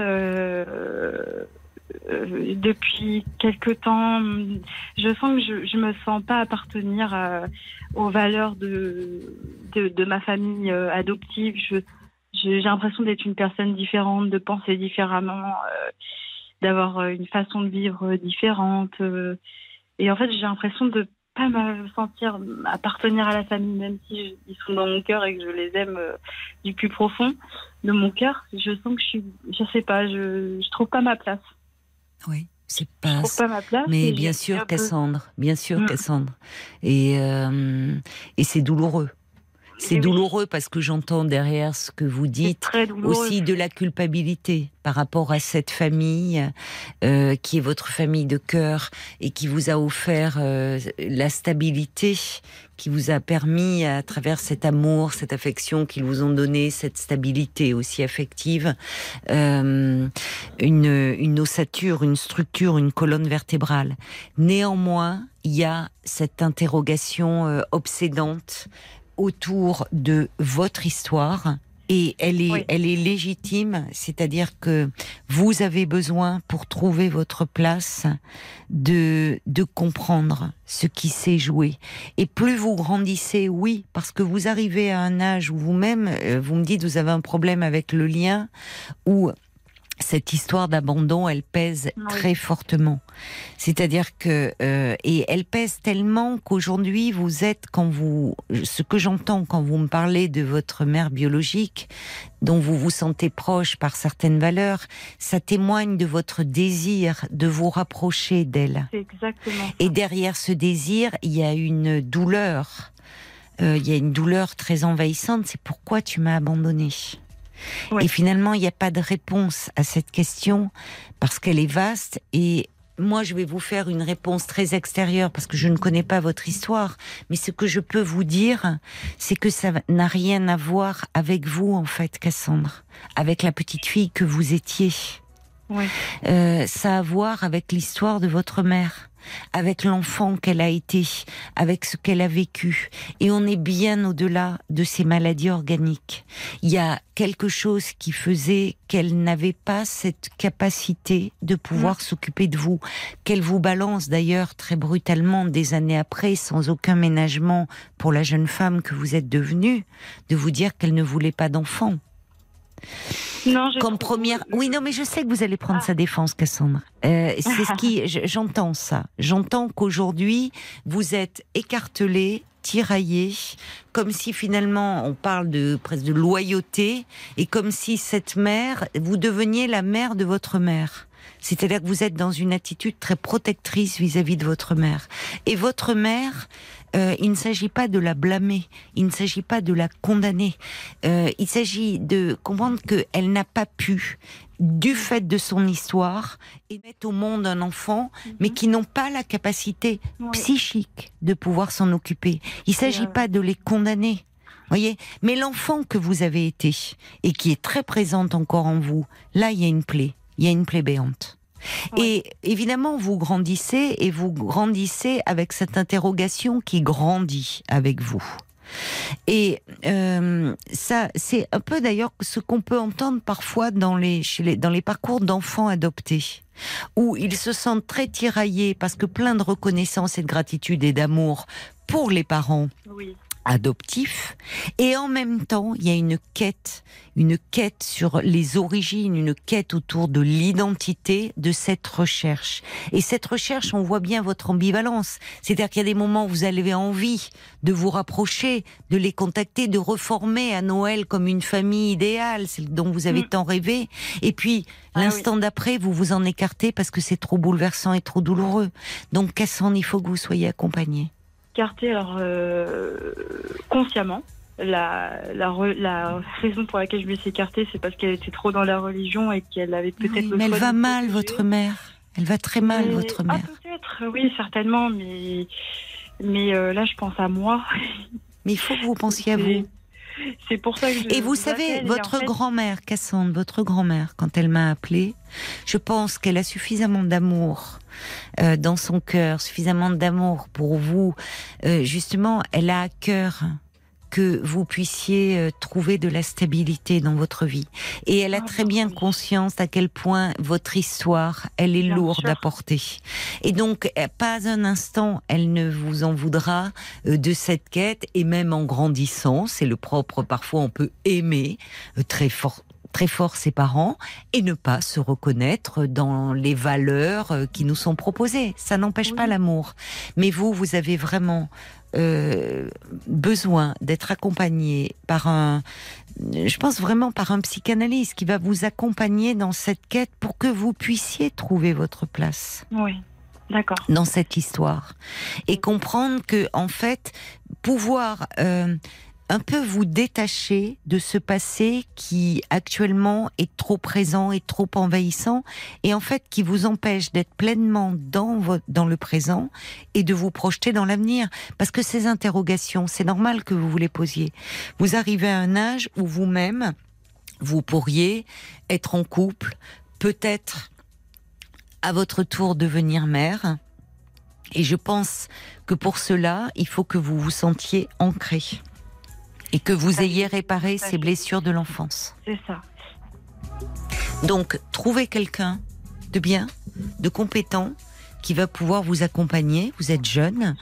depuis quelque temps, je sens que je me sens pas appartenir aux valeurs de ma famille adoptive. J'ai l'impression d'être une personne différente, de penser différemment, d'avoir une façon de vivre différente. Et en fait, j'ai l'impression de pas me sentir appartenir à la famille, même si ils sont dans mon cœur et que je les aime du plus profond de mon cœur. Je sens que je sais pas, je trouve pas ma place. Oui, c'est Je pas. trouve pas ma place. Mais et bien j'ai sûr, un peu- Cassandre, bien sûr, Mm. Cassandre. Et c'est douloureux. C'est Et oui. douloureux parce que j'entends derrière ce que vous C'est dites très douloureux. aussi de la culpabilité par rapport à cette famille qui est votre famille de cœur et qui vous a offert la stabilité, qui vous a permis à travers cet amour, cette affection qu'ils vous ont donné, cette stabilité aussi affective, une ossature, une structure, une colonne vertébrale. Néanmoins, il y a cette interrogation obsédante autour de votre histoire. Et elle est légitime, c'est-à-dire que vous avez besoin, pour trouver votre place, de comprendre ce qui s'est joué. Et plus vous grandissez, oui, parce que vous arrivez à un âge où vous-même, vous me dites, vous avez un problème avec le lien, où cette histoire d'abandon, elle pèse très fortement. C'est-à-dire que et elle pèse tellement qu'aujourd'hui vous êtes, ce que j'entends quand vous me parlez de votre mère biologique, dont vous vous sentez proche par certaines valeurs, ça témoigne de votre désir de vous rapprocher d'elle. C'est exactement ça. Et derrière ce désir, il y a une douleur. Il y a une douleur très envahissante. C'est pourquoi tu m'as abandonnée. Ouais. Et finalement, il n'y a pas de réponse à cette question parce qu'elle est vaste. Et moi, je vais vous faire une réponse très extérieure parce que je ne connais pas votre histoire. Mais ce que je peux vous dire, c'est que ça n'a rien à voir avec vous, en fait, Cassandre, avec la petite fille que vous étiez. Ouais. Ça a à voir avec l'histoire de votre mère, avec l'enfant qu'elle a été, avec ce qu'elle a vécu. Et on est bien au-delà de ces maladies organiques. Il y a quelque chose qui faisait qu'elle n'avait pas cette capacité de pouvoir s'occuper de vous, qu'elle vous balance d'ailleurs très brutalement des années après, sans aucun ménagement pour la jeune femme que vous êtes devenue, de vous dire qu'elle ne voulait pas d'enfant. Non, Comme première. Oui, non, mais je sais que vous allez prendre sa défense, Cassandre. C'est ce qui. J'entends ça. J'entends qu'aujourd'hui, vous êtes écartelé, tiraillé, comme si finalement on parle presque de loyauté, et comme si cette mère, vous deveniez la mère de votre mère. C'est-à-dire que vous êtes dans une attitude très protectrice vis-à-vis de votre mère. Et votre mère, il ne s'agit pas de la blâmer, il ne s'agit pas de la condamner. Il s'agit de comprendre qu'elle n'a pas pu, du fait de son histoire, mettre au monde un enfant, mais qui n'ont pas la capacité psychique de pouvoir s'en occuper. Il ne s'agit pas de les condamner. Voyez, mais l'enfant que vous avez été, et qui est très présente encore en vous, là il y a une plaie. Il y a une plaie béante. Et évidemment, vous grandissez avec cette interrogation qui grandit avec vous. Et ça, c'est un peu d'ailleurs ce qu'on peut entendre parfois dans les parcours d'enfants adoptés, où ils se sentent très tiraillés parce que plein de reconnaissance et de gratitude et d'amour pour les parents. Oui. adoptif, et en même temps il y a une quête sur les origines, une quête autour de l'identité de cette recherche. Et cette recherche, on voit bien votre ambivalence, c'est-à-dire qu'il y a des moments où vous avez envie de vous rapprocher, de les contacter, de reformer à Noël comme une famille idéale, celle dont vous avez tant rêvé, et puis l'instant d'après vous vous en écartez parce que c'est trop bouleversant et trop douloureux. Donc Cassandre, il faut que vous soyez accompagnée. Écarté, alors consciemment. La raison pour laquelle je me suis écartée, c'est parce qu'elle était trop dans la religion et qu'elle avait peut-être... Oui, mais elle va mal, votre mère. Elle va très mal, votre mère. Peut-être, oui, certainement, mais là, je pense à moi. Mais il faut que vous pensiez à vous. C'est pour ça que Et vous savez, votre grand-mère, Cassandre, votre grand-mère, quand elle m'a appelée, je pense qu'elle a suffisamment d'amour dans son cœur, suffisamment d'amour pour vous. Justement, elle a à cœur que vous puissiez trouver de la stabilité dans votre vie. Et elle a très bien conscience à quel point votre histoire, elle est lourde à porter. Et donc, pas un instant, elle ne vous en voudra de cette quête, et même en grandissant, c'est le propre, parfois on peut aimer très fort ses parents et ne pas se reconnaître dans les valeurs qui nous sont proposées. Ça n'empêche pas l'amour. Mais vous avez vraiment besoin d'être accompagné par je pense vraiment par un psychanalyste qui va vous accompagner dans cette quête pour que vous puissiez trouver votre place. Oui, d'accord. Dans cette histoire. Et comprendre que, en fait, pouvoir un peu vous détacher de ce passé qui actuellement est trop présent et trop envahissant, et en fait qui vous empêche d'être pleinement dans le présent et de vous projeter dans l'avenir. Parce que ces interrogations, c'est normal que vous les posiez. Vous arrivez à un âge où vous-même, vous pourriez être en couple, peut-être à votre tour devenir mère. Et je pense que pour cela, il faut que vous vous sentiez ancré. Et que vous ayez réparé ces blessures de l'enfance. C'est ça. Donc, trouvez quelqu'un de bien, de compétent, qui va pouvoir vous accompagner. Vous êtes jeune.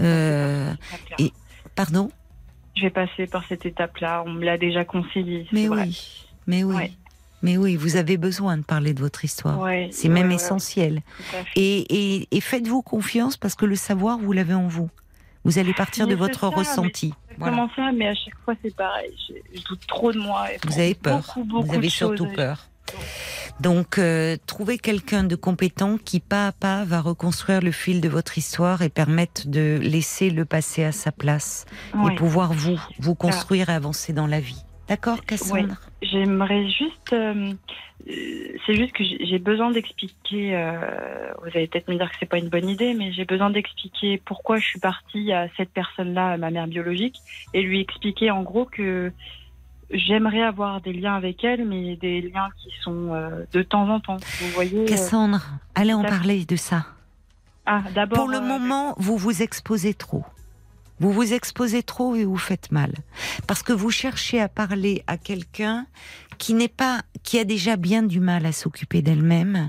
Et pardon ? Je vais passer par cette étape-là. On me l'a déjà conseillé. Mais vrai. Mais oui. Ouais. Mais oui, vous avez besoin de parler de votre histoire. Ouais, c'est même essentiel. Tout à fait. Et faites-vous confiance parce que le savoir, vous l'avez en vous. Vous allez partir de votre ressenti. Comment ça, mais à chaque fois c'est pareil. Je doute trop de moi. Vous avez peur. Beaucoup vous avez surtout peur. Donc, trouvez quelqu'un de compétent qui, pas à pas, va reconstruire le fil de votre histoire et permettre de laisser le passé à sa place et pouvoir vous construire et avancer dans la vie. D'accord, Cassandre ? J'aimerais juste... c'est juste que j'ai besoin d'expliquer... vous allez peut-être me dire que c'est pas une bonne idée, mais j'ai besoin d'expliquer pourquoi je suis partie à cette personne-là, à ma mère biologique, et lui expliquer en gros que j'aimerais avoir des liens avec elle, mais des liens qui sont de temps en temps. Vous voyez, Cassandre, allez en parler de ça. Ah, d'abord... Pour le moment, vous vous exposez trop. Vous vous exposez trop et vous faites mal. Parce que vous cherchez à parler à quelqu'un qui a déjà bien du mal à s'occuper d'elle-même.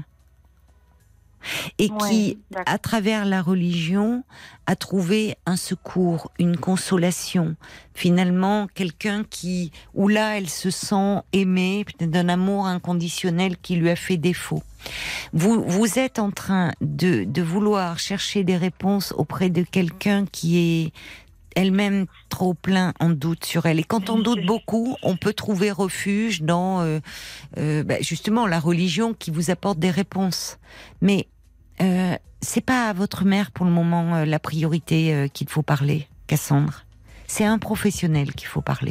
Et qui, à travers la religion, a trouvé un secours, une consolation. Finalement, quelqu'un où là, elle se sent aimée, peut-être d'un amour inconditionnel qui lui a fait défaut. Vous êtes en train de vouloir chercher des réponses auprès de quelqu'un qui est elle-même trop plein en doute sur elle. Et quand on doute beaucoup, on peut trouver refuge dans justement la religion qui vous apporte des réponses. Mais c'est pas à votre mère pour le moment la priorité qu'il faut parler, Cassandre. C'est à un professionnel qu'il faut parler.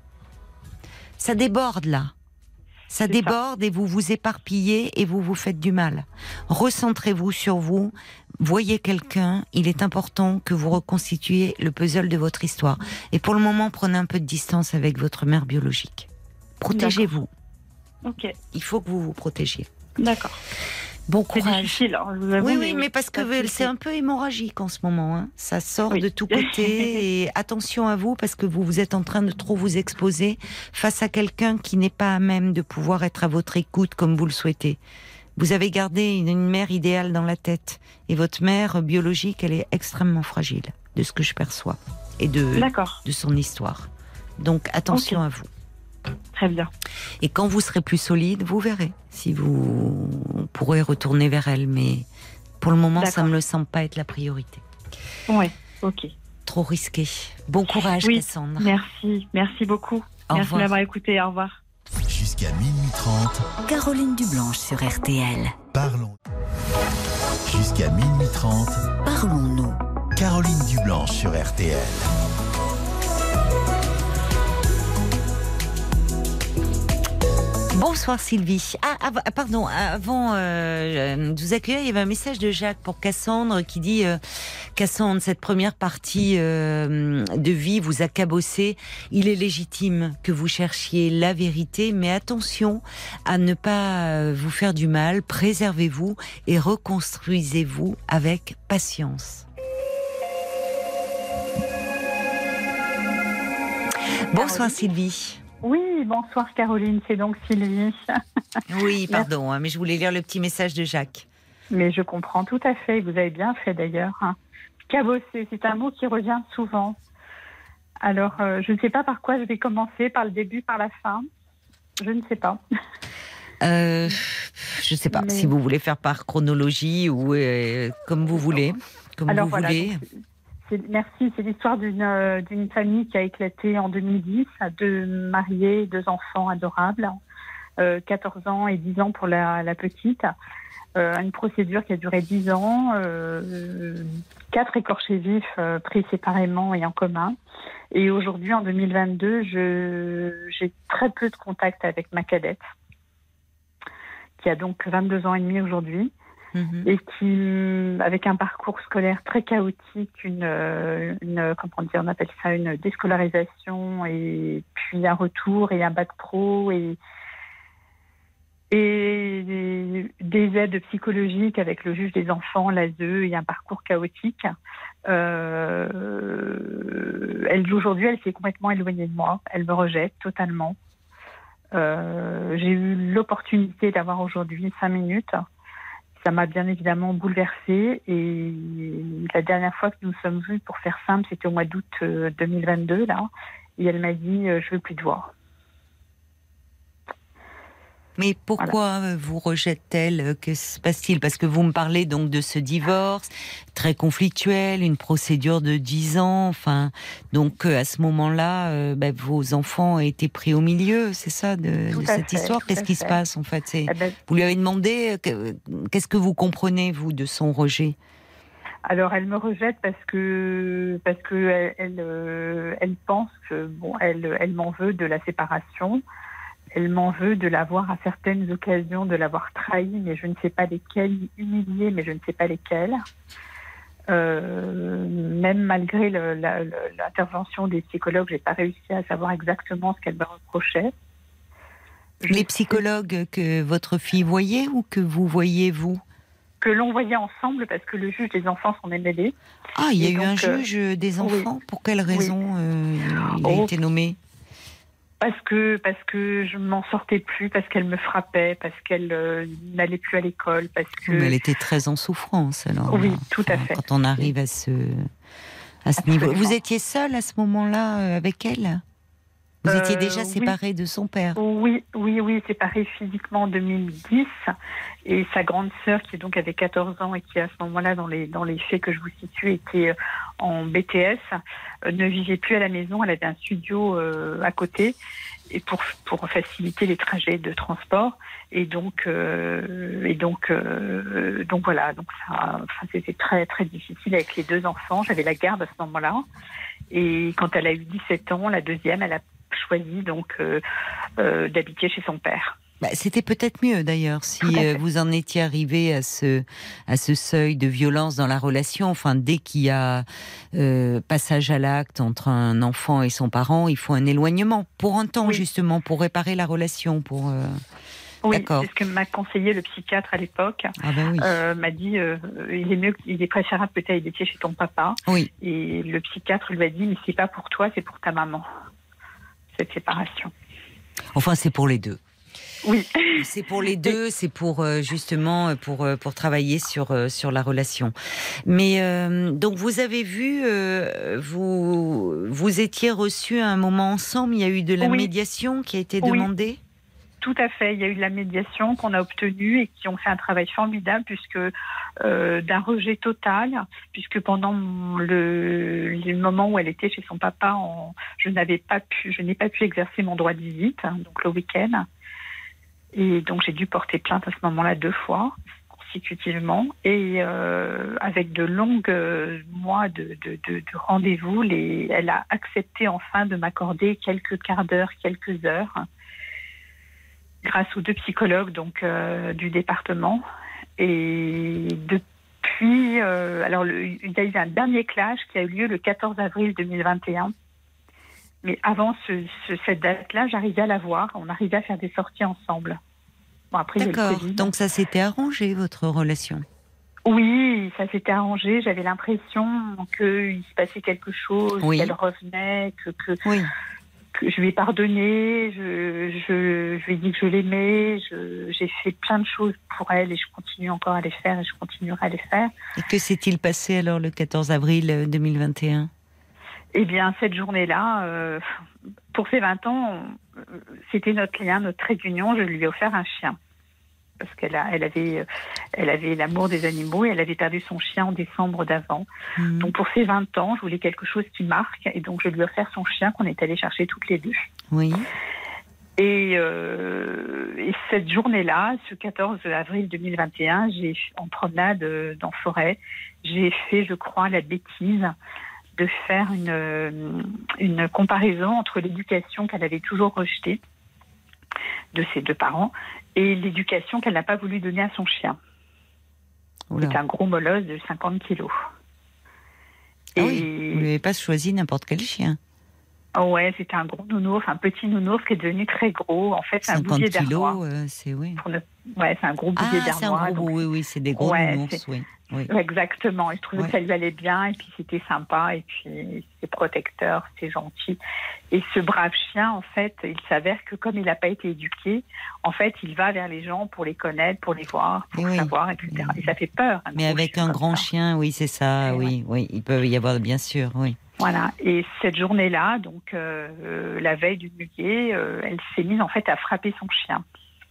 Ça déborde là. Ça déborde et vous vous éparpillez et vous vous faites du mal. Recentrez-vous sur vous, voyez quelqu'un, il est important que vous reconstituiez le puzzle de votre histoire. Et pour le moment, prenez un peu de distance avec votre mère biologique. Protégez-vous. Ok. Il faut que vous vous protégiez. D'accord. Bon courage. C'est difficile, hein, je vous avoue, mais parce que c'est un peu hémorragique en ce moment. Hein. Ça sort de tous côtés. Et attention à vous parce que vous êtes en train de trop vous exposer face à quelqu'un qui n'est pas à même de pouvoir être à votre écoute comme vous le souhaitez. Vous avez gardé une mère idéale dans la tête. Et votre mère biologique, elle est extrêmement fragile, de ce que je perçois. et de D'accord. son histoire. Donc attention à vous. Très bien. Et quand vous serez plus solide, vous verrez si vous pourrez retourner vers elle. Mais pour le moment, ça ne me semble pas être la priorité. Oui, ok. Trop risqué. Bon courage, Cassandre. Merci beaucoup. Au Merci revoir. de m'avoir écouté. Au revoir. Jusqu'à minuit 30, Caroline Dublanche sur RTL. parlons. Jusqu'à minuit 30, Parlons-nous. Caroline Dublanche sur RTL. Bonsoir Sylvie. Pardon, avant de vous accueillir, il y avait un message de Jacques pour Cassandre qui dit Cassandre, cette première partie de vie vous a cabossé. Il est légitime que vous cherchiez la vérité, mais attention à ne pas vous faire du mal. Préservez-vous et reconstruisez-vous avec patience. Bonsoir Sylvie. Oui, bonsoir Caroline, c'est donc Sylvie. Oui, pardon, mais je voulais lire le petit message de Jacques. Mais je comprends tout à fait, vous avez bien fait d'ailleurs. Cabossé, c'est un mot qui revient souvent. Alors, je ne sais pas par quoi je vais commencer, par le début, par la fin. Je ne sais pas. Je ne sais pas si vous voulez faire par chronologie ou comme vous voulez. Comme alors, vous voilà, voulez. Merci, c'est l'histoire d'une famille qui a éclaté en 2010, à 2 mariés, 2 enfants adorables, 14 ans et 10 ans pour la petite. Une procédure qui a duré 10 ans, 4 écorchés vifs pris séparément et en commun. Et aujourd'hui, en 2022, j'ai très peu de contact avec ma cadette, qui a donc 22 ans et demi aujourd'hui. Et qui, avec un parcours scolaire très chaotique, comment dire, on appelle ça une déscolarisation, et puis un retour et un bac pro et des aides psychologiques avec le juge des enfants, l'ASE, et un parcours chaotique. Aujourd'hui, elle s'est complètement éloignée de moi. Elle me rejette totalement. J'ai eu l'opportunité d'avoir aujourd'hui 5 minutes. Ça m'a bien évidemment bouleversée, et la dernière fois que nous nous sommes vus, pour faire simple, c'était au mois d'août 2022, là, et elle m'a dit je veux plus te voir. Mais pourquoi vous rejette-t-elle? Que se passe-t-il? Parce que vous me parlez donc de ce divorce très conflictuel, une procédure de 10 ans, enfin, donc à ce moment-là, vos enfants ont été pris au milieu, c'est ça de cette histoire? Qu'est-ce qui se passe en fait? Vous lui avez demandé, qu'est-ce que vous comprenez vous de son rejet? Alors elle me rejette parce que elle pense que elle m'en veut de la séparation. Elle m'en veut de l'avoir à certaines occasions, de l'avoir trahi, mais je ne sais pas lesquelles, humiliée, mais je ne sais pas lesquelles. Même malgré l'intervention des psychologues, je n'ai pas réussi à savoir exactement ce qu'elle me reprochait. Les psychologues que votre fille voyait ou que vous voyez vous? Que l'on voyait ensemble, parce que le juge des enfants s'en est mêlé. Ah, il y a eu un juge des enfants? Oui. Pour quelle raison il a été nommé? Parce que je m'en sortais plus, parce qu'elle me frappait, parce qu'elle n'allait plus à l'école, parce que... Mais elle était très en souffrance, alors. Oui, tout à fait. Quand on arrive à ce niveau. Vous étiez seule à ce moment-là avec elle? Vous étiez déjà séparée de son père? Oui, séparée physiquement en 2010. Et sa grande sœur, qui donc avait 14 ans et qui à ce moment-là, dans les faits que je vous situe, était en BTS, ne vivait plus à la maison. Elle avait un studio à côté, et pour faciliter les trajets de transport. Et donc voilà. Donc ça, c'était très très difficile avec les 2 enfants. J'avais la garde à ce moment-là. Et quand elle a eu 17 ans, la deuxième, elle a choisi donc d'habiter chez son père. C'était peut-être mieux d'ailleurs si vous en étiez arrivé à ce seuil de violence dans la relation. Enfin, dès qu'il y a passage à l'acte entre un enfant et son parent, il faut un éloignement pour un temps, justement, pour réparer la relation. Oui, c'est ce que m'a conseillé le psychiatre à l'époque. M'a dit il est préférable que tu ailles habiter chez ton papa. Oui. Et le psychiatre lui a dit mais c'est pas pour toi, c'est pour ta maman, cette séparation. Enfin, c'est pour les deux. Oui. C'est pour les deux, c'est pour justement pour travailler sur la relation. Mais donc vous avez vu, vous étiez reçus à un moment ensemble. Il y a eu de la médiation qui a été demandée. Tout à fait. Il y a eu de la médiation qu'on a obtenue et qui ont fait un travail formidable puisque d'un rejet total, puisque pendant le moment où elle était chez son papa, je n'ai pas pu exercer mon droit de visite, donc le week-end. Et donc j'ai dû porter plainte à ce moment-là 2 fois consécutivement et avec de longues mois de rendez-vous, elle a accepté enfin de m'accorder quelques quarts d'heure, quelques heures, grâce aux 2 psychologues donc du département. Et depuis, alors il y a eu un dernier clash qui a eu lieu le 14 avril 2021. Mais avant cette date-là, j'arrivais à la voir. On arrivait à faire des sorties ensemble. Bon, après, d'accord. Donc ça s'était arrangé, votre relation? Oui, ça s'était arrangé. J'avais l'impression qu'il se passait quelque chose, qu'elle revenait, que je lui ai pardonné. Je lui ai dit que je l'aimais. J'ai fait plein de choses pour elle et je continue encore à les faire et je continuerai à les faire. Et que s'est-il passé alors le 14 avril 2021 ? Eh bien, cette journée-là, pour ses 20 ans, c'était notre lien, notre trait d'union. Je lui ai offert un chien. Parce qu'elle avait l'amour des animaux et elle avait perdu son chien en décembre d'avant. Donc, pour ses 20 ans, je voulais quelque chose qui marque. Et donc, je lui ai offert son chien qu'on est allé chercher toutes les 2. Oui. Et cette journée-là, ce 14 avril 2021, en promenade dans la forêt, j'ai fait, je crois, la bêtise de faire une comparaison entre l'éducation qu'elle avait toujours rejetée de ses 2 parents et l'éducation qu'elle n'a pas voulu donner à son chien. C'est un gros molosse de 50 kilos. Ah oui, vous n'avez pas choisi n'importe quel chien. Ouais, c'était un gros nounours, un petit nounours qui est devenu très gros. En fait, c'est un bouvier d'Arnois. 50 kilos, c'est Ouais, c'est un gros bouvier d'Arnois. Oui, c'est des gros nounours, oui. Exactement. Et je trouvais que ça lui allait bien et puis c'était sympa et puis c'est protecteur, c'est gentil. Et ce brave chien, en fait, il s'avère que comme il n'a pas été éduqué, en fait, il va vers les gens pour les connaître, pour les voir, pour savoir, etc. Et ça fait peur. Mais avec un grand chien, oui, c'est ça, oui, il peut y avoir, bien sûr, oui. Voilà. Et cette journée-là, donc la veille du muguet, elle s'est mise en fait à frapper son chien.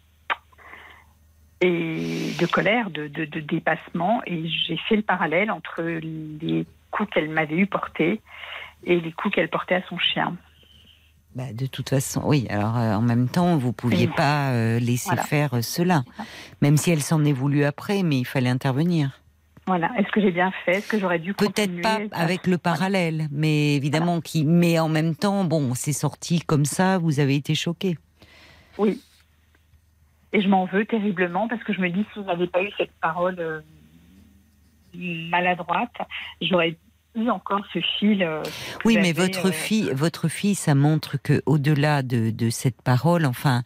Et de colère, de dépassement. Et j'ai fait le parallèle entre les coups qu'elle m'avait eu portés et les coups qu'elle portait à son chien. Bah, de toute façon, oui. Alors, en même temps, vous ne pouviez pas laisser faire cela. Même si elle s'en est voulu après, mais il fallait intervenir. Voilà. Est-ce que j'ai bien fait? Est-ce que j'aurais dû continuer? Peut-être pas avec le parallèle, mais évidemment, mais en même temps, bon, c'est sorti comme ça, vous avez été choquée. Oui. Et je m'en veux terriblement parce que je me dis, si je n'avais pas eu cette parole maladroite, j'aurais eu encore ce fil. Oui, mais votre fille, ça montre que au-delà de cette parole, enfin,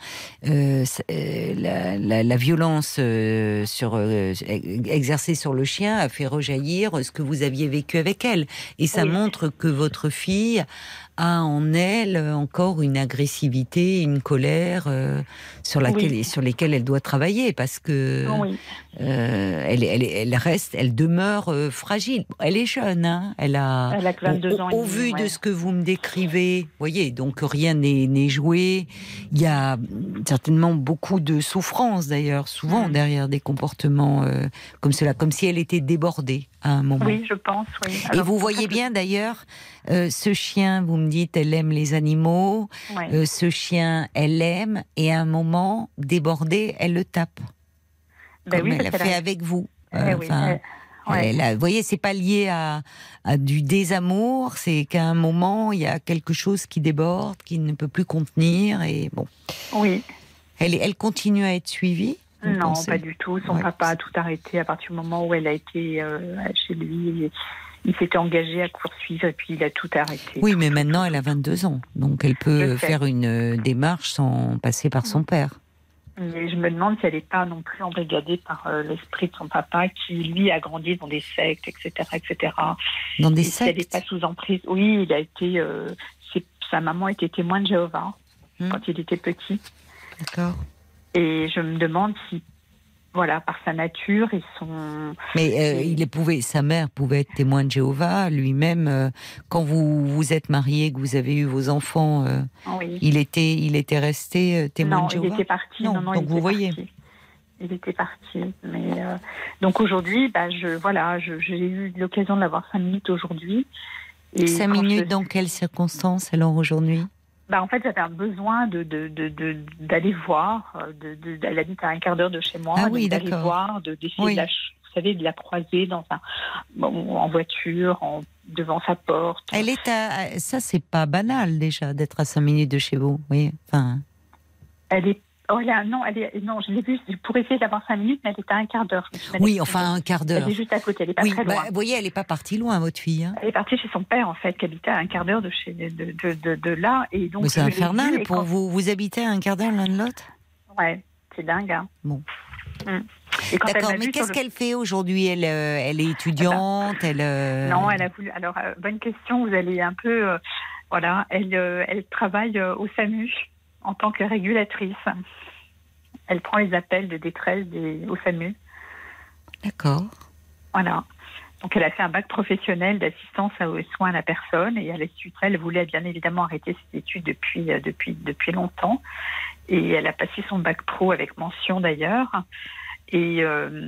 la violence exercée sur le chien a fait rejaillir ce que vous aviez vécu avec elle, et ça montre que votre fille a en elle encore une agressivité, une colère sur lesquelles elle doit travailler, parce que elle demeure fragile. Elle est jeune, hein. Elle a 22 ans. Au vu de ce que vous me décrivez, voyez, donc rien n'est joué. Il y a certainement beaucoup de souffrance, d'ailleurs, souvent derrière des comportements comme cela, comme si elle était débordée à un moment. Oui, je pense, oui. Alors, et vous voyez bien, d'ailleurs, ce chien, vous me dites, elle aime les animaux, ce chien, elle l'aime, et à un moment, débordée, elle le tape. Comme elle a fait avec vous. Vous voyez, c'est pas lié à du désamour, c'est qu'à un moment, il y a quelque chose qui déborde, qui ne peut plus contenir, et bon. Oui. Elle continue à être suivie? Non, pas du tout. Son papa a tout arrêté à partir du moment où elle a été chez lui. Il s'était engagé à poursuivre et puis il a tout arrêté. Oui, mais maintenant elle a 22 ans, donc elle peut faire une démarche sans passer par son père. Mais je me demande si elle n'est pas non plus embrigadée par l'esprit de son papa qui, lui, a grandi dans des sectes, etc. etc. Dans des sectes? Si elle n'est pas sous emprise. Oui, il a été... sa maman était témoin de Jéhovah quand il était petit. D'accord. Et je me demande si, voilà, par sa nature, ils sont... Mais sa mère pouvait être témoin de Jéhovah, lui-même, quand vous êtes mariés, que vous avez eu vos enfants, Oui. il était resté témoin de Jéhovah? Non, il était parti. Non, Non, donc il vous était voyez. parti. Il était parti. Mais, donc aujourd'hui, j'ai eu l'occasion de l'avoir 5 minutes aujourd'hui. 5 minutes dans quelles circonstances alors aujourd'hui? En fait, j'avais un besoin d'aller voir. Elle habite à un quart d'heure de chez moi. Ah oui, d'aller d'accord. voir, d'essayer de la croiser en voiture, devant sa porte. Ça, c'est pas banal déjà d'être à 5 minutes de chez vous. Oui. Enfin. Elle est. Non, je l'ai vue pour essayer d'avoir 5 minutes, mais elle était à un quart d'heure. Oui, enfin un quart d'heure. Elle est juste à côté, elle n'est pas très loin. Vous voyez, elle n'est pas partie loin, votre fille. Hein. Elle est partie chez son père, en fait, qui habitait à un quart d'heure de là. Et donc, mais c'est infernal pour vous. Vous habitez à un quart d'heure l'un de l'autre? Ouais, c'est dingue. Hein. Bon. D'accord, mais qu'est-ce qu'elle fait aujourd'hui? Elle est étudiante, Non, elle a voulu... Alors, bonne question, vous allez un peu... elle travaille au SAMU en tant que régulatrice. Elle prend les appels de détresse au SAMU. D'accord. Voilà. Donc, elle a fait un bac professionnel d'assistance aux soins à la personne et à la suite, elle voulait bien évidemment arrêter ses études depuis longtemps. Et elle a passé son bac pro avec mention d'ailleurs. Et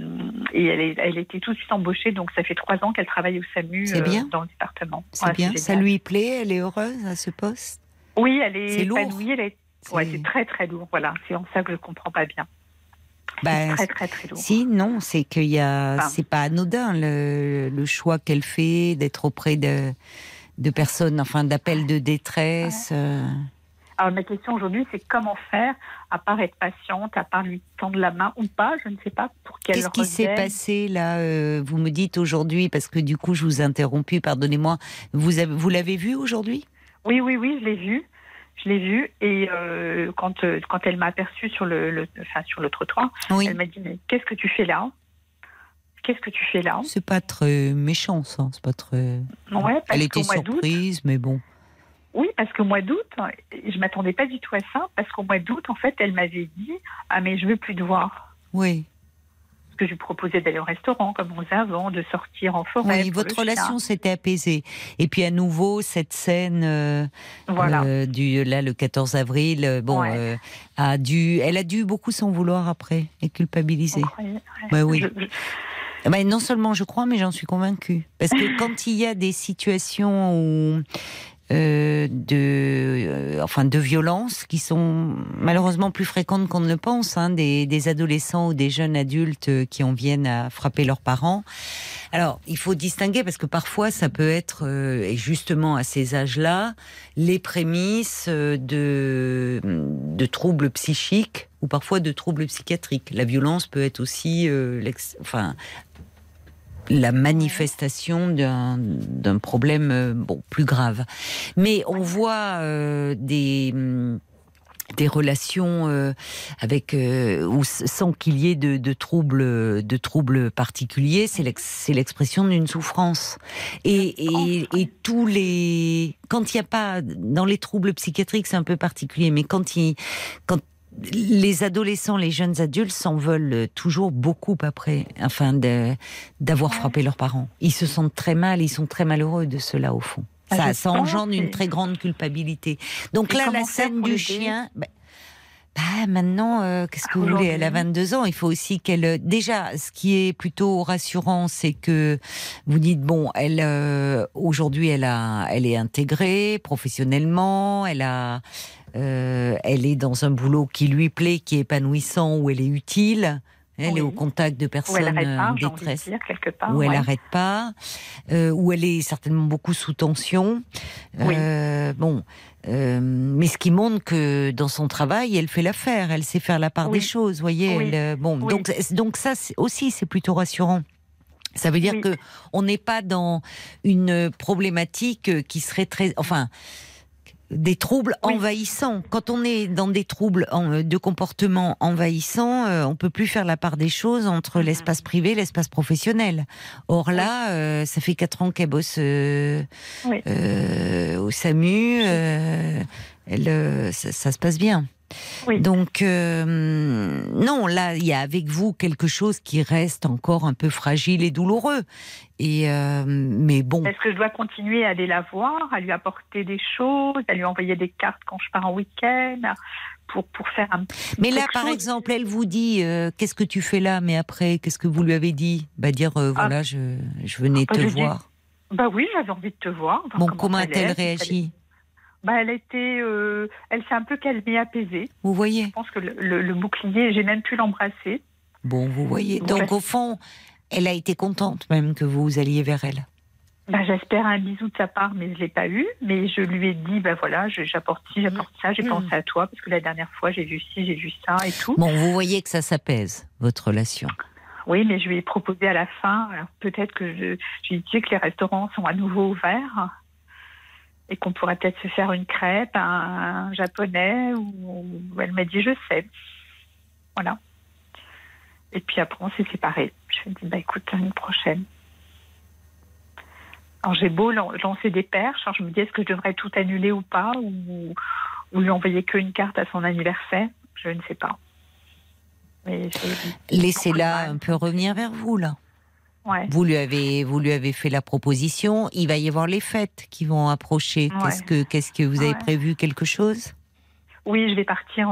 elle était tout de suite embauchée, donc ça fait 3 ans qu'elle travaille au SAMU dans le département. C'est bien, ça lui plaît, elle est heureuse à ce poste? Oui, elle est épanouie. C'est très très lourd, voilà, c'est en ça que je ne comprends pas bien. C'est très très très lourd. Si, non, c'est qu'il y a, c'est pas anodin le choix qu'elle fait d'être auprès de personnes, enfin d'appels de détresse. Alors ma question aujourd'hui, c'est comment faire, à part être patiente, à part lui tendre la main ou pas, je ne sais pas, pour qu'elle revienne. Qu'est-ce qui s'est passé là vous me dites aujourd'hui, parce que du coup je vous ai interrompu, pardonnez-moi, vous l'avez vu aujourd'hui? Oui, je l'ai vu. Je l'ai vue et quand elle m'a aperçue sur le trottoir, elle m'a dit mais qu'est-ce que tu fais là? Qu'est-ce que tu fais là? C'est pas très méchant ça, c'est pas très. Ouais, elle était surprise, mais bon. Oui, parce qu'au mois d'août, je m'attendais pas du tout à ça, parce qu'au mois d'août, en fait, elle m'avait dit mais je veux plus te voir. Oui. Que je lui proposais d'aller au restaurant comme on faisait avant, de sortir en forêt. Oui, votre relation s'était apaisée. Et puis à nouveau, cette scène le 14 avril, elle a dû beaucoup s'en vouloir après et culpabiliser. Oui. Non seulement je crois, mais j'en suis convaincue. Parce que quand il y a des situations où de violences qui sont malheureusement plus fréquentes qu'on ne le pense, des adolescents ou des jeunes adultes qui en viennent à frapper leurs parents. Alors, il faut distinguer parce que parfois ça peut être, et justement à ces âges-là, les prémices de troubles psychiques ou parfois de troubles psychiatriques. La violence peut être aussi, la manifestation d'un problème plus grave. Mais on voit des relations avec ou sans qu'il y ait de troubles particuliers, c'est l'expression d'une souffrance. Et tous les quand il y a pas dans les troubles psychiatriques, c'est un peu particulier, mais quand les adolescents, les jeunes adultes s'en veulent toujours beaucoup après, d'avoir frappé leurs parents. Ils se sentent très mal, ils sont très malheureux de cela au fond. Ça engendre une très grande culpabilité. Donc là, la scène du chien... maintenant, qu'est-ce que vous voulez? Elle a 22 ans, il faut aussi qu'elle... Déjà, ce qui est plutôt rassurant, c'est que vous dites, aujourd'hui, elle est intégrée professionnellement, elle est dans un boulot qui lui plaît, qui est épanouissant, où elle est utile. Elle est au contact de personnes en détresse, où elle n'arrête pas, où elle est certainement beaucoup sous tension. Mais ce qui montre que dans son travail, elle fait l'affaire, elle sait faire la part des choses, voyez. Donc ça aussi, c'est plutôt rassurant. Ça veut dire que on n'est pas dans une problématique qui serait très, des troubles envahissants. Quand on est dans des troubles de comportement envahissants, on peut plus faire la part des choses entre l'espace privé et l'espace professionnel. Or là, ça fait 4 ans qu'elle bosse au SAMU, ça se passe bien. Oui. Donc, non, là, il y a avec vous quelque chose qui reste encore un peu fragile et douloureux. Mais bon. Est-ce que je dois continuer à aller la voir, à lui apporter des choses, à lui envoyer des cartes quand je pars en week-end, pour faire un petit Mais là, quelque par chose. exemple, elle vous dit qu'est-ce que tu fais là? Mais après, qu'est-ce que vous lui avez dit? Dire voilà, je venais te voir. Bah oui, j'avais envie de te voir. Bon, comment a-t-elle réagi? Elle s'est un peu calmée, apaisée. Vous voyez? Je pense que le bouclier, j'ai même pu l'embrasser. Bon, vous voyez. Donc, au fond, elle a été contente même que vous alliez vers elle. J'espère un bisou de sa part, mais je ne l'ai pas eu. Mais je lui ai dit, voilà, j'apporte ci, j'apporte ça, j'ai pensé à toi, parce que la dernière fois, j'ai vu ci, j'ai vu ça et tout. Bon, vous voyez que ça s'apaise, votre relation. Oui, mais je lui ai proposé à la fin, alors peut-être que je lui disais que les restaurants sont à nouveau ouverts et qu'on pourrait peut-être se faire une crêpe, un japonais, ou elle m'a dit, je sais. Voilà. Et puis après, on s'est séparés. Je lui ai dit, écoute, l'année prochaine. Alors j'ai beau lancer des perches, alors je me dis, est-ce que je devrais tout annuler ou pas, ou lui envoyer qu'une carte à son anniversaire? Je ne sais pas. Mais laissez-la un peu revenir vers vous, là. Ouais. Vous lui avez fait la proposition. Il va y avoir les fêtes qui vont approcher. Ouais. Qu'est-ce que vous avez prévu, quelque chose? Oui, je vais partir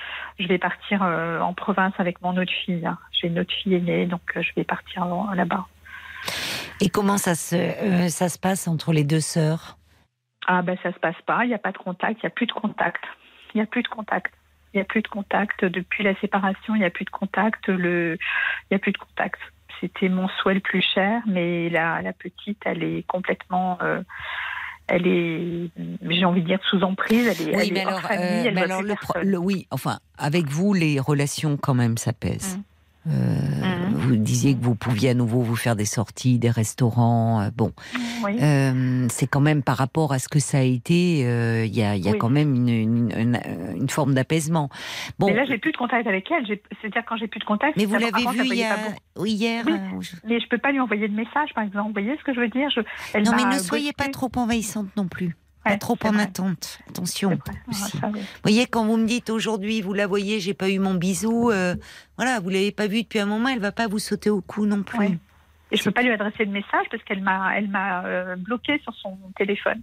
en province avec mon autre fille. J'ai une autre fille aînée, donc je vais partir là-bas. Et comment ça se passe entre les deux sœurs? Ça se passe pas. Il n'y a pas de contact. Il n'y a plus de contact. Il n'y a plus de contact. Il n'y a plus de contact depuis la séparation. Il n'y a plus de contact. Il n'y a plus de contact. C'était mon souhait le plus cher, mais la petite, elle est complètement, elle est, j'ai envie de dire, sous emprise. Elle est hors famille, elle voit plus personne. Oui, enfin, avec vous, les relations quand même, ça pèse. Vous disiez que vous pouviez à nouveau vous faire des sorties, des restaurants. Oui. C'est quand même par rapport à ce que ça a été, il y a quand même une forme d'apaisement. Bon. Mais là, j'ai plus de contact avec elle. C'est-à-dire quand j'ai plus de contact. Mais vous l'avez vu hier. Oui, mais je peux pas lui envoyer de message, par exemple. Vous voyez ce que je veux dire? Non, mais ne soyez pas trop envahissante non plus. Pas trop en attente. Attention. Aussi. Vous voyez, quand vous me dites aujourd'hui, vous la voyez, j'ai pas eu mon bisou, voilà, vous l'avez pas vue depuis un moment, elle va pas vous sauter au cou non plus. Ouais. Et je peux pas lui adresser de message parce qu'elle m'a bloqué sur son téléphone.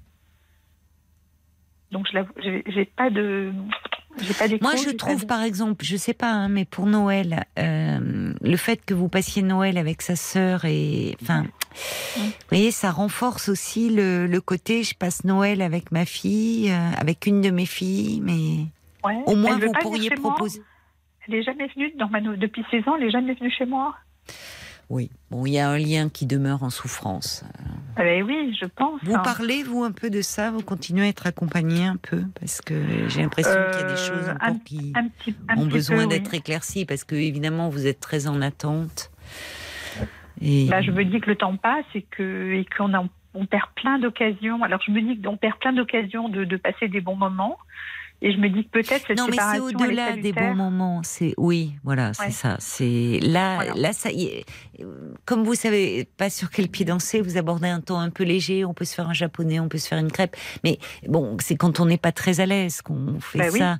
Donc j'ai pas d'écho. Moi, je trouve, par exemple, je sais pas, mais pour Noël, le fait que vous passiez Noël avec sa sœur vous voyez, ça renforce aussi le côté je passe Noël avec ma fille, avec une de mes filles, mais au moins vous pourriez proposer. Elle n'est jamais venue depuis 16 ans, elle n'est jamais venue chez moi. Oui, bon, il y a un lien qui demeure en souffrance. Oui, je pense. Vous parlez, vous, un peu de ça? Vous continuez à être accompagné un peu? Parce que j'ai l'impression qu'il y a des choses encore qui ont besoin d'être éclaircies, parce que, évidemment, vous êtes très en attente. Et... je me dis que le temps passe et qu'on perd plein d'occasions. Alors, je me dis qu'on perd plein d'occasions de passer des bons moments. Et je me dis que peut-être cette séparation... Non, mais c'est au-delà des bons moments. Oui, voilà, c'est ça. C'est là, ça y est. Comme vous savez pas sur quel pied danser, vous abordez un ton un peu léger. On peut se faire un japonais, on peut se faire une crêpe. Mais bon, c'est quand on n'est pas très à l'aise qu'on fait ça.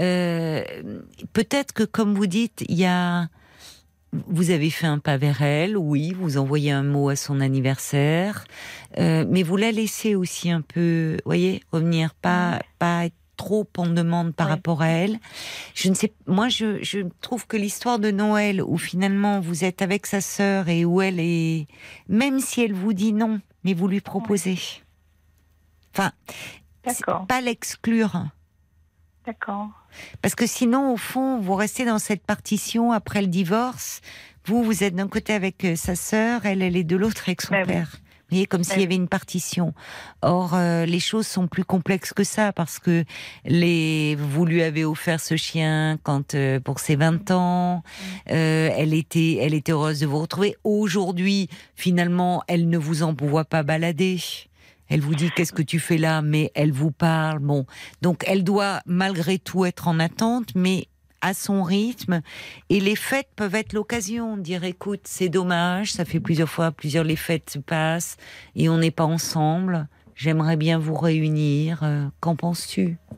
Peut-être que, comme vous dites, vous avez fait un pas vers elle, oui, vous envoyez un mot à son anniversaire, mais vous la laissez aussi un peu, voyez, revenir, pas être trop en demande par rapport à elle. Je ne sais, moi, je trouve que l'histoire de Noël, où finalement vous êtes avec sa sœur et où elle est, même si elle vous dit non, mais vous lui proposez. Enfin, pas l'exclure. D'accord. Parce que sinon, au fond, vous restez dans cette partition après le divorce. Vous êtes d'un côté avec sa sœur, elle est de l'autre avec son père. Vous voyez, comme s'il y avait une partition. Or, les choses sont plus complexes que ça, parce que vous lui avez offert ce chien pour ses 20 ans. Elle était heureuse de vous retrouver. Aujourd'hui, finalement, elle ne vous envoie pas balader. Elle vous dit qu'est-ce que tu fais là, mais elle vous parle. Bon, donc elle doit malgré tout être en attente, mais à son rythme. Et les fêtes peuvent être l'occasion de dire écoute, c'est dommage, ça fait plusieurs les fêtes se passent et on n'est pas ensemble. J'aimerais bien vous réunir. Qu'en penses-tu? Voilà.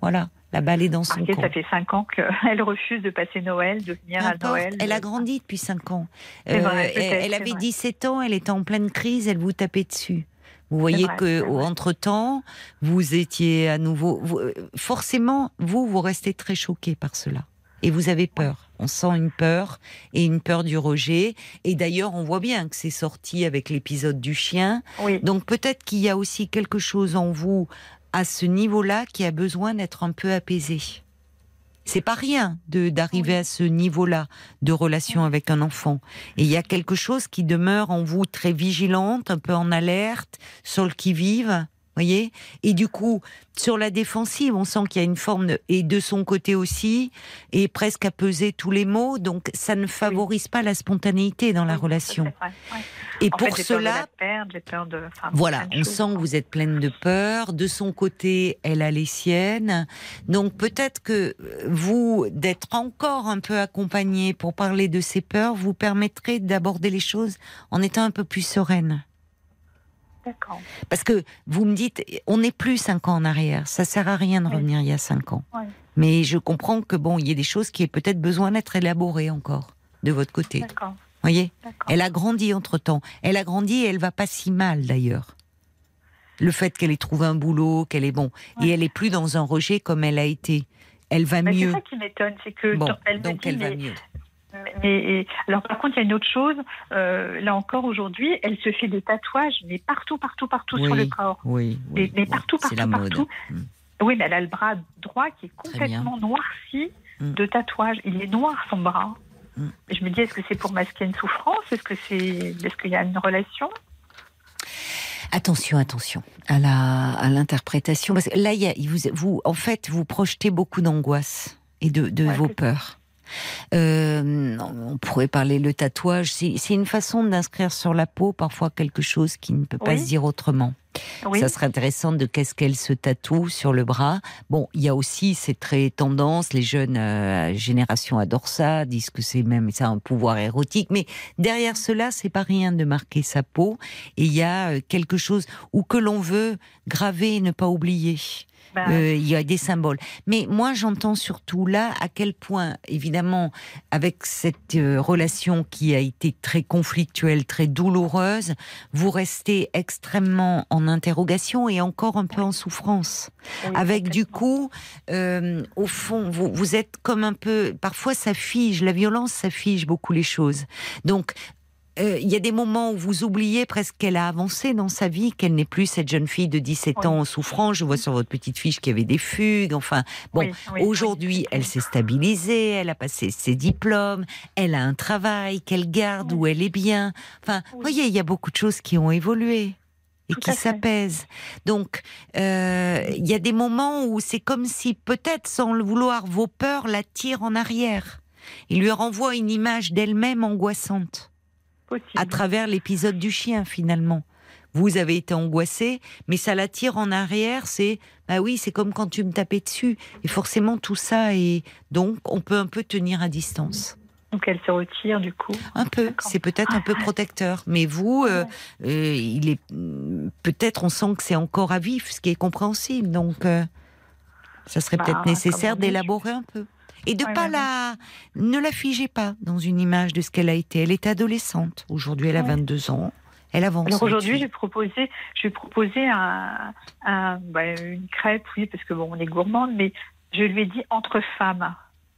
La balle est dans son camp. Ça fait 5 ans qu'elle refuse de passer Noël, de venir à Noël. Elle a grandi depuis 5 ans. Vrai, elle avait 17 ans, elle était en pleine crise, elle vous tapait dessus. Vous voyez qu'entre-temps, vous étiez à nouveau... forcément, vous restez très choqué par cela. Et vous avez peur. On sent une peur, et une peur du rejet. Et d'ailleurs, on voit bien que c'est sorti avec l'épisode du chien. Oui. Donc peut-être qu'il y a aussi quelque chose en vous, à ce niveau-là, qui a besoin d'être un peu apaisé. C'est pas rien d'arriver à ce niveau-là de relation avec un enfant. Et il y a quelque chose qui demeure en vous très vigilante, un peu en alerte, sur le qui-vive, voyez. Et du coup, sur la défensive, on sent qu'il y a une forme et de son côté aussi, et presque à peser tous les mots. Donc, ça ne favorise pas la spontanéité dans la relation. C'est vrai, ouais. Et en pour fait, cela, j'ai peur de. Voilà, on sent que vous êtes pleine de peur. De son côté, elle a les siennes. Donc peut-être que vous, d'être encore un peu accompagnée pour parler de ces peurs, vous permettrez d'aborder les choses en étant un peu plus sereine. D'accord. Parce que vous me dites, on n'est plus 5 ans en arrière. Ça sert à rien de revenir il y a 5 ans. Ouais. Mais je comprends que il y a des choses qui aient peut-être besoin d'être élaborées encore de votre côté. D'accord. Voyez, D'accord. elle a grandi entre-temps. Elle a grandi et elle va pas si mal d'ailleurs. Le fait qu'elle ait trouvé un boulot, qu'elle est et elle est plus dans un rejet comme elle a été. Elle va mieux. C'est ça qui m'étonne, c'est que elle me dit, elle va mieux. Mais alors par contre, il y a une autre chose. Là encore aujourd'hui, elle se fait des tatouages, mais partout sur le corps. Oui. Mais partout. C'est la mode. Oui, mais elle a le bras droit qui est complètement noirci de tatouages. Il est noir son bras. Et je me dis, est-ce que c'est pour masquer une souffrance ? Est-ce qu'il y a une relation ? Attention à l'interprétation, parce que là, vous projetez beaucoup d'angoisse et de vos peurs. On pourrait parler le tatouage, c'est une façon d'inscrire sur la peau parfois quelque chose qui ne peut pas se dire autrement. Oui. Ça serait intéressant de qu'est-ce qu'elle se tatoue sur le bras. Il y a aussi, c'est très tendance, les jeunes générations adorent ça, disent que c'est un pouvoir érotique, mais derrière cela, c'est pas rien de marquer sa peau, et il y a quelque chose où que l'on veut graver et ne pas oublier. Il y a des symboles. Mais moi, j'entends surtout là à quel point, évidemment, avec cette relation qui a été très conflictuelle, très douloureuse, vous restez extrêmement en interrogation et encore un peu en souffrance. Oui, avec du coup, au fond, vous êtes comme un peu... Parfois, ça fige, la violence, ça fige beaucoup les choses. Donc, il y a des moments où vous oubliez presque qu'elle a avancé dans sa vie, qu'elle n'est plus cette jeune fille de 17 ans en souffrance. Je vois sur votre petite fiche qu'il y avait des fugues. Enfin, aujourd'hui, elle s'est stabilisée, elle a passé ses diplômes, elle a un travail qu'elle garde, où elle est bien. Enfin, vous voyez, il y a beaucoup de choses qui ont évolué et qui s'apaisent. Donc, il y a des moments où c'est comme si, peut-être sans le vouloir, vos peurs la tirent en arrière et lui renvoient une image d'elle-même angoissante. À travers l'épisode du chien, finalement. Vous avez été angoissée, mais ça la tire en arrière, c'est comme quand tu me tapais dessus. Et forcément, tout ça donc, on peut un peu tenir à distance. Donc, elle se retire, du coup. Un peu. C'est peut-être un peu protecteur. Mais vous, peut-être, on sent que c'est encore à vif, ce qui est compréhensible. Donc, ça serait peut-être nécessaire d'élaborer un peu. Et de ne la figez pas dans une image de ce qu'elle a été. Elle est adolescente. Aujourd'hui, elle a 22 ans. Elle avance. Alors aujourd'hui, je vais proposer une crêpe, oui, parce que on est gourmande, mais je lui ai dit entre femmes.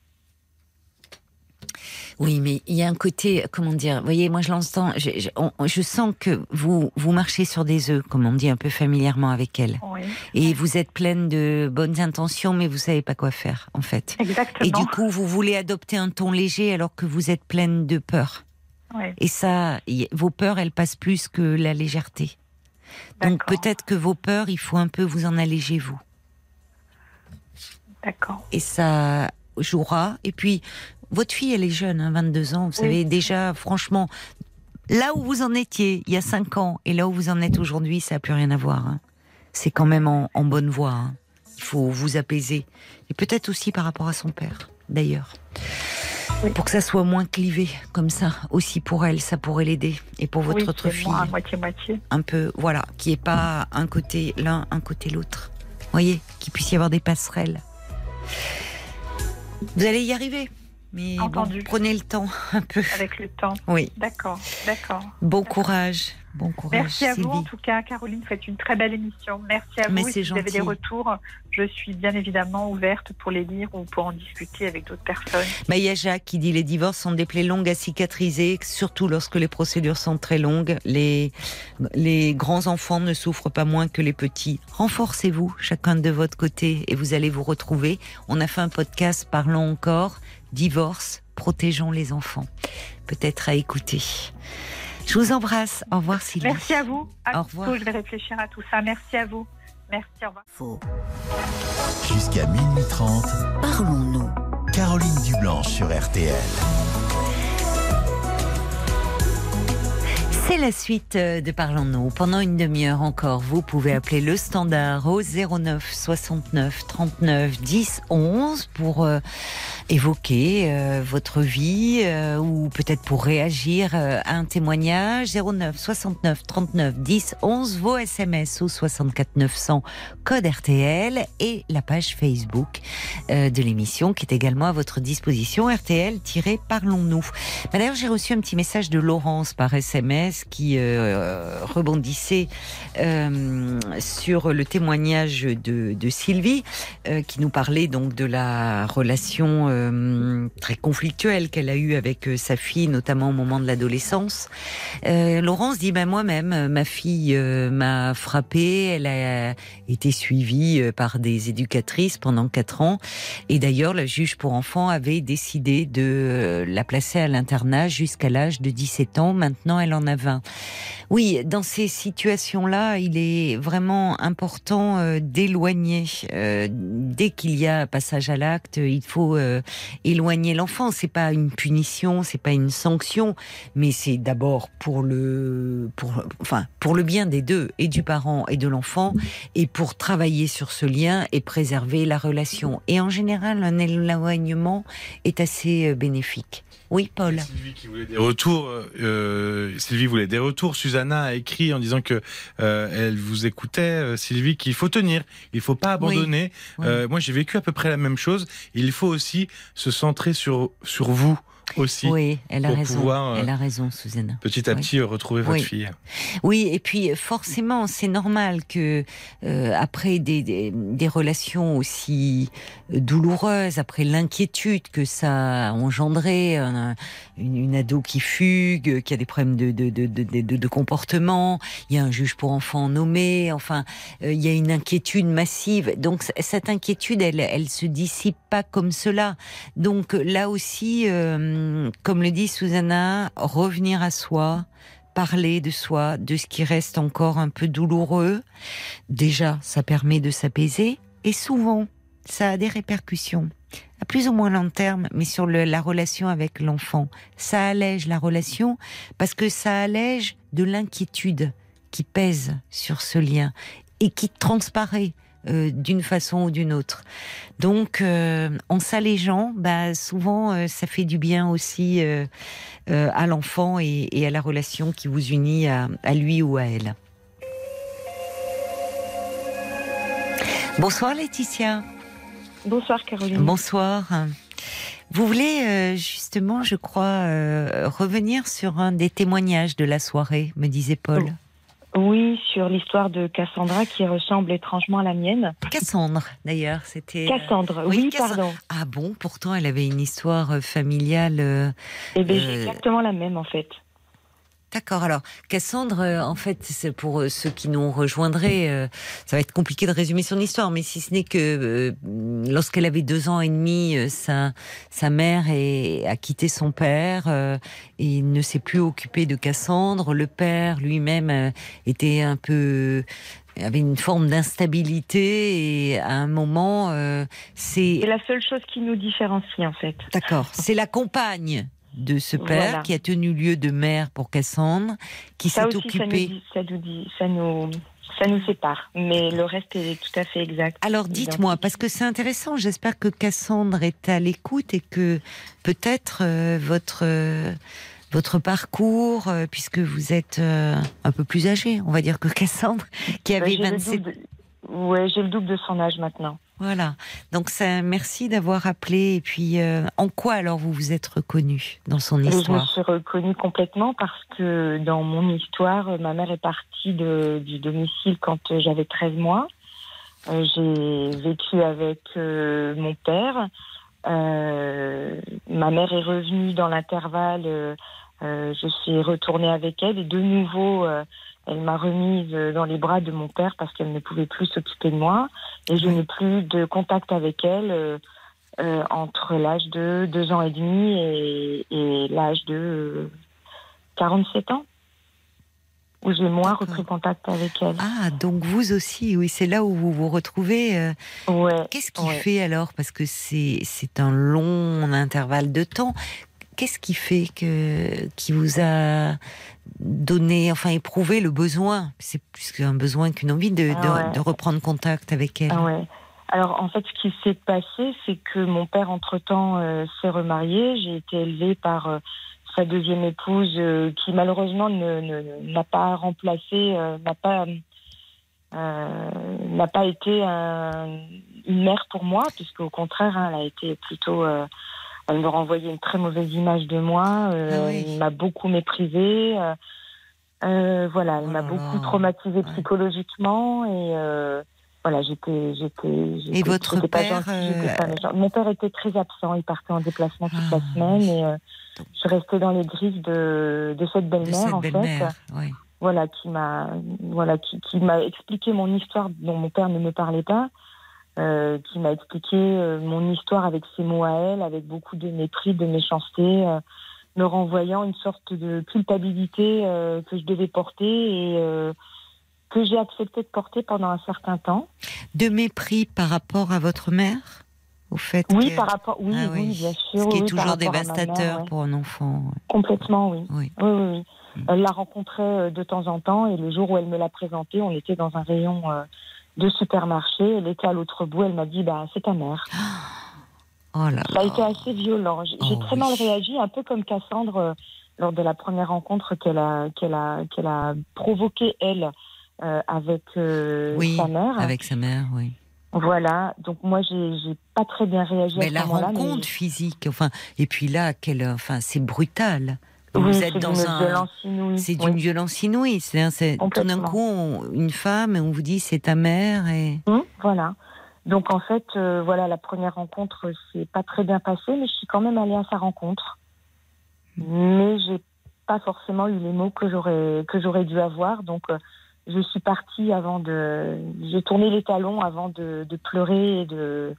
Oui, mais il y a un côté, comment dire, vous voyez, moi je l'entends, je sens que vous marchez sur des œufs, comme on dit un peu familièrement avec elle. Oui. Et vous êtes pleine de bonnes intentions, mais vous savez pas quoi faire, en fait. Exactement. Et du coup, vous voulez adopter un ton léger alors que vous êtes pleine de peur. Oui. Et ça, vos peurs, elles passent plus que la légèreté. Donc peut-être que vos peurs, il faut un peu vous en alléger, vous. D'accord. Et ça jouera. Et puis, votre fille, elle est jeune, 22 ans. Vous savez, déjà, franchement, là où vous en étiez il y a 5 ans et là où vous en êtes aujourd'hui, ça n'a plus rien à voir. Hein. C'est quand même en bonne voie. Hein. Il faut vous apaiser. Et peut-être aussi par rapport à son père, d'ailleurs. Oui. Pour que ça soit moins clivé, comme ça. Aussi pour elle, ça pourrait l'aider. Et pour votre autre fille. À moitié-moitié. Un peu, voilà. Qu'il n'y ait pas un côté l'un, un côté l'autre. Vous voyez, qu'il puisse y avoir des passerelles. Vous allez y arriver. Mais bon, prenez le temps un peu. Avec le temps. Oui. D'accord. Bon courage. Merci à Sylvie. vous, en tout cas, Caroline. Vous faites une très belle émission. Merci à vous. Mais Et c'est si vous avez gentil. des retours, je suis bien évidemment ouverte pour les lire ou pour en discuter avec d'autres personnes. Il y a Jacques qui dit les divorces sont des plaies longues à cicatriser, surtout lorsque les procédures sont très longues. Les grands enfants ne souffrent pas moins que les petits. Renforcez-vous chacun de votre côté et vous allez vous retrouver. On a fait un podcast parlant encore divorce, protégeons les enfants. Peut-être à écouter. Je vous embrasse. Au revoir Sylvie. Merci à vous. Au revoir. Bientôt, je vais réfléchir à tout ça. Merci à vous. Merci, au revoir. Faux. Jusqu'à minuit 30, Parlons-nous. Caroline Dublanche sur RTL. C'est la suite de Parlons-nous. Pendant une demi-heure encore, vous pouvez appeler le standard au 09 69 39 10 11 pour évoquer votre vie ou peut-être pour réagir à un témoignage. 09 69 39 10 11, vos SMS au 64 900 code RTL et la page Facebook de l'émission qui est également à votre disposition, RTL-Parlons-nous. D'ailleurs, j'ai reçu un petit message de Laurence par SMS qui rebondissait sur le témoignage de Sylvie, qui nous parlait donc de la relation très conflictuelle qu'elle a eue avec sa fille, notamment au moment de l'adolescence. Laurence dit, moi-même, ma fille m'a frappée, elle a été suivie par des éducatrices pendant 4 ans, et d'ailleurs la juge pour enfants avait décidé de la placer à l'internat jusqu'à l'âge de 17 ans, maintenant elle en a 20. Oui, dans ces situations-là, il est vraiment important d'éloigner. Dès qu'il y a passage à l'acte, il faut éloigner l'enfant. C'est pas une punition, c'est pas une sanction, mais c'est d'abord pour le bien des deux, et du parent et de l'enfant, et pour travailler sur ce lien et préserver la relation. Et en général, un éloignement est assez bénéfique. Oui, Paul. Sylvie qui voulait des retours. Sylvie voulait des retours. Susanna a écrit en disant que elle vous écoutait, Sylvie, qu'il faut tenir, il faut pas abandonner. Oui. Moi, j'ai vécu à peu près la même chose. Il faut aussi se centrer sur vous aussi. Oui, elle a pour raison. pouvoir, Elle a raison, Susanna. Petit à petit, retrouver votre fille. Oui, et puis forcément, c'est normal que après des relations aussi douloureuses, après l'inquiétude que ça a engendré, une ado qui fugue, qui a des problèmes de comportement, il y a un juge pour enfants nommé, enfin, il y a une inquiétude massive. Donc cette inquiétude, elle se dissipe pas comme cela. Donc là aussi, comme le dit Susanna, revenir à soi, parler de soi, de ce qui reste encore un peu douloureux. Déjà, ça permet de s'apaiser, et souvent, ça a des répercussions, à plus ou moins long terme, mais sur la relation avec l'enfant. Ça allège la relation parce que ça allège de l'inquiétude qui pèse sur ce lien et qui transparaît d'une façon ou d'une autre. Donc, en s'allégeant, souvent, ça fait du bien aussi à l'enfant et à la relation qui vous unit à lui ou à elle. Bonsoir Laetitia. Bonsoir Caroline. Bonsoir. Vous voulez justement, je crois, revenir sur un des témoignages de la soirée, me disait Paul. Oui, sur l'histoire de Cassandra qui ressemble étrangement à la mienne. Cassandre, d'ailleurs, c'était... Cassandre, oui, pardon. Ah bon, pourtant elle avait une histoire familiale... Eh bien, j'ai exactement la même, en fait. D'accord, alors Cassandre, en fait, c'est pour ceux qui nous rejoindraient, ça va être compliqué de résumer son histoire, mais si ce n'est que lorsqu'elle avait 2 ans et demi, sa mère a quitté son père et ne s'est plus occupé de Cassandre. Le père lui-même était avait une forme d'instabilité, et à un moment, C'est la seule chose qui nous différencie, en fait. D'accord, c'est la compagne de ce père, voilà, qui a tenu lieu de mère pour Cassandre, qui s'est occupée... Ça nous sépare, mais le reste est tout à fait exact. Alors dites-moi, parce que c'est intéressant, j'espère que Cassandre est à l'écoute et que peut-être votre parcours, puisque vous êtes un peu plus âgé, on va dire, que Cassandre, qui avait 27... Oui, j'ai le double de son âge maintenant. Voilà. Donc merci d'avoir appelé. Et puis, en quoi alors vous vous êtes reconnue dans son Je me histoire? suis reconnue complètement parce que dans mon histoire, ma mère est partie du domicile quand j'avais 13 mois. J'ai vécu avec mon père. Ma mère est revenue dans l'intervalle. Je suis retournée avec elle et de nouveau, elle m'a remise dans les bras de mon père parce qu'elle ne pouvait plus s'occuper de moi. Et je n'ai plus de contact avec elle entre l'âge de 2 ans et demi et l'âge de 47 ans, où j'ai moins repris contact avec elle. Ah, donc vous aussi, oui, c'est là où vous vous retrouvez. Ouais. Qu'est-ce qui fait alors, parce que c'est un long intervalle de temps, qu'est-ce qui fait qui vous a donné, enfin éprouvé le besoin, c'est plus qu'un besoin qu'une envie de reprendre contact avec elle? Ah ouais. Alors en fait, ce qui s'est passé, c'est que mon père entre-temps s'est remarié. J'ai été élevée par sa deuxième épouse qui malheureusement n'a pas remplacé, n'a pas été une mère pour moi, puisque au contraire, elle a été plutôt... elle me renvoyait une très mauvaise image de moi. Elle m'a beaucoup méprisée. Voilà, elle m'a beaucoup traumatisée psychologiquement et voilà, Et votre j'étais pas père gentille, j'étais pas méchante. Mon père était très absent, il partait en déplacement toute la semaine et je suis restée dans les griffes de cette belle-mère oui. Voilà, qui m'a expliqué mon histoire dont mon père ne me parlait pas. Qui m'a expliqué mon histoire avec ses mots à elle, avec beaucoup de mépris, de méchanceté, me renvoyant une sorte de culpabilité que je devais porter et que j'ai accepté de porter pendant un certain temps. De mépris par rapport à votre mère, au fait oui, par rapport, oui, bien sûr. Ce qui est oui, toujours dévastateur mère, pour un enfant. Ouais. Complètement, oui. Oui. Elle la rencontrait de temps en temps et le jour où elle me l'a présentée, on était dans un rayon de supermarché. Elle était à l'autre bout. Elle m'a dit, c'est ta mère. Oh là Ça a été assez violent. J'ai très mal réagi, un peu comme Cassandre lors de la première rencontre qu'elle a provoquée elle avec sa mère. Avec sa mère, oui. Voilà. Donc moi, j'ai pas très bien réagi à ce moment-là. Mais la rencontre physique, enfin, et puis là, c'est brutal. Vous êtes dans violence inouïe. C'est d'une violence inouïe. C'est tout d'un coup une femme et on vous dit c'est ta mère et. Voilà. Donc en fait, voilà, la première rencontre s'est pas très bien passée, mais je suis quand même allée à sa rencontre. Mais j'ai pas forcément eu les mots que j'aurais dû avoir. Donc je suis partie j'ai tourné les talons avant de pleurer et de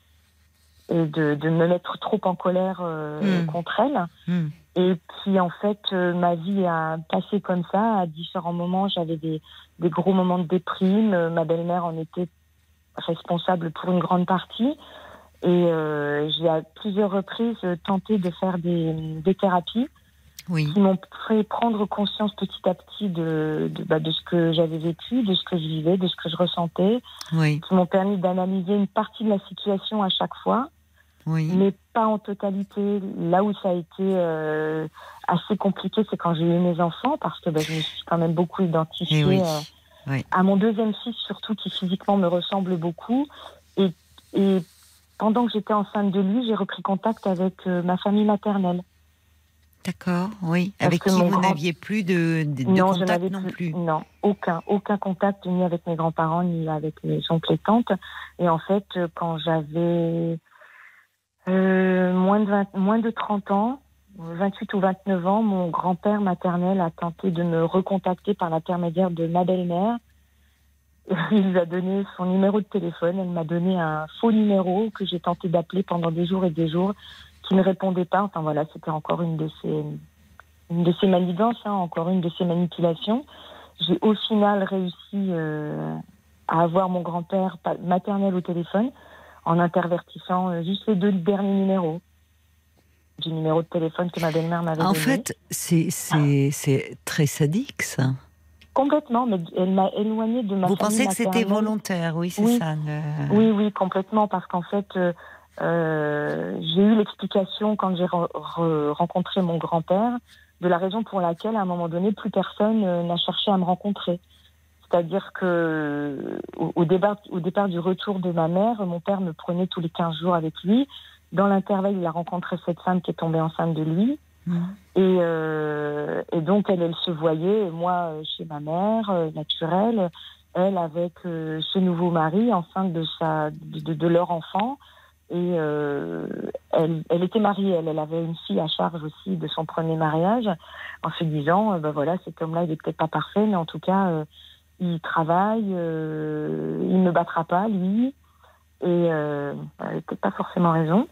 me mettre trop en colère contre elle. Et puis en fait, ma vie a passé comme ça. À différents moments, j'avais des gros moments de déprime. Ma belle-mère en était responsable pour une grande partie. Et j'ai à plusieurs reprises tenté de faire des thérapies qui m'ont fait prendre conscience petit à petit de ce que j'avais vécu, de ce que je vivais, de ce que je ressentais, qui m'ont permis d'analyser une partie de la situation à chaque fois. Mais pas en totalité. Là où ça a été assez compliqué, c'est quand j'ai eu mes enfants, parce que je me suis quand même beaucoup identifiée à mon deuxième fils, surtout, qui physiquement me ressemble beaucoup. Et pendant que j'étais enceinte de lui, j'ai repris contact avec ma famille maternelle. D'accord, oui. Avec qui vous n'aviez plus de contact non plus. Non, aucun contact, ni avec mes grands-parents, ni avec mes oncles et tantes. Et en fait, quand j'avais... moins de 30 ans, 28 ou 29 ans, mon grand-père maternel a tenté de me recontacter par l'intermédiaire de ma belle-mère. Il lui a donné son numéro de téléphone. Elle m'a donné un faux numéro que j'ai tenté d'appeler pendant des jours et des jours, qui ne répondait pas. Enfin voilà, c'était encore une de ces manigances, encore une de ces manipulations. J'ai au final réussi à avoir mon grand-père maternel au téléphone, en intervertissant juste les 2 derniers numéros du numéro de téléphone que ma belle-mère m'avait donné. En fait, c'est très sadique, ça. Complètement, mais elle m'a éloignée de ma famille maternelle. Vous pensez que c'était volontaire, c'est ça Oui, complètement, parce qu'en fait, j'ai eu l'explication quand j'ai rencontré mon grand-père de la raison pour laquelle, à un moment donné, plus personne n'a cherché à me rencontrer. C'est-à-dire que au départ du retour de ma mère, mon père me prenait tous les 15 jours avec lui. Dans l'intervalle, il a rencontré cette femme qui est tombée enceinte de lui. Et donc, elle se voyait, moi, chez ma mère, naturelle, elle avec ce nouveau mari, enceinte de leur enfant. Et elle était mariée, elle avait une fille à charge aussi de son premier mariage, en se disant, voilà, cet homme-là, il est peut-être pas parfait, mais en tout cas, il travaille, il ne battra pas, lui. Et elle n'a peut-être pas forcément raison.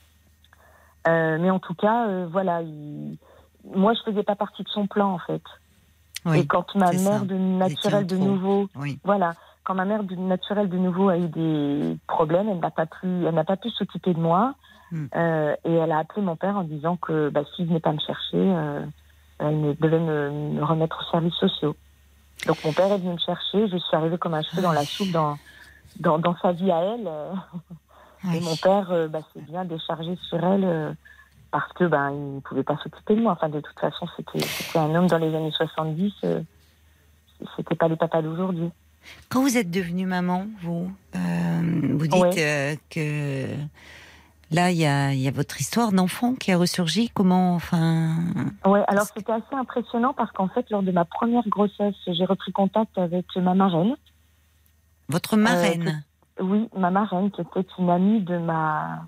Mais en tout cas, voilà, moi, je faisais pas partie de son plan, en fait. Oui, et quand ma mère naturelle de nouveau, voilà, quand ma mère naturelle de nouveau a eu des problèmes, elle n'a pas pu s'occuper de moi. Et elle a appelé mon père en disant que s'il venait pas me chercher, elle devait me remettre aux services sociaux. Donc mon père est venu me chercher, je suis arrivée comme un cheveu dans la soupe dans sa vie à elle. Et mon père s'est bien déchargé sur elle parce que il ne pouvait pas s'occuper de moi. Enfin, de toute façon, c'était un homme dans les années 70, c'était pas le papa d'aujourd'hui. Quand vous êtes devenue maman, vous dites que là, il y a votre histoire d'enfant qui a ressurgi. Comment, Ouais, alors c'était assez impressionnant parce qu'en fait, lors de ma première grossesse, j'ai repris contact avec ma marraine. Votre marraine? Oui, ma marraine, qui était une amie de ma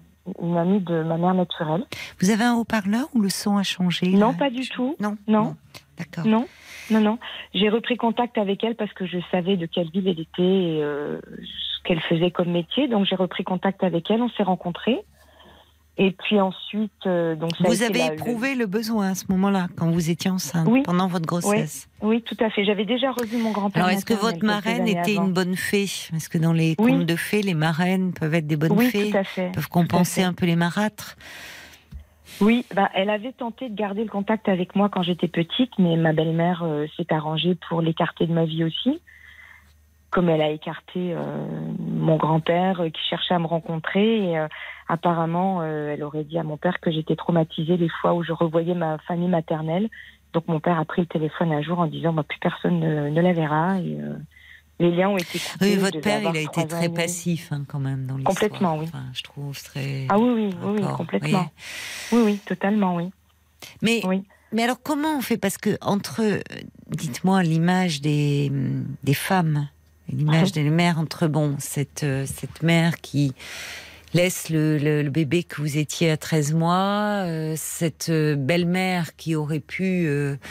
mère naturelle. Vous avez un haut-parleur ou le son a changé? Non, pas du tout. Non. D'accord. Non. J'ai repris contact avec elle parce que je savais de quelle ville elle était et ce qu'elle faisait comme métier. Donc j'ai repris contact avec elle, on s'est rencontrés. Et puis ensuite... donc ça vous avez éprouvé le besoin à ce moment-là, quand vous étiez enceinte, pendant votre grossesse? Oui, tout à fait. J'avais déjà revu mon grand-père. Alors, est-ce que votre marraine était une bonne fée? Parce que dans les contes de fées, les marraines peuvent être des bonnes fées. Oui, tout à fait. Peuvent compenser un peu les marâtres. Oui, elle avait tenté de garder le contact avec moi quand j'étais petite, mais ma belle-mère s'est arrangée pour l'écarter de ma vie aussi. Comme elle a écarté mon grand-père qui cherchait à me rencontrer. Et, apparemment, elle aurait dit à mon père que j'étais traumatisée les fois où je revoyais ma famille maternelle. Donc mon père a pris le téléphone un jour en disant plus personne ne la verra. Et, les liens ont été coupés. Oui, votre père, il a été très passif quand même dans l'histoire. Complètement, oui. Je trouve très... Ah oui, complètement. Oui, totalement, oui. Mais alors comment on fait? Parce que dites-moi, l'image des femmes, l'image des mères entre cette mère qui laisse le bébé que vous étiez à 13 mois, cette belle-mère qui aurait pu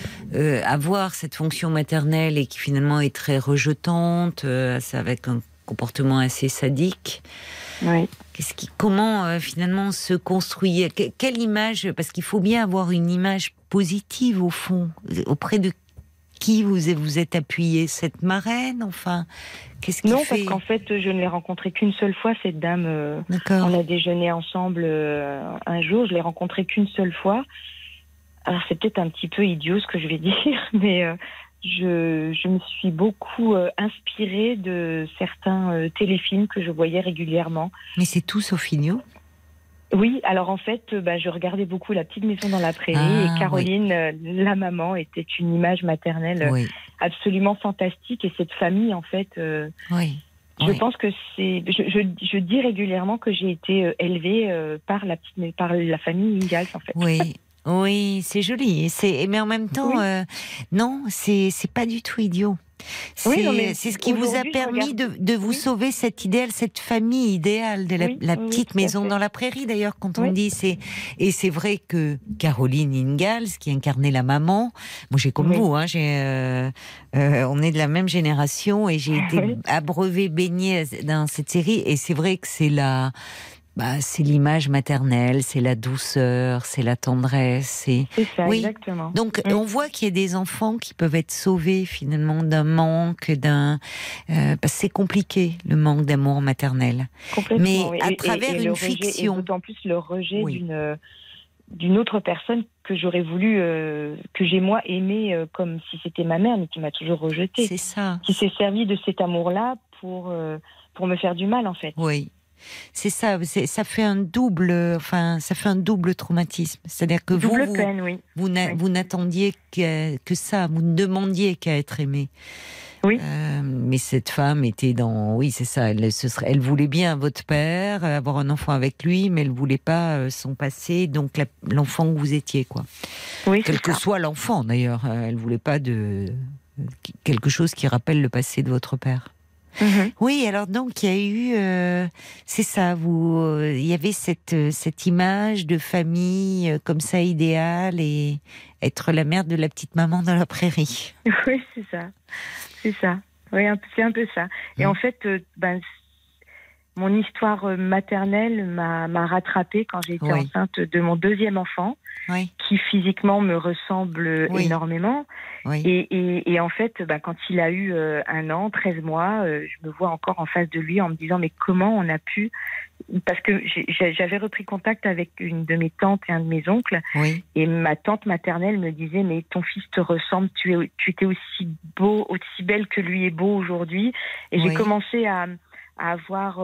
avoir cette fonction maternelle et qui finalement est très rejetante, avec un comportement assez sadique. Oui. Comment finalement se construit? Quelle image? Parce qu'il faut bien avoir une image positive au fond. Auprès de qui vous êtes appuyée? Cette marraine, qu'est-ce qui fait? Non, parce qu'en fait, je ne l'ai rencontrée qu'une seule fois, cette dame. D'accord. On a déjeuné ensemble un jour, je l'ai rencontrée qu'une seule fois. Alors, c'est peut-être un petit peu idiot ce que je vais dire, mais je me suis beaucoup inspirée de certains téléfilms que je voyais régulièrement. Mais c'est tout sauf idiot. Oui, alors en fait, je regardais beaucoup La Petite Maison dans la Prairie et Caroline, la maman, était une image maternelle absolument fantastique. Et cette famille, en fait, je pense que c'est... Je dis régulièrement que j'ai été élevée par la famille Ingalls, en fait. Oui, c'est joli. Mais en même temps, non, c'est pas du tout idiot. C'est ce qui vous a permis de vous sauver cette famille idéale de la petite maison dans la prairie, d'ailleurs, quand on dit et c'est vrai que Caroline Ingalls, qui incarnait la maman, moi j'ai comme vous, on est de la même génération et j'ai été abreuvée, baignée dans cette série et c'est vrai que c'est c'est l'image maternelle, c'est la douceur, c'est la tendresse. C'est ça, exactement. Donc, on voit qu'il y a des enfants qui peuvent être sauvés, finalement, d'un manque, parce que c'est compliqué, le manque d'amour maternel. Complètement. Mais à travers une fiction. Et d'autant plus le rejet d'une autre personne que j'aurais voulu, que j'ai moi aimé comme si c'était ma mère, mais qui m'a toujours rejetée. C'est ça. Qui s'est servi de cet amour-là pour me faire du mal, en fait. Oui. C'est ça, ça fait un double traumatisme. C'est-à-dire que vous n'attendiez que ça, vous ne demandiez qu'à être aimé. Oui. Mais cette femme était dans... Oui, c'est ça. Elle voulait bien votre père, avoir un enfant avec lui, mais elle voulait pas son passé, donc l'enfant que vous étiez, quoi. Oui, quel que soit l'enfant, d'ailleurs. Elle voulait pas de quelque chose qui rappelle le passé de votre père. Mm-hmm. Oui, alors donc il y a eu, c'est ça, il y avait cette image de famille comme ça idéale et être la mère de la petite maman dans la prairie. Oui, c'est ça. Oui, c'est un peu ça. Et en fait, mon histoire maternelle m'a rattrapée quand j'ai été enceinte de mon deuxième enfant, qui physiquement me ressemble énormément. Oui. Et en fait, quand il a eu 1 an, 13 mois, je me vois encore en face de lui en me disant mais comment on a pu... Parce que j'avais repris contact avec une de mes tantes et un de mes oncles, et ma tante maternelle me disait mais ton fils te ressemble, tu étais aussi beau, aussi belle que lui est beau aujourd'hui. Et j'ai commencé à avoir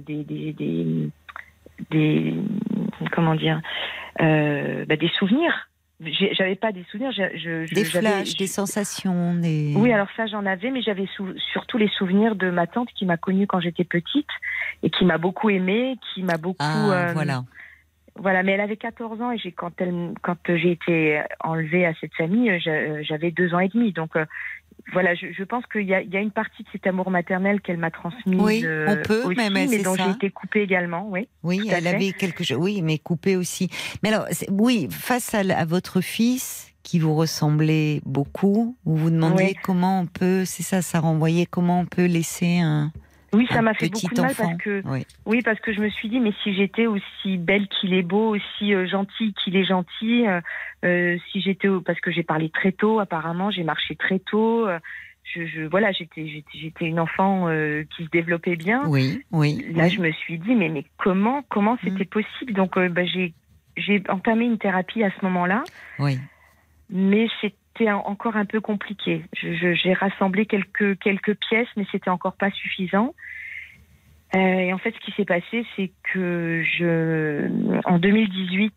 comment dire, des souvenirs. J'avais pas des souvenirs, des flashs, des sensations, des... Oui, alors ça j'en avais, mais j'avais surtout les souvenirs de ma tante qui m'a connue quand j'étais petite et qui m'a beaucoup aimée, qui m'a beaucoup... Voilà, mais elle avait 14 ans et quand j'ai été enlevée à cette famille, j'avais 2 ans et demi. Donc voilà, je pense qu'il y a une partie de cet amour maternel qu'elle m'a transmis. Oui, on peut, aussi, mais dont j'ai été coupée également. Oui, elle avait quelque chose. Oui, mais coupée aussi. Mais alors, face à votre fils qui vous ressemblait beaucoup, vous vous demandiez comment on peut. C'est ça, ça renvoyait comment on peut laisser un. Oui, ça m'a fait beaucoup de mal enfant. parce que je me suis dit, mais si j'étais aussi belle qu'il est beau, aussi gentille qu'il est gentil, si j'étais, parce que j'ai parlé très tôt, apparemment, j'ai marché très tôt, j'étais une enfant qui se développait bien. Oui. Là, je me suis dit, mais comment c'était possible? Donc, j'ai entamé une thérapie à ce moment-là. Oui. Mais c'était encore un peu compliqué. J'ai rassemblé quelques pièces, mais c'était encore pas suffisant. Et en fait, ce qui s'est passé, c'est que en 2018,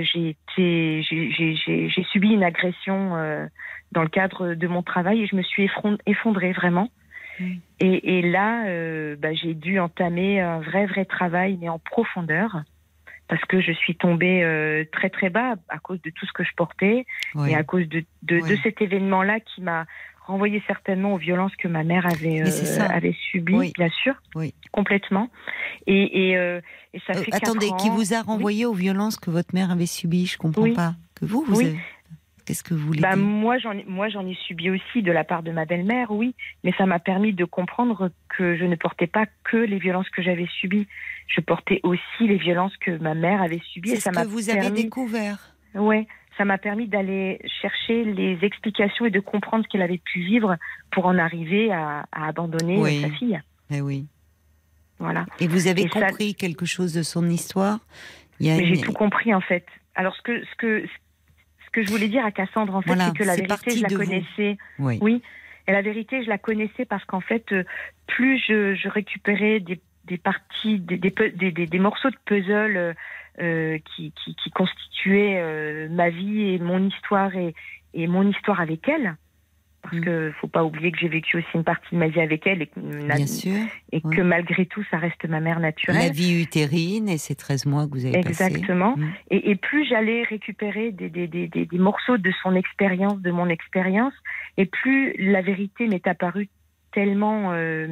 j'ai subi une agression dans le cadre de mon travail et je me suis effondrée vraiment. Et là, j'ai dû entamer un vrai travail, mais en profondeur. Parce que je suis tombée très très bas à cause de tout ce que je portais et à cause de cet événement-là qui m'a renvoyé certainement aux violences que ma mère avait subies, bien sûr, complètement. Et ça fait 4 ans... Attendez, qui vous a renvoyé aux violences que votre mère avait subies? Je comprends pas. Que vous avez... Qu'est-ce que vous voulez dire? Moi, j'en ai subi aussi de la part de ma belle-mère, oui. Mais ça m'a permis de comprendre que je ne portais pas que les violences que j'avais subies. Je portais aussi les violences que ma mère avait subies. C'est ce que vous avez découvert. Oui, ça m'a permis d'aller chercher les explications et de comprendre ce qu'elle avait pu vivre pour en arriver à abandonner sa fille. Eh oui. Voilà. Et vous avez compris quelque chose de son histoire? J'ai tout compris, en fait. Alors, ce que je voulais dire à Cassandre, en fait, c'est que la vérité, je la connaissais. Oui. Et la vérité, je la connaissais parce qu'en fait, plus je récupérais des parties, des morceaux de puzzle qui constituaient ma vie et mon histoire et mon histoire avec elle. Parce que faut pas oublier que j'ai vécu aussi une partie de ma vie avec elle et que malgré tout, ça reste ma mère naturelle. La vie utérine et ces 13 mois que vous avez passés. Exactement. Et plus j'allais récupérer des morceaux de son expérience, de mon expérience, et plus la vérité m'est apparue tellement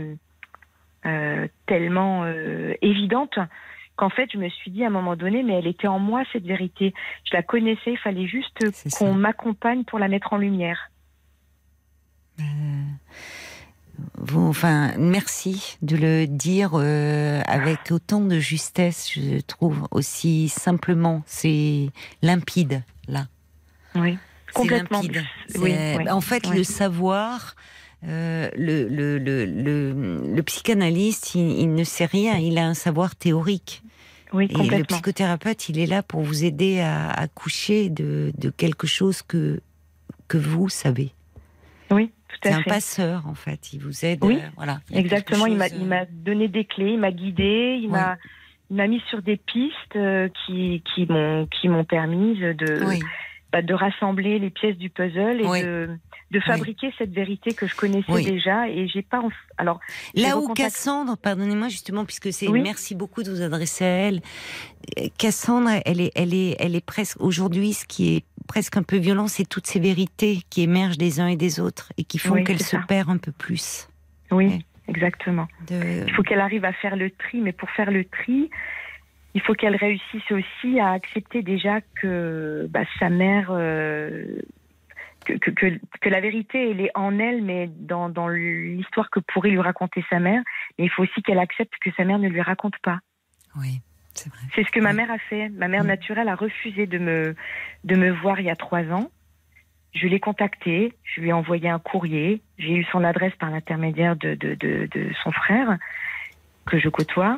évidente qu'en fait, je me suis dit à un moment donné, mais elle était en moi, cette vérité. Je la connaissais, il fallait juste qu'on m'accompagne pour la mettre en lumière. Merci de le dire avec autant de justesse, je trouve, aussi simplement. C'est limpide, là. Oui, complètement. C'est limpide. En fait, le savoir, le psychanalyste, il ne sait rien, il a un savoir théorique. Oui, complètement. Et le psychothérapeute, il est là pour vous aider à accoucher de quelque chose que vous savez. Oui. C'est un passeur, en fait. Il vous aide. Oui, exactement. Il m'a donné des clés, il m'a guidée, il m'a mis sur des pistes qui m'ont permis de rassembler les pièces du puzzle et de fabriquer cette vérité que je connaissais déjà. Et j'ai pas. Alors là où Cassandre, pardonnez-moi justement, puisque c'est. Merci beaucoup de vous adresser à elle. Cassandre, elle est presque aujourd'hui, ce qui est presque un peu violent, c'est toutes ces vérités qui émergent des uns et des autres et qui font qu'elle se perd un peu plus. Oui, exactement. Il faut qu'elle arrive à faire le tri, mais pour faire le tri, il faut qu'elle réussisse aussi à accepter déjà que sa mère, que la vérité, elle est en elle, mais dans l'histoire que pourrait lui raconter sa mère. Mais il faut aussi qu'elle accepte que sa mère ne lui raconte pas. Oui, c'est vrai. C'est ce que ma mère a fait. Ma mère naturelle a refusé de me voir il y a 3 ans. Je l'ai contactée, je lui ai envoyé un courrier. J'ai eu son adresse par l'intermédiaire de son frère, que je côtoie.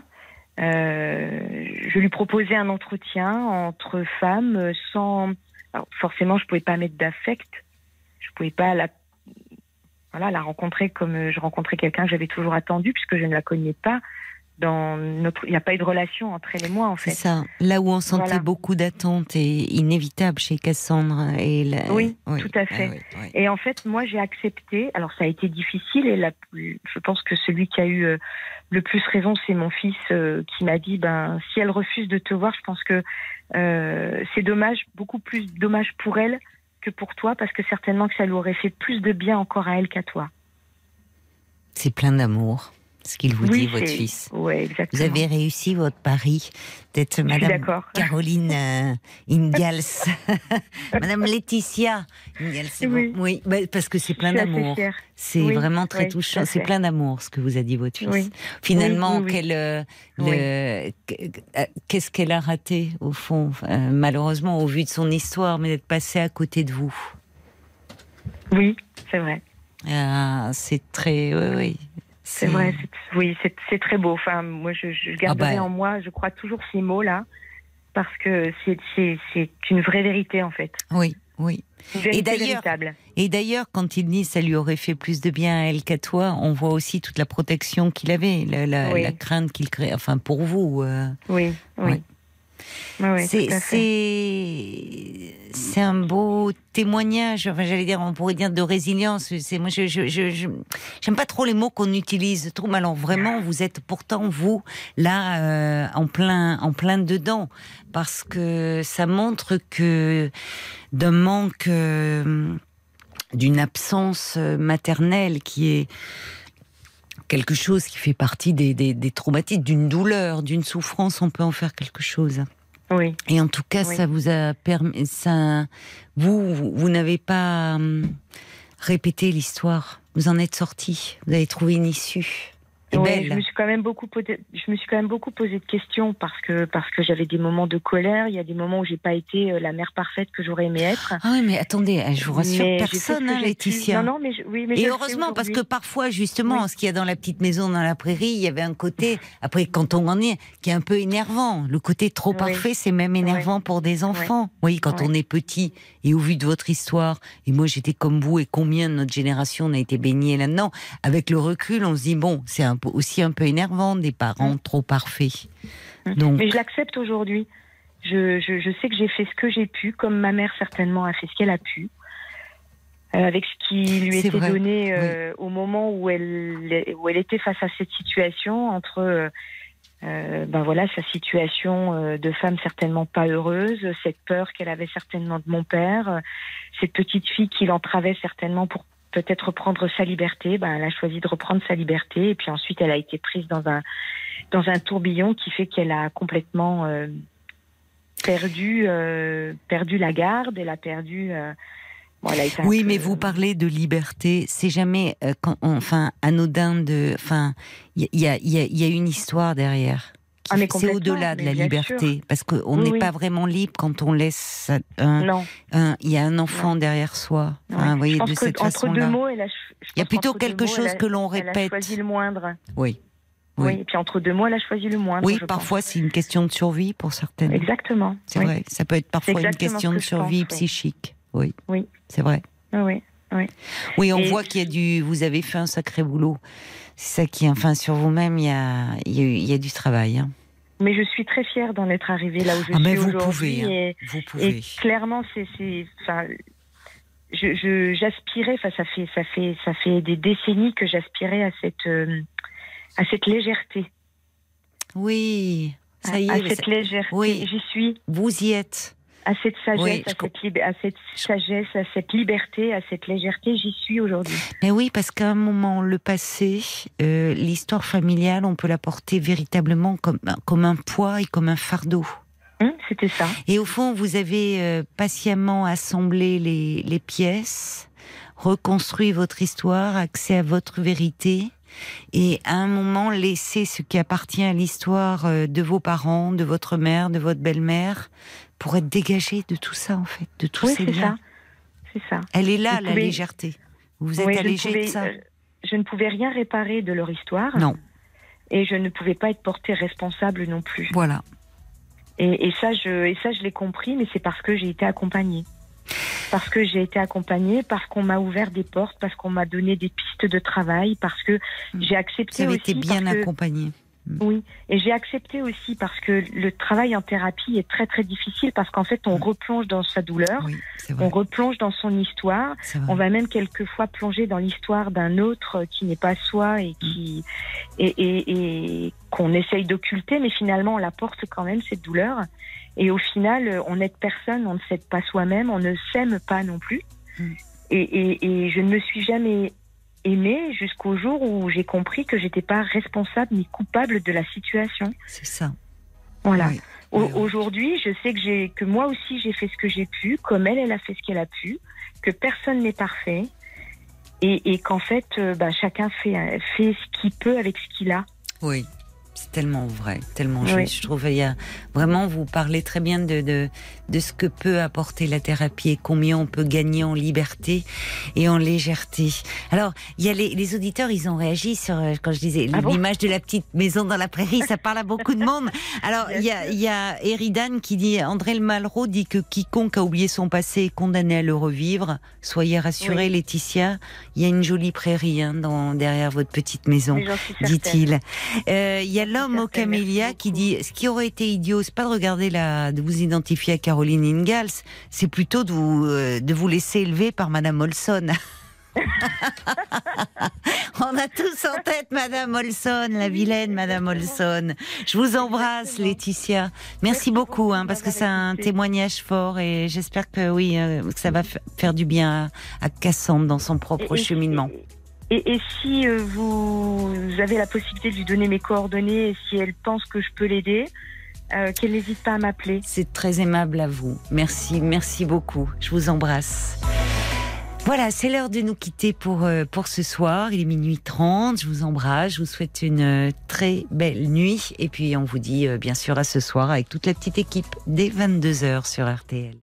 Je lui proposais un entretien entre femmes sans... Alors forcément, je ne pouvais pas mettre d'affect. Je ne pouvais pas la rencontrer comme je rencontrais quelqu'un que j'avais toujours attendu, puisque je ne la connais pas. Il n'y a pas eu de relation entre elle et moi, en fait. C'est ça. Là où on sentait beaucoup d'attentes et inévitable chez Cassandre. Oui, tout à fait. Oui. Et en fait, moi, j'ai accepté. Alors, ça a été difficile. Et je pense que celui qui a eu le plus raison, c'est mon fils qui m'a dit, si elle refuse de te voir, je pense que c'est dommage, beaucoup plus dommage pour elle que pour toi, parce que certainement que ça lui aurait fait plus de bien encore à elle qu'à toi. C'est plein d'amour. Ce qu'il vous dit, votre fils. Oui, exactement. Vous avez réussi votre pari d'être Madame Caroline Ingalls. Madame Laetitia Ingalls, c'est bon. Oui, parce que c'est plein d'amour. C'est vraiment très touchant. C'est plein d'amour, ce que vous a dit votre fils. Oui. Finalement, qu'est-ce qu'elle a raté, au fond, malheureusement, au vu de son histoire, mais d'être passée à côté de vous. Oui, c'est vrai. C'est très... Oui. C'est vrai, c'est très beau. Enfin, moi, je garderai en moi, je crois toujours ces mots-là, parce que c'est une vraie vérité, en fait. Oui. Une vérité véritable. Et d'ailleurs, quand il dit ça lui aurait fait plus de bien à elle qu'à toi, on voit aussi toute la protection qu'il avait, la crainte qu'il créait, enfin, pour vous. Oui. C'est un beau témoignage. Enfin, j'allais dire, on pourrait dire de résilience. Moi, j'aime pas trop les mots qu'on utilise trop. Mais alors vraiment, vous êtes pourtant vous là en plein dedans, parce que ça montre que d'un manque, d'une absence maternelle qui est quelque chose qui fait partie des traumatismes, d'une douleur, d'une souffrance, on peut en faire quelque chose. Oui. Et en tout cas, ça vous a permis... Vous n'avez pas répété l'histoire. Vous en êtes sorti. Vous avez trouvé une issue. Je me suis quand même beaucoup posé de questions parce que j'avais des moments de colère. Il y a des moments où j'ai pas été la mère parfaite que j'aurais aimé être. Ah oui, mais attendez, je vous rassure, personne, Laetitia. Non, mais et heureusement, parce que parfois, justement, ce qu'il y a dans la petite maison dans la prairie, il y avait un côté, après, quand on en est, qui est un peu énervant. Le côté trop parfait, c'est même énervant pour des enfants. Oui, quand on est petit, et au vu de votre histoire, et moi j'étais comme vous, et combien de notre génération on a été baigné là-dedans, avec le recul, on se dit, bon, c'est aussi un peu énervant, des parents trop parfaits. Donc... Mais je l'accepte aujourd'hui. Je sais que j'ai fait ce que j'ai pu, comme ma mère certainement a fait ce qu'elle a pu, avec ce qui lui était donné au moment où elle était face à cette situation, entre sa situation de femme certainement pas heureuse, cette peur qu'elle avait certainement de mon père, cette petite fille qui l'entravait certainement pour peut-être reprendre sa liberté. Elle a choisi de reprendre sa liberté, et puis ensuite elle a été prise dans un tourbillon qui fait qu'elle a complètement perdu la garde. Elle a perdu. Oui, mais vous parlez de liberté. C'est jamais anodin de. Enfin, il y a une histoire derrière. C'est au-delà de la liberté, parce qu'on n'est pas vraiment libre quand on laisse il y a un enfant derrière soi. Enfin, vous voyez, de cette façon-là. Il y a plutôt quelque chose que l'on répète. Elle a choisi le moindre. Oui, et puis entre deux mots, elle a choisi le moindre. Oui, parfois c'est une question de survie pour certaines. Exactement. C'est vrai, ça peut être parfois une question de survie psychique. Oui, c'est vrai. Oui, on voit vous avez fait un sacré boulot. C'est ça qui, sur vous-même, il y a du travail. Hein. Mais je suis très fière d'en être arrivée là où je suis aujourd'hui. Vous pouvez. Et clairement, j'aspirais. Ça fait des décennies que j'aspirais à cette légèreté. Oui, ça y est. À cette légèreté. Oui. J'y suis. Vous y êtes. À cette sagesse, à cette sagesse, à cette liberté, à cette légèreté, j'y suis aujourd'hui. Mais oui, parce qu'à un moment, le passé, l'histoire familiale, on peut la porter véritablement comme un poids et comme un fardeau. C'était ça. Et au fond, vous avez patiemment assemblé les pièces, reconstruit votre histoire, accès à votre vérité, et à un moment, laisser ce qui appartient à l'histoire de vos parents, de votre mère, de votre belle-mère, pour être dégagé de tout ça, en fait, de tous ces liens. C'est ça. Elle est là, la légèreté. Vous êtes allégé de ça. Je ne pouvais rien réparer de leur histoire. Non. Et je ne pouvais pas être portée responsable non plus. Voilà. Et ça, je l'ai compris, mais c'est parce que j'ai été accompagnée. Parce que j'ai été accompagnée, parce qu'on m'a ouvert des portes, parce qu'on m'a donné des pistes de travail, parce que j'ai accepté aussi... Vous avez été bien accompagnée. Oui, et j'ai accepté aussi parce que le travail en thérapie est très très difficile parce qu'en fait on replonge dans sa douleur, on replonge dans son histoire, on va même quelquefois plonger dans l'histoire d'un autre qui n'est pas soi et qui et qu'on essaye d'occulter, mais finalement on la porte quand même cette douleur. Et au final, on n'aide personne, on ne s'aide pas soi-même, on ne s'aime pas non plus. Et je ne me suis jamais aimée jusqu'au jour où j'ai compris que j'étais pas responsable ni coupable de la situation. C'est ça. Voilà. Aujourd'hui, je sais que moi aussi j'ai fait ce que j'ai pu, comme elle a fait ce qu'elle a pu, que personne n'est parfait et qu'en fait, chacun fait ce qu'il peut avec ce qu'il a. Oui. C'est tellement vrai, tellement juste. Je trouve qu'il y a vraiment, vous parlez très bien de ce que peut apporter la thérapie et combien on peut gagner en liberté et en légèreté. Alors, il y a les auditeurs, ils ont réagi sur, quand je disais, l'image de la petite maison dans la prairie, ça parle à beaucoup de monde. Alors, il y a Eridan qui dit, André Malraux dit que quiconque a oublié son passé est condamné à le revivre. Soyez rassurés, Laetitia, il y a une jolie prairie derrière votre petite maison, dit-il. Il y a l'homme au camélia qui dit, ce qui aurait été idiot, c'est pas de vous identifier à Caroline Ingalls, c'est plutôt de vous laisser élever par Madame Olson. On a tous en tête Madame Olson, la vilaine Madame Olson. Je vous embrasse, Laetitia. Merci beaucoup, parce que c'est un témoignage fort et j'espère que que ça va faire du bien à Cassandre dans son propre cheminement. Et si vous avez la possibilité de lui donner mes coordonnées, et si elle pense que je peux l'aider, qu'elle n'hésite pas à m'appeler. C'est très aimable à vous. Merci beaucoup. Je vous embrasse. Voilà, c'est l'heure de nous quitter pour ce soir. Il est 00h30. Je vous embrasse. Je vous souhaite une très belle nuit. Et puis, on vous dit bien sûr à ce soir avec toute la petite équipe dès 22h sur RTL.